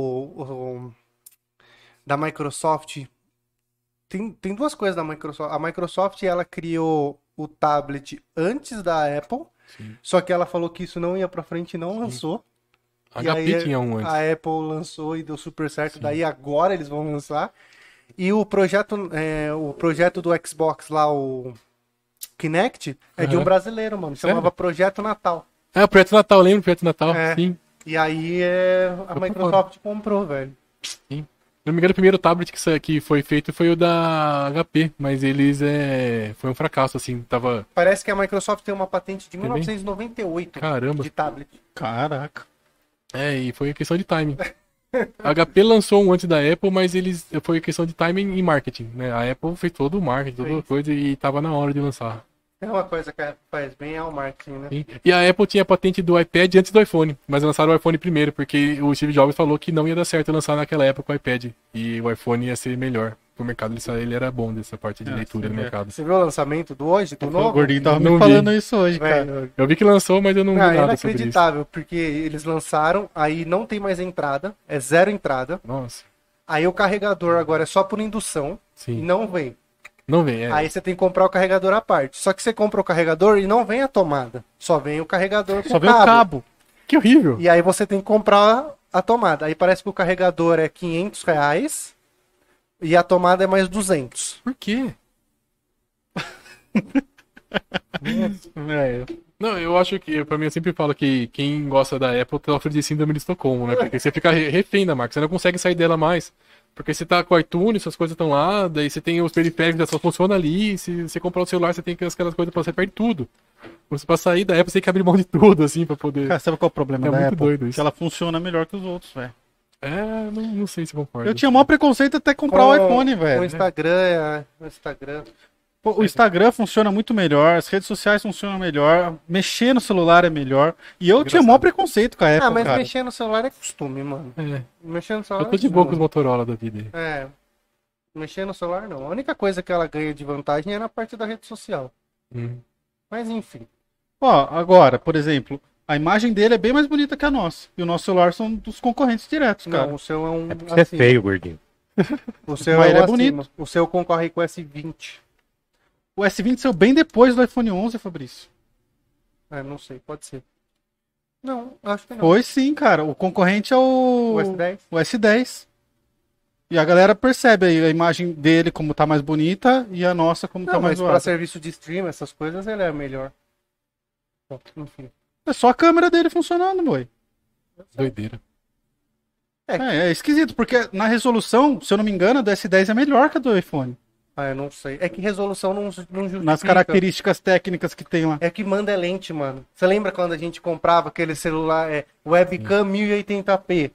Da Microsoft. Tem duas coisas da Microsoft. A Microsoft, ela criou o tablet antes da Apple, Sim. só que ela falou que isso não ia pra frente e não lançou. A E HP aí tinha um antes. a Apple lançou e deu super certo. Daí agora eles vão lançar. E o projeto do Xbox lá, o Kinect, é de um Aham. Brasileiro, mano. Chamava Sério? Projeto Natal. É, o Projeto Natal, lembra o Projeto Natal? É. Sim. E aí a por Microsoft comprou, velho. Se não me engano, o primeiro tablet que foi feito foi o da HP, mas eles foi um fracasso, assim, tava... Parece que a Microsoft tem uma patente de bem? 1998 Caramba. de tablet. Caraca. E foi questão de timing. A HP lançou um antes da Apple, mas foi questão de timing e marketing, né? A Apple fez todo o marketing, toda Sim. coisa e tava na hora de lançar. É uma coisa que a Apple faz bem, é o marketing, né? Sim. E a Apple tinha a patente do iPad antes do iPhone, mas lançaram o iPhone primeiro, porque o Steve Jobs falou que não ia dar certo lançar naquela época o iPad. E o iPhone ia ser melhor pro mercado. Ele era bom dessa parte de leitura sim, do mercado. Você viu o lançamento do hoje, do O novo? gordinho tava Não me vi. falando isso hoje, cara. Velho, Eu vi que lançou, mas eu não vi é nada sobre isso. inacreditável, porque eles lançaram, aí não tem mais entrada, é zero entrada. Nossa, Aí o carregador agora é só por indução e sim. não vem. Não vem, Aí você tem que comprar o carregador à parte. Só que você compra o carregador e não vem a tomada. Só vem o carregador com Só veio o cabo. Que horrível. E aí você tem que comprar a tomada. Aí parece que o carregador é R$500 e a tomada é mais 200. Por quê? Velho. Não, eu acho que, pra mim, eu sempre falo que quem gosta da Apple sofre de síndrome de Estocolmo, né? Porque você fica refém da marca, você não consegue sair dela mais. Porque você tá com o iTunes, suas coisas estão lá, daí você tem os periféricos, só funciona ali. Se você comprar o celular, você tem aquelas coisas pra você perde tudo. Pra sair da Apple, você tem que abrir mão de tudo, assim, pra poder. Cara, sabe qual é o problema É da muito Apple? doido isso. Que ela funciona melhor que os outros, velho. Não sei se concordo. Eu tinha maior preconceito até comprar o iPhone, velho. O Instagram, Pô, o Instagram funciona muito melhor, as redes sociais funcionam melhor, mexer no celular é melhor. E eu tinha maior preconceito com a Apple, mas cara. mexer no celular é costume, mano. Mexer no celular Eu tô de é boa com os costume. Motorola da vida aí. Mexer no celular não. A única coisa que ela ganha de vantagem é na parte da rede social. Mas enfim. Ó, agora, por exemplo, a imagem dele é bem mais bonita que a nossa. E o nosso celular são dos concorrentes diretos, cara. Não, o seu é um. É porque você é acima. feio, gordinho. O seu Mas é, ele é acima. bonito. O seu concorre com o S20. O S20 saiu bem depois do iPhone 11, Fabrício. Não sei, pode ser. Não, acho que não. Foi sim, cara. O concorrente é O S10? o S10. E a galera percebe aí a imagem dele como tá mais bonita e a nossa como tá Não, mais mas pra zoada. serviço de stream, essas coisas, ele é melhor. Bom, enfim. É só a câmera dele funcionando, boi. Doideira. É esquisito, porque na resolução, se eu não me engano, a do S10 é melhor que a do iPhone. Eu não sei. É que resolução não justifica. Nas características técnicas que tem lá. É que manda é lente, mano. Você lembra quando a gente comprava aquele celular webcam 1080p?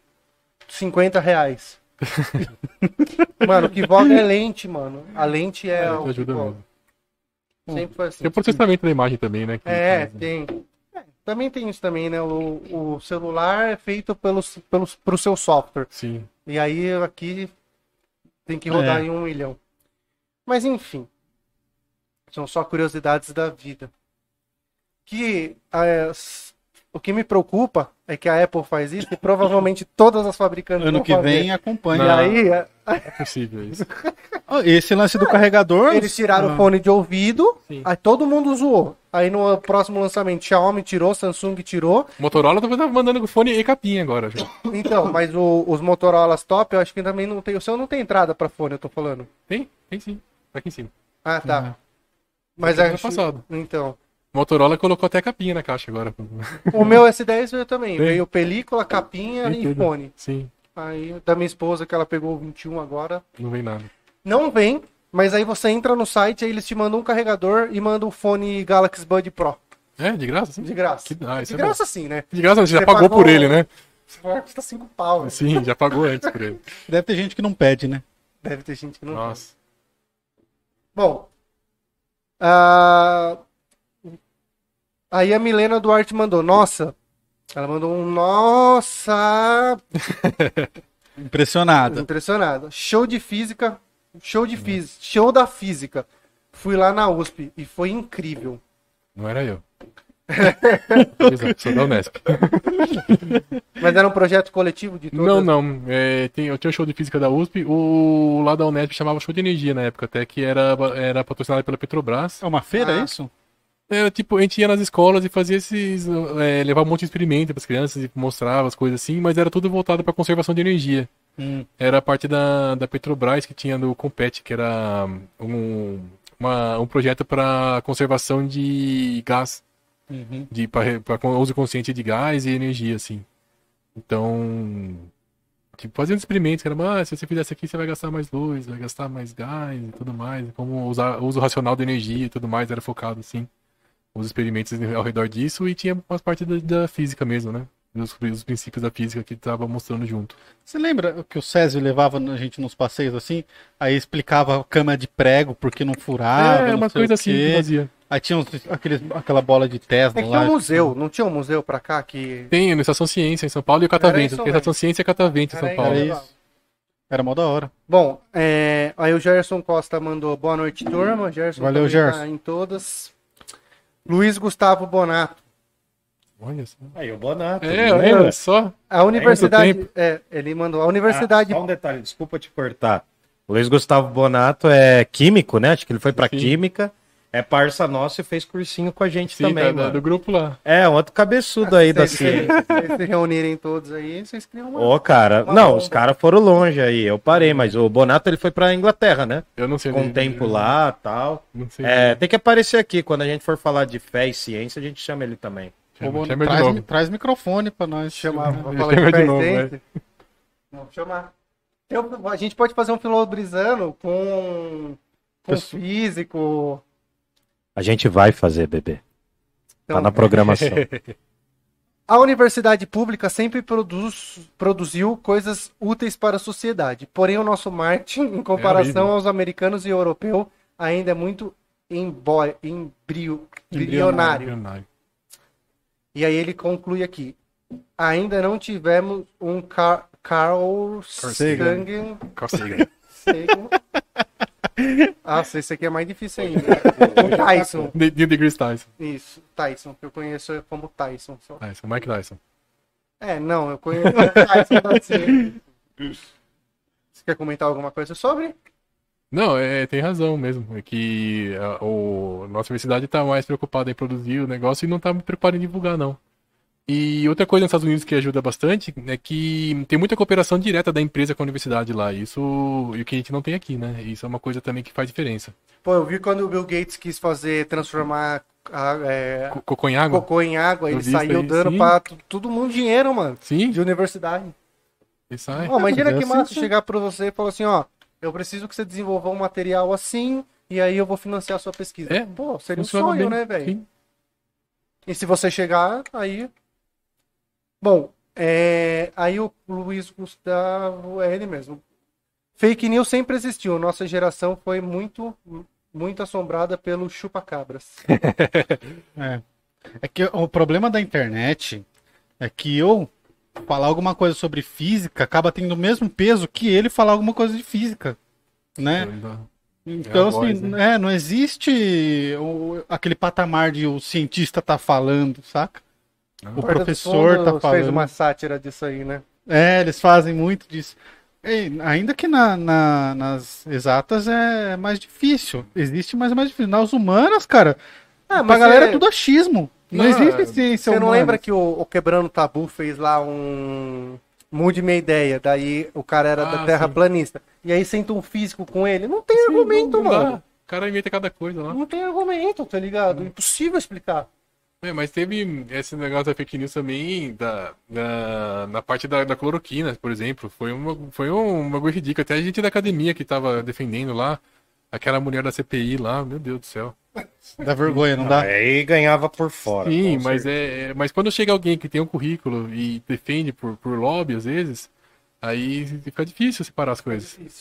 R$50. Mano, o que voga é lente, mano. A lente é o que ajuda voga. mesmo. Sempre foi assim. Tem o processamento da imagem também, né? Tem. Também tem isso também, né? O celular é feito pro seu software. Sim. E aí aqui tem que rodar em 1 milhão. Mas enfim. São só curiosidades da vida. O que me preocupa é que a Apple faz isso e provavelmente todas as fabricantes Ano vão que fazer. vem acompanha. E Não. aí, É possível isso. Esse lance do carregador. eles tiraram o fone de ouvido, Sim. aí todo mundo zoou. Aí no próximo lançamento, Xiaomi tirou, Samsung tirou. Motorola tá mandando fone e capinha agora. Já. Então, mas os Motorolas top, eu acho que também não tem. O seu não tem entrada pra fone, eu tô falando. Tem sim. Tá aqui em cima. Ah, tá. Mas Aqui no acho... passado. Então. Motorola colocou até capinha na caixa agora. O meu S10 veio também. Tem. Veio película, capinha Tem e tudo. fone. Sim, Aí da minha esposa, que ela pegou o 21 agora. não vem nada. Não vem, mas aí você entra no site, aí eles te mandam um carregador e mandam o fone Galaxy Bud Pro. De graça, sim? De graça. Isso De é graça sim, né? bom. De graça, você já Você pagou pagou- por ele, né? Esse celular custa 5 pau, velho. Sim, já pagou antes por ele. Deve ter gente que não pede, né? Deve ter gente que não Nossa. tem. Bom, Ah, aí a Milena Duarte mandou, nossa. Ela mandou um nossa. Impressionado. Impressionada. Show de física. Show da física. Fui lá na USP e foi incrível. Não era eu. Exato, sou da Unesp. Mas era um projeto coletivo de todas? Não. Eu tinha o show de física da USP, o lá da Unesp chamava show de energia na época, até que era patrocinado pela Petrobras. É uma feira, Ah. é isso? Era tipo, a gente ia nas escolas e fazia levava um monte de experimento para as crianças e mostrava as coisas assim, mas era tudo voltado para conservação de energia. Era a parte da Petrobras que tinha no Compete, que era um projeto para conservação de gás. Para uso consciente de gás e energia, assim. Então, tipo, fazendo experimentos, que era, se você fizer isso aqui, você vai gastar mais luz, vai gastar mais gás e tudo mais. Como usar uso racional de energia e tudo mais, era focado, assim. Os experimentos ao redor disso e tinha umas partes da física mesmo, né? Os princípios da física que tava mostrando junto. Você lembra que o Césio levava a gente nos passeios assim? Aí explicava a cama de prego, porque não furava, não Uma sei coisa o assim quê. que fazia. Aí tinha aquela bola de Tesla É que lá. tinha um museu, não tinha um museu pra cá que... Tem no Estação Ciência em São Paulo e o Catavento. isso Tem Estação mesmo. Ciência e Catavento em Era São Paulo. Era legal. isso. Era mó da hora. Bom, aí o Gerson Costa mandou boa noite, turma. Gerson Valeu, também Gerson. tá em todas. Luiz Gustavo Bonato. Olha só. Aí, o Bonato. Olha só. A universidade... tempo. ele mandou. A universidade... Só um detalhe, desculpa te cortar. O Luiz Gustavo Bonato é químico, né? Acho que ele foi pra Sim. química. É parça nosso e fez cursinho com a gente Sim, também, do mano. grupo lá. É, um outro cabeçudo aí da Se ciência. vocês se reunirem todos aí, vocês criam uma... Ô, cara. Uma Não, bomba. os caras foram longe aí. Eu parei, mas o Bonato ele foi pra Inglaterra, né? Eu não sei. Com um tempo lá e tal. Não sei. Tem que aparecer aqui. Quando a gente for falar de fé e ciência, a gente chama ele também. Chama de novo. Traz microfone pra nós. Chamar, vou Chama falar de de novo, presidente. Não, chamar. A gente pode fazer um filobrizando com físico. A gente vai fazer, bebê. Então, Tá na programação. A universidade pública sempre produziu coisas úteis para a sociedade. Porém, o nosso marketing, em comparação horrível. aos americanos e europeu, ainda é muito embrionário. Milionário. E aí ele conclui aqui. Ainda não tivemos um Carl Sagan. Carl Sagan. Nossa, esse aqui é mais difícil ainda. O Tyson. Neil deGrasse Tyson. Isso, Tyson, que eu conheço como Tyson. Só. Tyson. Mike Tyson. Não, eu conheço o Tyson da ciência. Você quer comentar alguma coisa sobre? Não, tem razão mesmo. É que nossa universidade tá mais preocupada em produzir o negócio e não tá muito preocupada em divulgar, não. E outra coisa nos Estados Unidos que ajuda bastante é que tem muita cooperação direta da empresa com a universidade lá. Isso e o que a gente não tem aqui, né? Isso é uma coisa também que faz diferença. Pô, eu vi quando o Bill Gates quis transformar Cocô em água? cocô em água, Eu ele vi isso saiu aí, dando sim. pra todo mundo dinheiro, mano, Sim, de universidade. isso aí. Ó, imagina mas que é massa assim, chegar pra você e falar assim, ó, eu preciso que você desenvolva um material assim, e aí eu vou financiar a sua pesquisa. É, Pô, seria um funciona sonho, bem, né, velho? sim. E se você chegar, aí... Bom, aí o Luiz Gustavo é ele mesmo. Fake news sempre existiu. Nossa geração foi muito assombrada pelo chupa-cabras. É que o problema da internet é que eu falar alguma coisa sobre física acaba tendo o mesmo peso que ele falar alguma coisa de física, né? Então, a assim, voz, né? não existe aquele patamar de o cientista tá falando, saca? O Porta dos professor tá Fundos fez falando. uma sátira disso aí, né? Eles fazem muito disso. Ainda que nas exatas é mais difícil. Existe, mas é mais difícil. Nas humanas, cara, pra galera é tudo achismo. Não existe ciência Você não humana. lembra que o Quebrando Tabu fez lá um Mude Minha Ideia? Daí o cara era da sim. terraplanista. E aí senta um físico com ele. Não tem argumento, Não dá. mano. O cara inventa cada coisa lá. Não tem argumento, tá ligado? Impossível explicar. Mas teve esse negócio da fake news também na parte da cloroquina, por exemplo. Foi um bagulho ridículo. Até a gente da academia que tava defendendo lá, aquela mulher da CPI lá, meu Deus do céu. Dá vergonha, não dá? Aí ganhava por fora. Sim, com mas certeza. mas quando chega alguém que tem um currículo e defende por lobby, às vezes, aí fica difícil separar as coisas.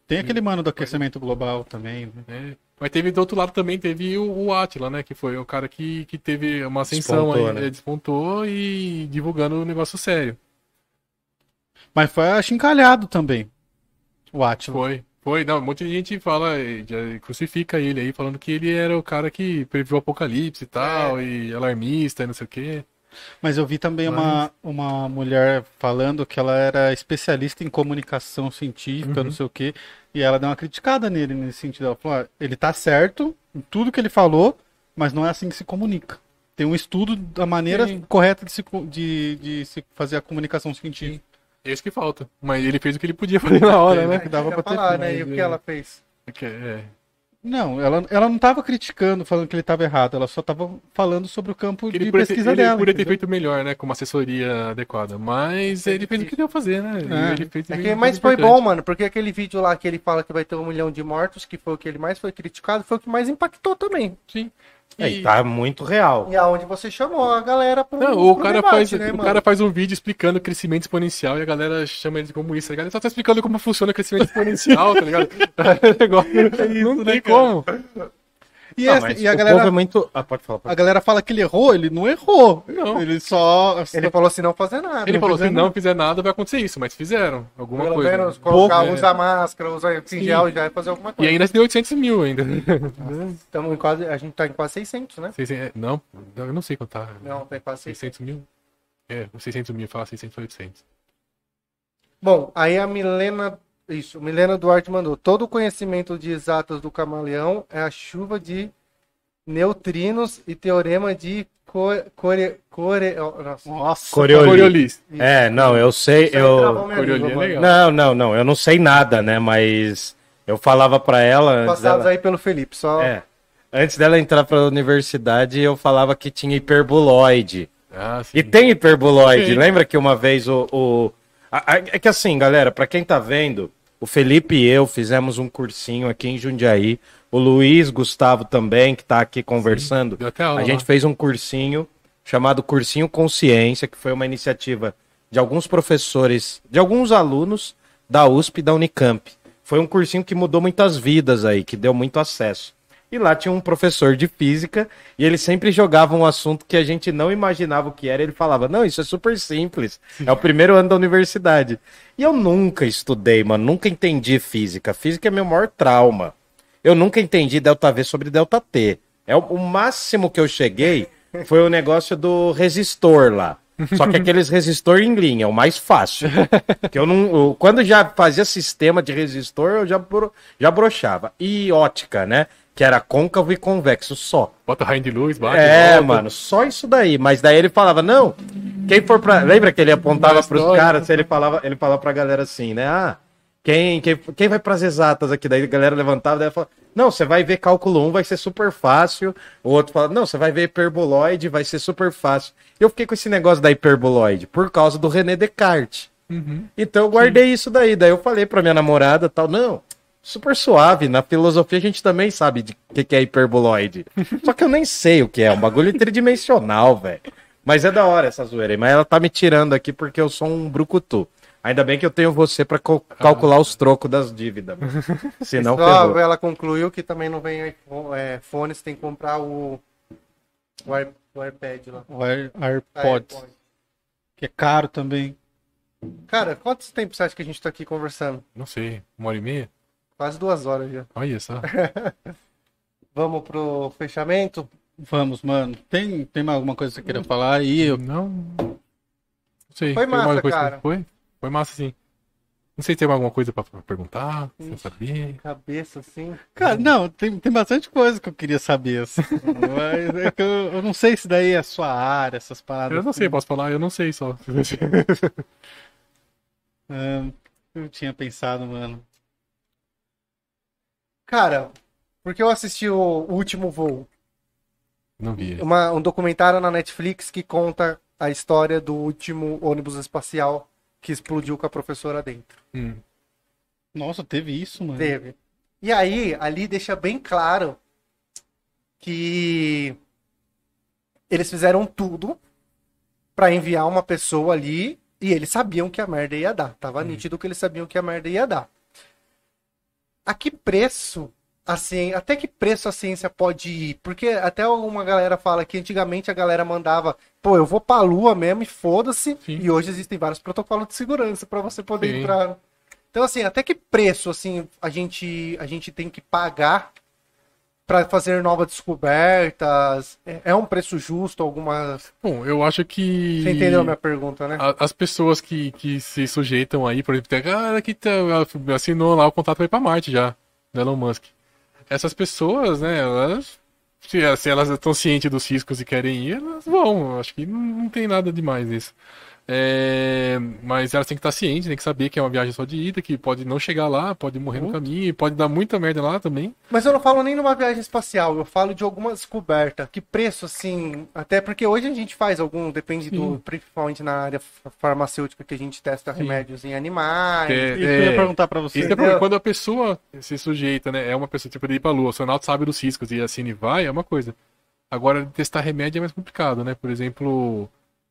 Tem aquele mano do aquecimento global também, né? É. Mas teve do outro lado também, teve o Átila, né? Que foi o cara que teve uma ascensão Despontou, aí, né? despontou e divulgando um negócio sério. Mas foi achincalhado também, o Átila. Foi. Não, um monte de gente fala, já crucifica ele aí, falando que ele era o cara que previu o apocalipse e tal, e alarmista e não sei o quê. Mas eu vi também uma mulher falando que ela era especialista em comunicação científica, não sei o quê, e ela deu uma criticada nele nesse sentido. Ela falou, ele tá certo em tudo que ele falou, mas não é assim que se comunica. Tem um estudo da maneira Sim. correta de se fazer a comunicação científica. É isso que falta. Mas ele fez o que ele podia fazer na hora, né? Que dava Ia pra ter falar, feito. né? E o que ela fez? É. Não, ela não estava criticando, falando que ele estava errado, ela só estava falando sobre o campo Ele de podia pesquisa ele dela. podia ter entendeu? feito melhor, né? Com uma assessoria adequada. Mas ele fez o que deu fazer, né? É. Ele fez Mas foi bom, mano, porque aquele vídeo lá que ele fala que vai ter 1 milhão de mortos, que foi o que ele mais foi criticado, foi o que mais impactou também. Sim. E tá muito real. E aonde você chamou a galera pro, Não, o pro cara debate, faz, né, o mano? cara faz um vídeo explicando crescimento exponencial e a galera chama ele de comunista. A galera só tá explicando como funciona o crescimento exponencial, tá ligado? Negócio, não tem como. E, Não, essa- mas e a o galera, povo é muito... Ah, pode falar. a galera fala que ele errou, ele não errou. Não. Ele só. Ele falou assim, não fazer nada. Ele falou, fizer se não fizer nada, vai acontecer isso, mas fizeram alguma Pelo coisa. menos colocar, Pouco, usar máscara, usar álcool gel e já vai fazer alguma E coisa. ainda se deu 800 mil ainda. Estamos em quase, a gente tá em quase 600, né? Não, eu não sei quanto tá. Não, tá em quase 600. 600 mil? É, os 600 mil, fala 600 foi 800. Bom, aí a Milena Duarte mandou. Todo o conhecimento de exatas do camaleão é a chuva de neutrinos e teorema de nossa. Nossa. Coriolis. É, não, eu sei, Isso aí travou eu... minha Coriolis língua, é mano. legal. Não, eu não sei nada, né, mas eu falava pra ela antes Passados dela... aí pelo Felipe, só. Antes dela entrar pra universidade, eu falava que tinha hiperbuloide. Ah, sim. E tem hiperbuloide. Sim. Lembra que uma vez é que assim, galera, pra quem tá vendo, o Felipe e eu fizemos um cursinho aqui em Jundiaí. O Luiz Gustavo também, que tá aqui conversando. Deu até aula A gente lá. fez um cursinho chamado Cursinho Consciência, que foi uma iniciativa de alguns professores, de alguns alunos da USP e da Unicamp. Foi um cursinho que mudou muitas vidas aí, que deu muito acesso. E lá tinha um professor de física e ele sempre jogava um assunto que a gente não imaginava o que era. Ele falava, não, isso é super simples, é o primeiro ano da universidade. E eu nunca estudei, mano, nunca entendi física. Física é meu maior trauma. Eu nunca entendi ΔV sobre ΔT. O máximo que eu cheguei foi o negócio do resistor lá. Só que aqueles resistor em linha, o mais fácil. Que quando já fazia sistema de resistor, eu já broxava. E ótica, né? Que era côncavo e convexo só. Bota raio de luz, bate. É, volta. mano, só isso daí. Mas daí ele falava, não, quem for pra... Lembra que ele apontava Mais pros história. caras, ele falava pra galera assim, né? Ah, quem vai pras exatas aqui? Daí a galera levantava, daí falava, não, você vai ver cálculo 1, vai ser super fácil. O outro fala, não, você vai ver hiperboloide, vai ser super fácil. Eu fiquei com esse negócio da hiperboloide por causa do René Descartes. Então eu guardei isso daí. Daí eu falei pra minha namorada tal, não, super suave. Na filosofia a gente também sabe de que é hiperboloide. Só que eu nem sei o que é, um bagulho tridimensional, velho. Mas é da hora essa zoeira aí. Mas ela tá me tirando aqui porque eu sou um brucutu. Ainda bem que eu tenho você pra calcular os trocos das dívidas. Mano. Senão Só ferrou. ela concluiu que também não vem iPhone, você tem que comprar o iPad lá. O AirPods, que é caro também. Cara, quanto tempo você acha que a gente tá aqui conversando? Não sei, 1h30? Quase 2 horas já. Olha só. Vamos pro fechamento? Vamos, mano. Tem mais alguma coisa que você queira falar aí? Não sei. Foi tem mais massa, coisa que- cara. Foi massa, sim. Não sei se tem alguma coisa pra perguntar, sem saber. Cabeça, assim. Cara, não, tem bastante coisa que eu queria saber, assim. Mas é que eu não sei se daí é a sua área, essas paradas. Eu não sei, posso falar? Eu não sei só. Eu tinha pensado, mano. Cara, porque eu assisti o Último Voo. Não vi. Um documentário na Netflix que conta a história do último ônibus espacial que explodiu com a professora dentro. Nossa, teve isso, mano. Teve. E aí, ali deixa bem claro que eles fizeram tudo pra enviar uma pessoa ali e eles sabiam que a merda ia dar. Tava nítido que eles sabiam que a merda ia dar. a que preço, assim, até que preço a ciência pode ir? Porque até uma galera fala que antigamente a galera mandava, pô, eu vou pra Lua mesmo e foda-se, Sim. e hoje existem vários protocolos de segurança pra você poder Sim. entrar. Então, assim, até que preço, assim, a gente tem que pagar pra fazer novas descobertas? É um preço justo, algumas... Bom, eu acho que... Você entendeu a minha pergunta, né? As pessoas que se sujeitam aí, por exemplo, tem a galera que assinou lá o contrato para ir para Marte já, do Elon Musk. Essas pessoas, né, elas, se elas estão cientes dos riscos e querem ir, elas vão. Eu acho que não tem nada demais nisso. Mas elas têm que estar cientes, têm que saber que é uma viagem só de ida, que pode não chegar lá, pode morrer no caminho, pode dar muita merda lá também. Mas eu não falo nem numa viagem espacial, eu falo de alguma descoberta. Que preço, assim, até porque hoje a gente faz depende do, principalmente na área farmacêutica, que a gente testa remédios em animais. Isso eu ia perguntar pra você. Isso é porque quando a pessoa se sujeita, né, é uma pessoa tipo de ir pra Lua, o astronauta sabe dos riscos e assim vai, é uma coisa. Agora, testar remédio é mais complicado, né? Por exemplo,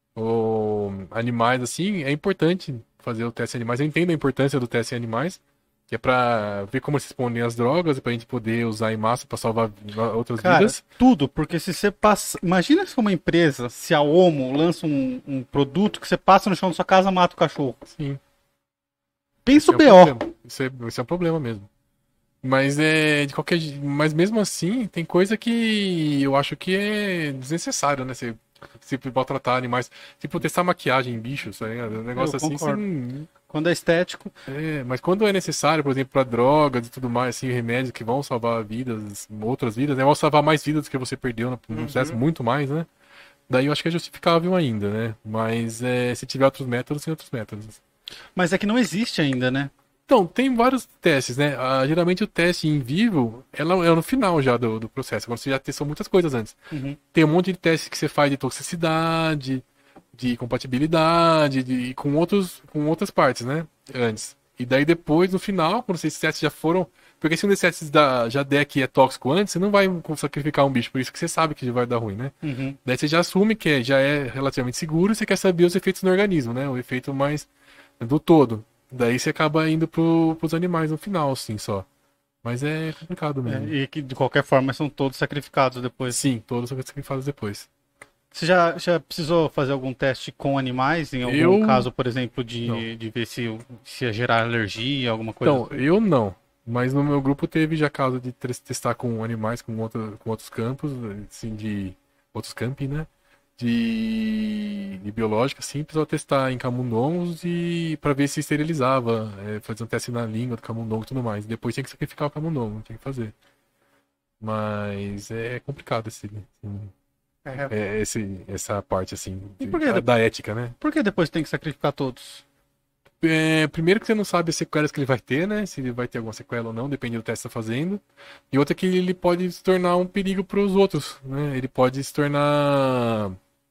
animais, assim, é importante fazer o teste em animais. Eu entendo a importância do teste em animais, que é pra ver como se respondem às drogas, pra gente poder usar em massa pra salvar outras Cara, vidas. tudo, porque se você passa. Imagina se uma empresa, se a Omo lança um produto que você passa no chão da sua casa, mata o cachorro. Sim. Pensa o Esse é BO. um problema. Isso é um problema mesmo. Mas mas mesmo assim, tem coisa que eu acho que é desnecessário, né? Se maltratar animais. Tipo, testar maquiagem em bichos, tá ligado? Um negócio Eu assim. concordo. Sim, Quando é estético. mas quando é necessário, por exemplo, para drogas e tudo mais, assim, remédios que vão salvar vidas, outras vidas, né? Vão salvar mais vidas do que você perdeu no processo, muito mais, né? Daí eu acho que é justificável ainda, né? Mas se tiver outros métodos, tem outros métodos. Mas é que não existe ainda, né? Então, tem vários testes, né? Geralmente o teste em vivo é no final já do processo, quando você já testou muitas coisas antes. Uhum. Tem um monte de testes que você faz de toxicidade, de compatibilidade, com outras partes, né? Antes. E daí depois, no final, quando esses testes já foram... Porque se um desses testes já der que é tóxico antes, você não vai sacrificar um bicho, por isso que você sabe que vai dar ruim, né? Uhum. Daí você já assume que já é relativamente seguro e você quer saber os efeitos no organismo, né? O efeito mais do todo. Daí você acaba indo pros animais no final, assim, só. Mas é complicado mesmo. E que de qualquer forma são todos sacrificados depois. Sim, todos são sacrificados depois. Você já precisou fazer algum teste com animais? Em algum caso, por exemplo, de ver se ia gerar alergia, alguma coisa? Então, eu não. Mas no meu grupo teve já caso de testar com animais, com outros campos, assim, de outros campi, né? De biológica, assim, precisava testar em camundongos e para ver se esterilizava, fazer um teste na língua do camundongo e tudo mais. Depois tinha que sacrificar o camundongo, tinha que fazer. Mas é complicado essa parte, assim, da ética, né? Por que depois tem que sacrificar todos? Primeiro que você não sabe as sequelas que ele vai ter, né? Se ele vai ter alguma sequela ou não, depende do teste que você está fazendo. E outra que ele pode se tornar um perigo para os outros, né? Ele pode se tornar...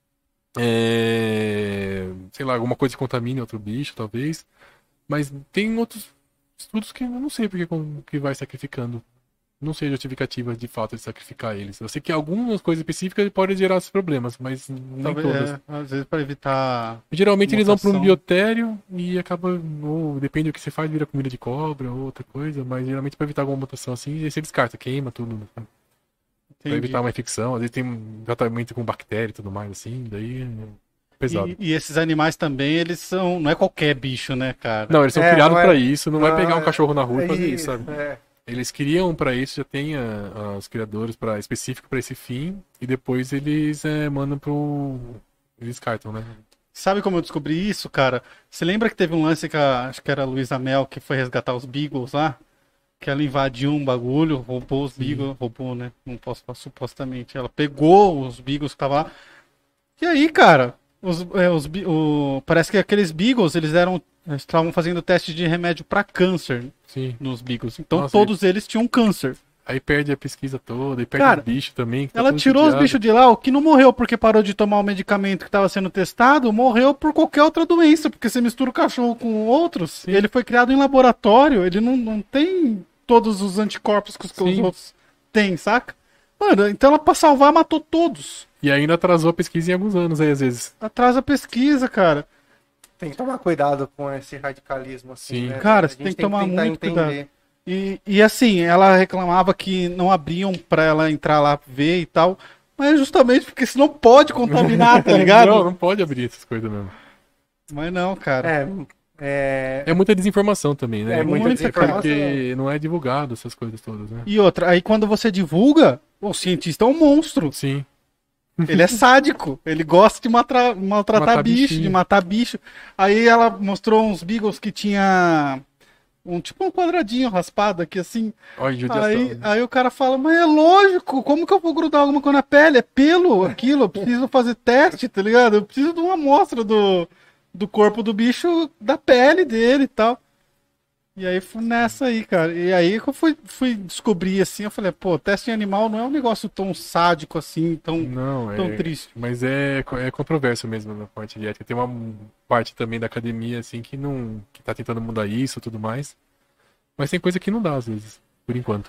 sei lá, alguma coisa que contamine outro bicho, talvez. Mas tem outros estudos que eu não sei porque que vai sacrificando. Não sei a justificativa de fato de sacrificar eles. Eu sei que algumas coisas específicas podem gerar esses problemas, mas nem todas. Às vezes para evitar. Geralmente eles vão para um mutação. biotério e acaba, ou depende do que você faz, vira comida de cobra ou outra coisa, mas geralmente para evitar alguma mutação assim, você descarta, queima tudo. Para evitar uma infecção, às vezes tem um tratamento com bactéria e tudo mais assim, daí é pesado. E esses animais também, eles são. Não é qualquer bicho, né, cara? Não, eles são criados para isso, não vai pegar um é- cachorro na rua e fazer é isso, sabe? é. Eles criam para isso, já tem os criadores específico para esse fim, e depois eles mandam eles descartam, né? Sabe como eu descobri isso, cara? Você lembra que teve um lance que acho que era a Luísa Mel que foi resgatar os Beagles lá? Que ela invadiu um bagulho, roubou os Beagles, roubou, né? Não posso falar supostamente. Ela pegou os Beagles que estavam lá. E aí, cara, parece que aqueles Beagles, eles estavam fazendo teste de remédio pra câncer Sim. nos Beagles. Então Nossa, todos eles tinham câncer. Aí perde a pesquisa toda, e perde Cara, o bicho também. Que tá Ela tudo tirou os judiado. bichos de lá, o que não morreu porque parou de tomar o medicamento que estava sendo testado, morreu por qualquer outra doença, porque você mistura o cachorro com outros, ele foi criado em laboratório, ele não tem todos os anticorpos que os Sim. outros têm, saca? Mano, então ela pra salvar matou todos. E ainda atrasou a pesquisa em alguns anos aí, às vezes. Atrasa a pesquisa, cara. Tem que tomar cuidado com esse radicalismo, assim, Sim. né? Cara, A você gente tem que tomar tentar muito cuidado. E assim, ela reclamava que não abriam pra ela entrar lá ver e tal. Mas é justamente porque você não pode contaminar, tá ligado? Não pode abrir essas coisas mesmo. Mas não, cara. É muita desinformação também, né? É muita muita, desinformação. Porque não é divulgado essas coisas todas, né? E outra, aí quando você divulga, o cientista é um monstro. Sim. Ele é sádico. Ele gosta de maltratar Matar bicho, bichinho. de matar bicho. Aí ela mostrou uns beagles que tinha tipo um quadradinho raspado aqui assim. Olha, judiação. Aí o cara fala, mas é lógico, como que eu vou grudar alguma coisa na pele? É pelo, aquilo, eu preciso fazer teste, tá ligado? Eu preciso de uma amostra do corpo do bicho, da pele dele e tal. E aí fui nessa aí, cara. E aí que eu fui descobrir assim, eu falei, pô, teste em animal não é um negócio tão sádico assim, tão Não, triste. Mas é controverso mesmo na parte de ética. Tem uma parte também da academia, assim, que tá tentando mudar isso e tudo mais. Mas tem coisa que não dá, às vezes, por enquanto.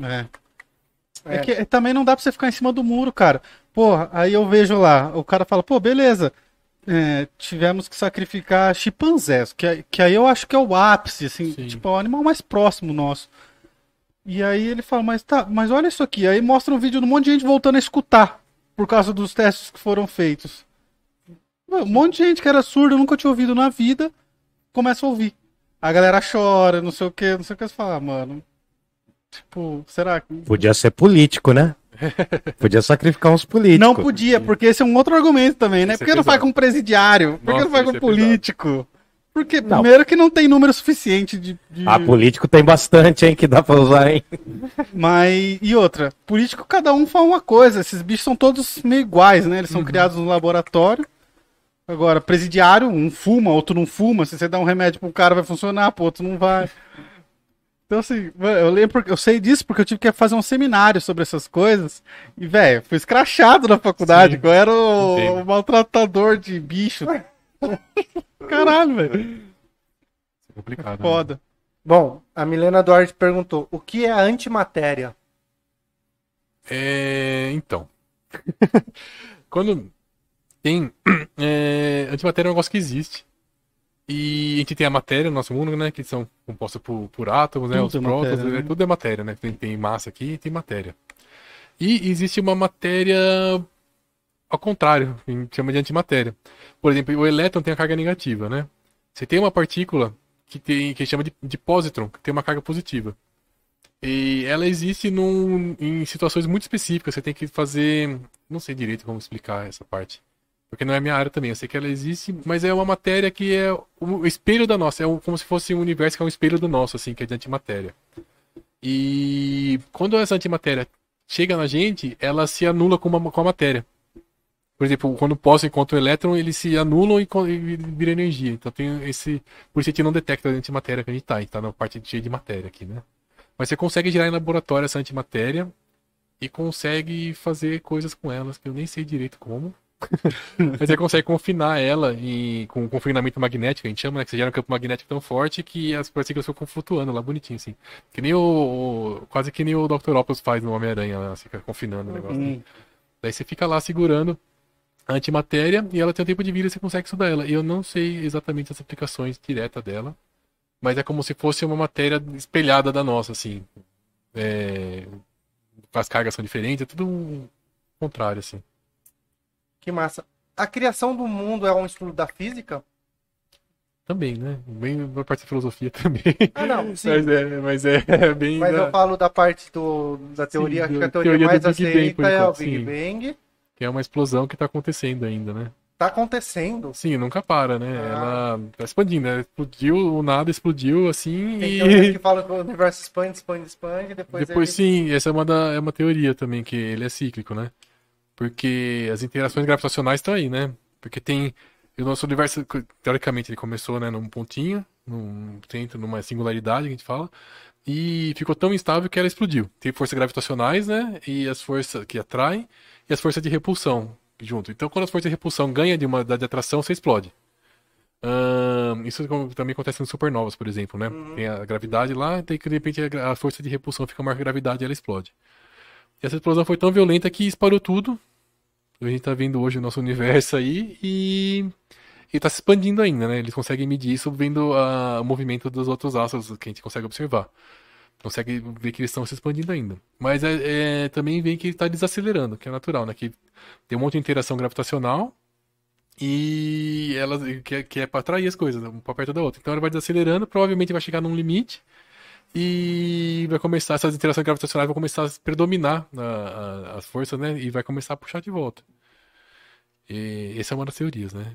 É que também não dá pra você ficar em cima do muro, cara. Porra, aí eu vejo lá, o cara fala, pô, beleza, tivemos que sacrificar chimpanzés, que aí eu acho que é o ápice, assim, Sim. tipo, é o animal mais próximo nosso. E aí ele fala, mas olha isso aqui. Aí mostra um vídeo de um monte de gente voltando a escutar, por causa dos testes que foram feitos. Um monte de gente que era surda, nunca tinha ouvido na vida, começa a ouvir. A galera chora, não sei o que, você fala, mano, tipo, será que... Podia ser político, né? Podia sacrificar uns políticos. Não podia, porque esse é um outro argumento também, né? Esse é Por que não faz pesado. com presidiário? Por que Nossa, não faz com esse é político? Porque, Não. primeiro, que não tem número suficiente de... Político tem bastante, hein, que dá pra usar, hein? Mas, e outra, político cada um fala uma coisa, esses bichos são todos meio iguais, né? Eles são criados no laboratório. Agora, presidiário, um fuma, outro não fuma. Se você dá um remédio pro cara, vai funcionar, pro outro não vai. Então, assim, eu lembro, eu sei disso porque eu tive que fazer um seminário sobre essas coisas. E, velho, fui escrachado na faculdade, Sim. que eu era o Entendo. maltratador de bicho. Caralho, velho. É complicado. né? Foda. Bom, a Milena Duarte perguntou: o que é antimatéria? Então. Quando tem. Antimatéria é um negócio que existe. E a gente tem a matéria no nosso mundo, né? Que são compostas por átomos, né? Tudo Os é prótons, matéria, né? tudo é matéria, né? Tem massa aqui e tem matéria. E existe uma matéria ao contrário, que a gente chama de antimatéria. Por exemplo, o elétron tem a carga negativa, né? Você tem uma partícula que chama de pósitron, que tem uma carga positiva. E ela existe em situações muito específicas. Você tem que fazer. Não sei direito como explicar essa parte. Porque não é a minha área também. Eu sei que ela existe, mas é uma matéria que é o espelho da nossa. Como se fosse um universo que é um espelho do nosso, assim, que é de antimatéria. E quando essa antimatéria chega na gente, ela se anula com a matéria. Por exemplo, quando o pósitron encontra o elétron, eles se anulam e viram energia. Então tem esse. Por isso a gente não detecta a antimatéria que a gente tá. A gente tá na parte cheia de matéria aqui, né? Mas você consegue gerar em laboratório essa antimatéria e consegue fazer coisas com elas que eu nem sei direito como. Mas você consegue confinar ela com confinamento magnético, a gente chama, né? Que você gera um campo magnético tão forte que as partículas ficam flutuando lá bonitinho, assim. Que nem quase que nem o Dr. Octopus faz no Homem-Aranha, né? Você fica confinando o negócio. Hum. Daí você fica lá segurando a antimatéria e ela tem um tempo de vida e você consegue estudar ela. E eu não sei exatamente as aplicações diretas dela, mas é como se fosse uma matéria espelhada da nossa, assim. As cargas são diferentes, é tudo contrário, assim. Que massa. A criação do mundo é um estudo da física? Também, né? Bem da parte de filosofia também. Ah, não, sim. Mas é bem. Mas eu falo da parte da teoria, acho que a teoria mais do Big Bang, por aceita é o enquanto, Big sim. Bang. Que é uma explosão que tá acontecendo ainda, né? Tá acontecendo. Sim, nunca para, né? Ah. Ela tá expandindo, né? Explodiu, o nada explodiu assim Tem e. teoria que fala que o universo expande, depois Depois ele... sim, essa é uma teoria também, que ele é cíclico, né? Porque as interações gravitacionais estão aí, né? Porque tem. O nosso universo, teoricamente, ele começou, né, num pontinho, num centro, numa singularidade que a gente fala, e ficou tão instável que ela explodiu. Tem forças gravitacionais, né? E as forças que atraem, e as forças de repulsão junto. Então, quando as forças de repulsão ganham de atração, você explode. Isso também acontece em supernovas, por exemplo, né? Tem a gravidade lá, e de repente a força de repulsão fica maior que a gravidade e ela explode. E essa explosão foi tão violenta que espalhou tudo. A gente tá vendo hoje o nosso universo aí e tá se expandindo ainda, né? Eles conseguem medir isso vendo o movimento dos outros astros que a gente consegue observar. Consegue ver que eles estão se expandindo ainda. Mas também vê que ele está desacelerando, que é natural, né? Que tem um monte de interação gravitacional e ela que é para atrair as coisas, uma pra perto da outra. Então ela vai desacelerando, provavelmente vai chegar num limite e vai começar, essas interações gravitacionais vão começar a predominar as forças, né? E vai começar a puxar de volta. E essa é uma das teorias, né?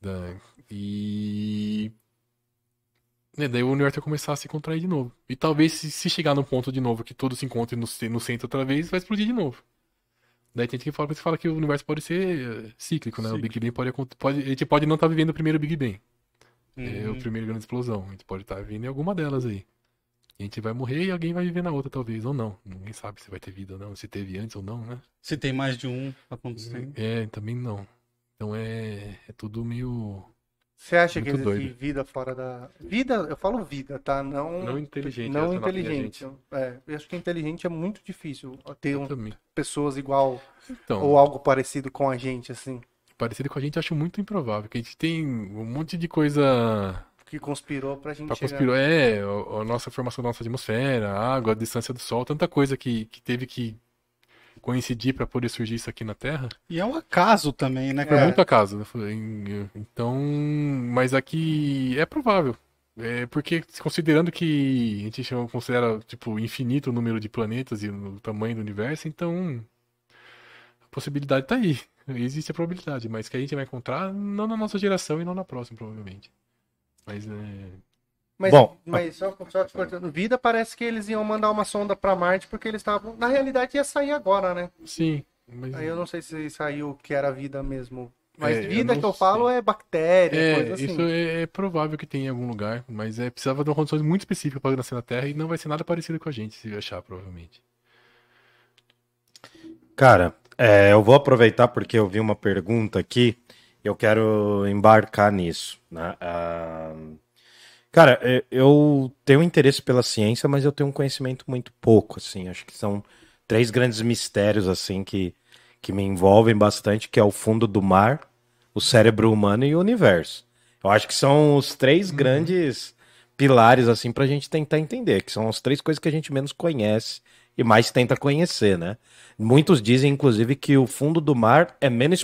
E daí o universo vai começar a se contrair de novo. E talvez se chegar num ponto de novo que todos se encontrem no centro outra vez, vai explodir de novo. Daí tem gente que fala que o universo pode ser cíclico, né? O Big Bang a gente pode não estar vivendo o primeiro Big Bang. É o primeiro grande explosão. A gente pode estar vivendo em alguma delas aí. E a gente vai morrer e alguém vai viver na outra, talvez. Ou não. Ninguém sabe se vai ter vida ou não, se teve antes ou não, né? Se tem mais de um acontecendo. Também não. Então é tudo meio... Você acha que Muito existe doido. vida fora da... Vida, eu falo vida, tá? Não inteligente. Não essa inteligente. Eu acho que inteligente é muito difícil ter também. pessoas igual Então, ou algo parecido com a gente, assim, parecido com a gente, eu acho muito improvável. Que a gente tem um monte de coisa que conspirou pra gente pra chegar. conspirar. A nossa formação da nossa atmosfera, a água, a distância do Sol, tanta coisa que teve que coincidir pra poder surgir isso aqui na Terra. E é um acaso também, né, Foi cara? muito acaso, né? Então, mas aqui é provável. Porque considerando que a gente considera tipo infinito o número de planetas e o tamanho do universo, então a possibilidade tá aí. Existe a probabilidade, mas que a gente vai encontrar não na nossa geração e não na próxima, provavelmente. Mas Mas, Bom, mas só te cortando, vida parece que eles iam mandar uma sonda pra Marte porque eles estavam. Na realidade ia sair agora, né? sim, mas Aí eu não sei se saiu que era vida mesmo. Mas eu vida não que eu falo sei. é bactéria, coisa assim. Isso é provável que tenha em algum lugar, mas precisava de uma condições muito específicas para nascer na Terra e não vai ser nada parecido com a gente, se achar, provavelmente. Cara, eu vou aproveitar porque eu vi uma pergunta aqui, eu quero embarcar nisso, né? Cara, eu tenho interesse pela ciência, mas eu tenho um conhecimento muito pouco, assim. Acho que são três grandes mistérios, assim, que me envolvem bastante, que é o fundo do mar, o cérebro humano e o universo. Eu acho que são os três grandes pilares, assim, pra gente tentar entender, que são as três coisas que a gente menos conhece e mais tenta conhecer, né? Muitos dizem, inclusive, que o fundo do mar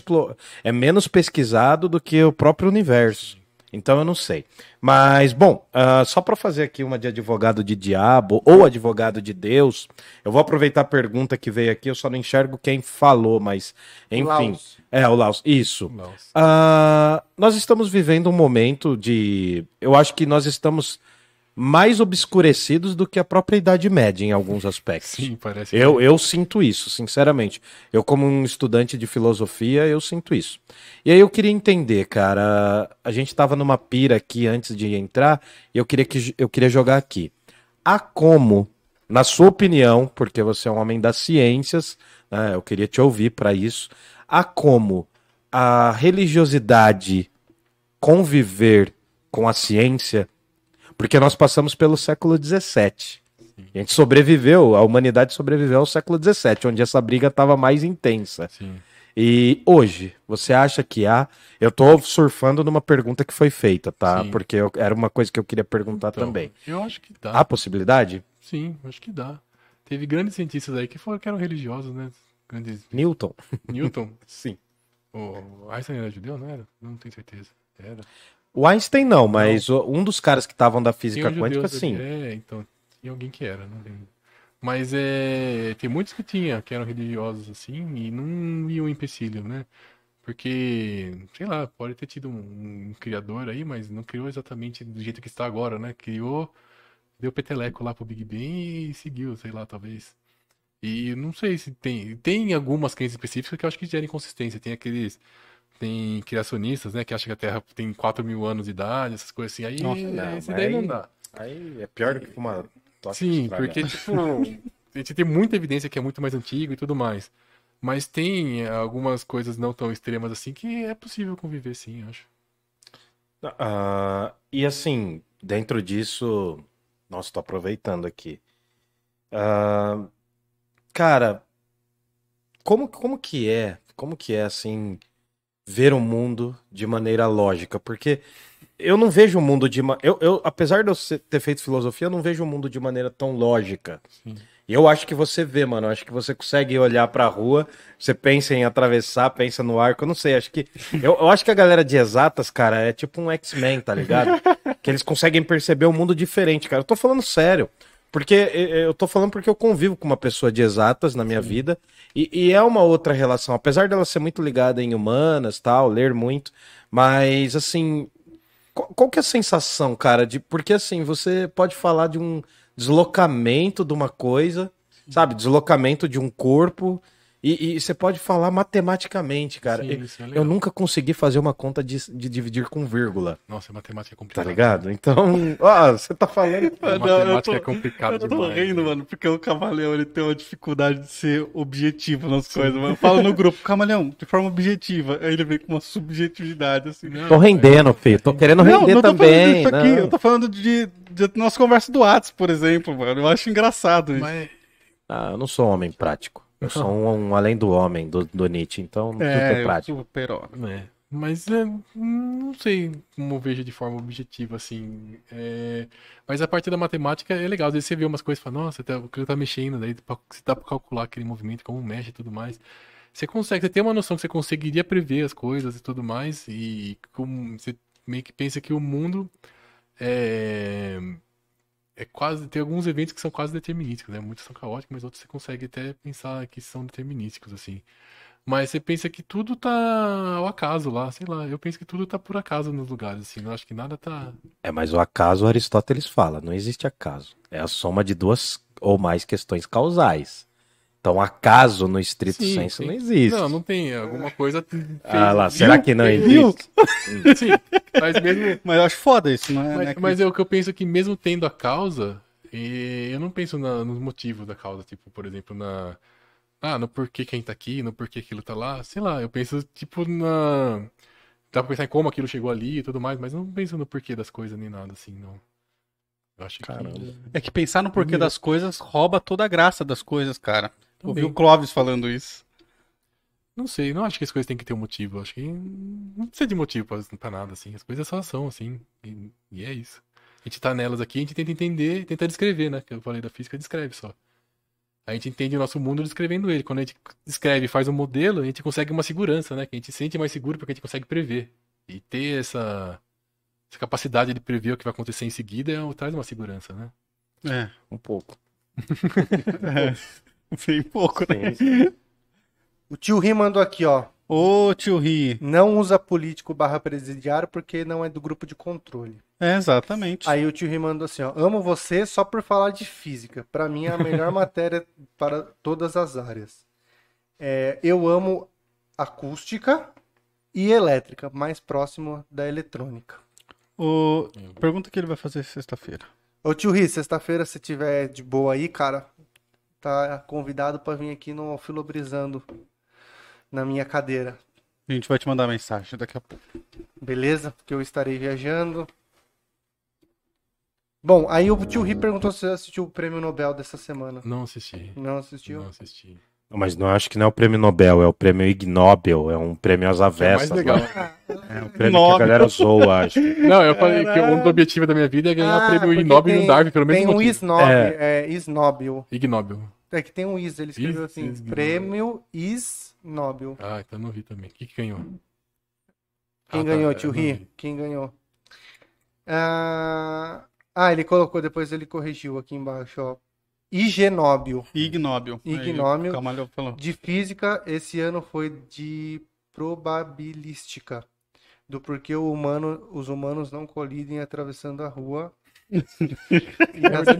é menos pesquisado do que o próprio universo. Então eu não sei. Mas, bom, só para fazer aqui uma de advogado de diabo ou advogado de Deus, eu vou aproveitar a pergunta que veio aqui, eu só não enxergo quem falou, mas enfim. Laos. O Laos. Isso. Nossa. Nós estamos vivendo um momento de. Eu acho que nós estamos mais obscurecidos do que a própria Idade Média em alguns aspectos. Sim, parece. Eu sinto isso, sinceramente. Eu, como um estudante de filosofia, eu sinto isso. E aí eu queria entender, cara. A gente tava numa pira aqui antes de entrar, e eu queria jogar aqui. Há como, na sua opinião, porque você é um homem das ciências, né, eu queria te ouvir para isso, há como a religiosidade conviver com a ciência? Porque nós passamos pelo século XVII. A gente sobreviveu, a humanidade sobreviveu ao século XVII, onde essa briga estava mais intensa. Sim. E hoje, você acha que há... Eu tô surfando numa pergunta que foi feita, tá? Sim. Porque era uma coisa que eu queria perguntar também. Eu acho que dá. Há possibilidade? Sim, acho que dá. Teve grandes cientistas aí que eram religiosos, né? Grandes. Newton? Newton. Sim. O Einstein era judeu, não era? Não tenho certeza. Era. O Einstein não, mas um dos caras que estavam da física Tinha quântica, judeus, sim. Então, tinha alguém que era, não lembro. Mas tem muitos que eram religiosos assim e não iam empecilho, né? Porque, sei lá, pode ter tido um criador aí, mas não criou exatamente do jeito que está agora, né? Criou, deu peteleco lá pro Big Bang e seguiu, sei lá, talvez. E não sei se tem algumas crenças específicas que eu acho que geram inconsistência. Tem criacionistas, né, que acham que a Terra tem 4.000 anos de idade, essas coisas assim. Aí, Nossa, esse daí não dá. Aí é pior do que uma tocha Sim, estragada. porque, tipo, a gente tem muita evidência que é muito mais antigo e tudo mais. Mas tem algumas coisas não tão extremas assim que é possível conviver, sim, eu acho. E assim, dentro disso, nossa, tô aproveitando aqui. Cara, como que é assim ver o mundo de maneira lógica? Porque eu não vejo o mundo de... apesar de eu ter feito filosofia, eu não vejo o mundo de maneira tão lógica. Sim. E eu acho que você vê, mano. Eu acho que você consegue olhar pra rua, você pensa em atravessar, pensa no arco, eu não sei. Acho que eu acho que a galera de exatas, cara, é tipo um X-Men, tá ligado? Que eles conseguem perceber um mundo diferente, cara. Eu tô falando sério. Porque eu tô falando porque eu convivo com uma pessoa de exatas na minha vida. E é uma outra relação. Apesar dela ser muito ligada em humanas, tal, ler muito. Mas, assim, qual que é a sensação, cara? Porque, assim, você pode falar de um deslocamento de uma coisa, sabe? Deslocamento de um corpo. E você pode falar matematicamente, cara. Sim, isso é legal. Eu nunca consegui fazer uma conta de dividir com vírgula. Nossa, matemática é Tá complicado. ligado? Então, ó, você tá falando. Matemática é complicado Eu tô demais. rindo, mano, porque o Camaleão ele tem uma dificuldade de ser objetivo nas coisas. Mano. Eu falo no grupo, Camaleão, de forma objetiva. Aí ele vem com uma subjetividade, assim. Não, Tô rendendo, filho. Tô querendo render não tô também. falando disso aqui. não. Eu tô falando de nossa conversa do WhatsApp, por exemplo, mano. Eu acho engraçado isso. Mas, Ah, eu não sou um homem prático. Eu sou um além do homem, do Nietzsche. Então, não preciso ter eu prático. super ó. mas não sei como eu vejo de forma objetiva, assim. Mas a parte da matemática é legal. Às vezes você vê umas coisas e fala, nossa, o que tá mexendo, daí você dá pra calcular aquele movimento, como mexe e tudo mais. Você tem uma noção que você conseguiria prever as coisas e tudo mais, e como você meio que pensa que o mundo quase. Tem alguns eventos que são quase determinísticos, né? Muitos são caóticos, mas outros você consegue até pensar que são determinísticos, assim. Mas você pensa que tudo tá ao acaso lá, sei lá. Eu penso que tudo tá por acaso nos lugares, assim. Eu acho que nada tá. Mas o acaso, Aristóteles fala, não existe acaso. É a soma de duas ou mais questões causais. Então, acaso, no estrito Sim, senso, sim. não existe. Não tem. Alguma coisa fez. Ah lá, será que não existe? Sim, mas mesmo. Mas eu acho foda isso, não é? Mas é o que eu penso que mesmo tendo a causa, eu não penso nos motivos da causa, tipo, por exemplo, no porquê quem tá aqui, no porquê aquilo tá lá, sei lá, eu penso, tipo, dá pra pensar em como aquilo chegou ali e tudo mais, mas eu não penso no porquê das coisas nem nada, assim, não. Eu acho Caramba. que... É que pensar no porquê das coisas rouba toda a graça das coisas, cara. Também. Ouvi o Clóvis falando isso. Não sei, não acho que as coisas têm que ter um motivo, acho que não precisa de motivo pra nada, assim, as coisas só são, assim, e é isso. A gente tá nelas aqui, a gente tenta entender, tenta descrever, né, que eu falei da física, descreve só. A gente entende o nosso mundo descrevendo ele. Quando a gente descreve e faz um modelo, a gente consegue uma segurança, né? Que a gente se sente mais seguro porque a gente consegue prever. E ter essa capacidade de prever o que vai acontecer em seguida traz uma segurança, né? É. Um pouco. Bem pouco, né? O tio Ri mandou aqui, ó. Ô, tio Ri. Não usa político / presidiário porque não é do grupo de controle. É, exatamente. Aí o tio Ri mandou assim, ó. Amo você só por falar de física. Pra mim é a melhor matéria para todas as áreas. Eu amo acústica e elétrica, mais próximo da eletrônica. Pergunta o que ele vai fazer sexta-feira. Ô tio Ri, sexta-feira se tiver de boa aí, cara, tá convidado pra vir aqui no Filobrizando na minha cadeira. A gente vai te mandar mensagem daqui a pouco. Beleza? Porque eu estarei viajando. Bom, aí o tio Ri perguntou se você assistiu o prêmio Nobel dessa semana. Não assisti. Não assistiu? Não assisti. Mas não acho que não é o prêmio Nobel, é o prêmio Ig Nobel, é um prêmio às É mais avessas. legal. lá. É um prêmio que a galera zoa, acho. Não, eu falei que um dos objetivos da minha vida é ganhar o prêmio porque Ig Nobel e um Darwin, pelo menos tem um motivo. Isnobel. Ig Nobel. É que tem um Is, ele escreveu assim, Is Nobel. prêmio Isnobel. Ah, então não vi também. O que ganhou? Quem Ah, tá, ganhou, eu tio não Ri? vi. Quem ganhou? Ele colocou, depois ele corrigiu aqui embaixo, ó. Ig Nobel. Ig Nobel. Ig Nobel. O Camalhão falou. De física, esse ano foi de probabilística. Do porquê os humanos não colidem atravessando a rua. E as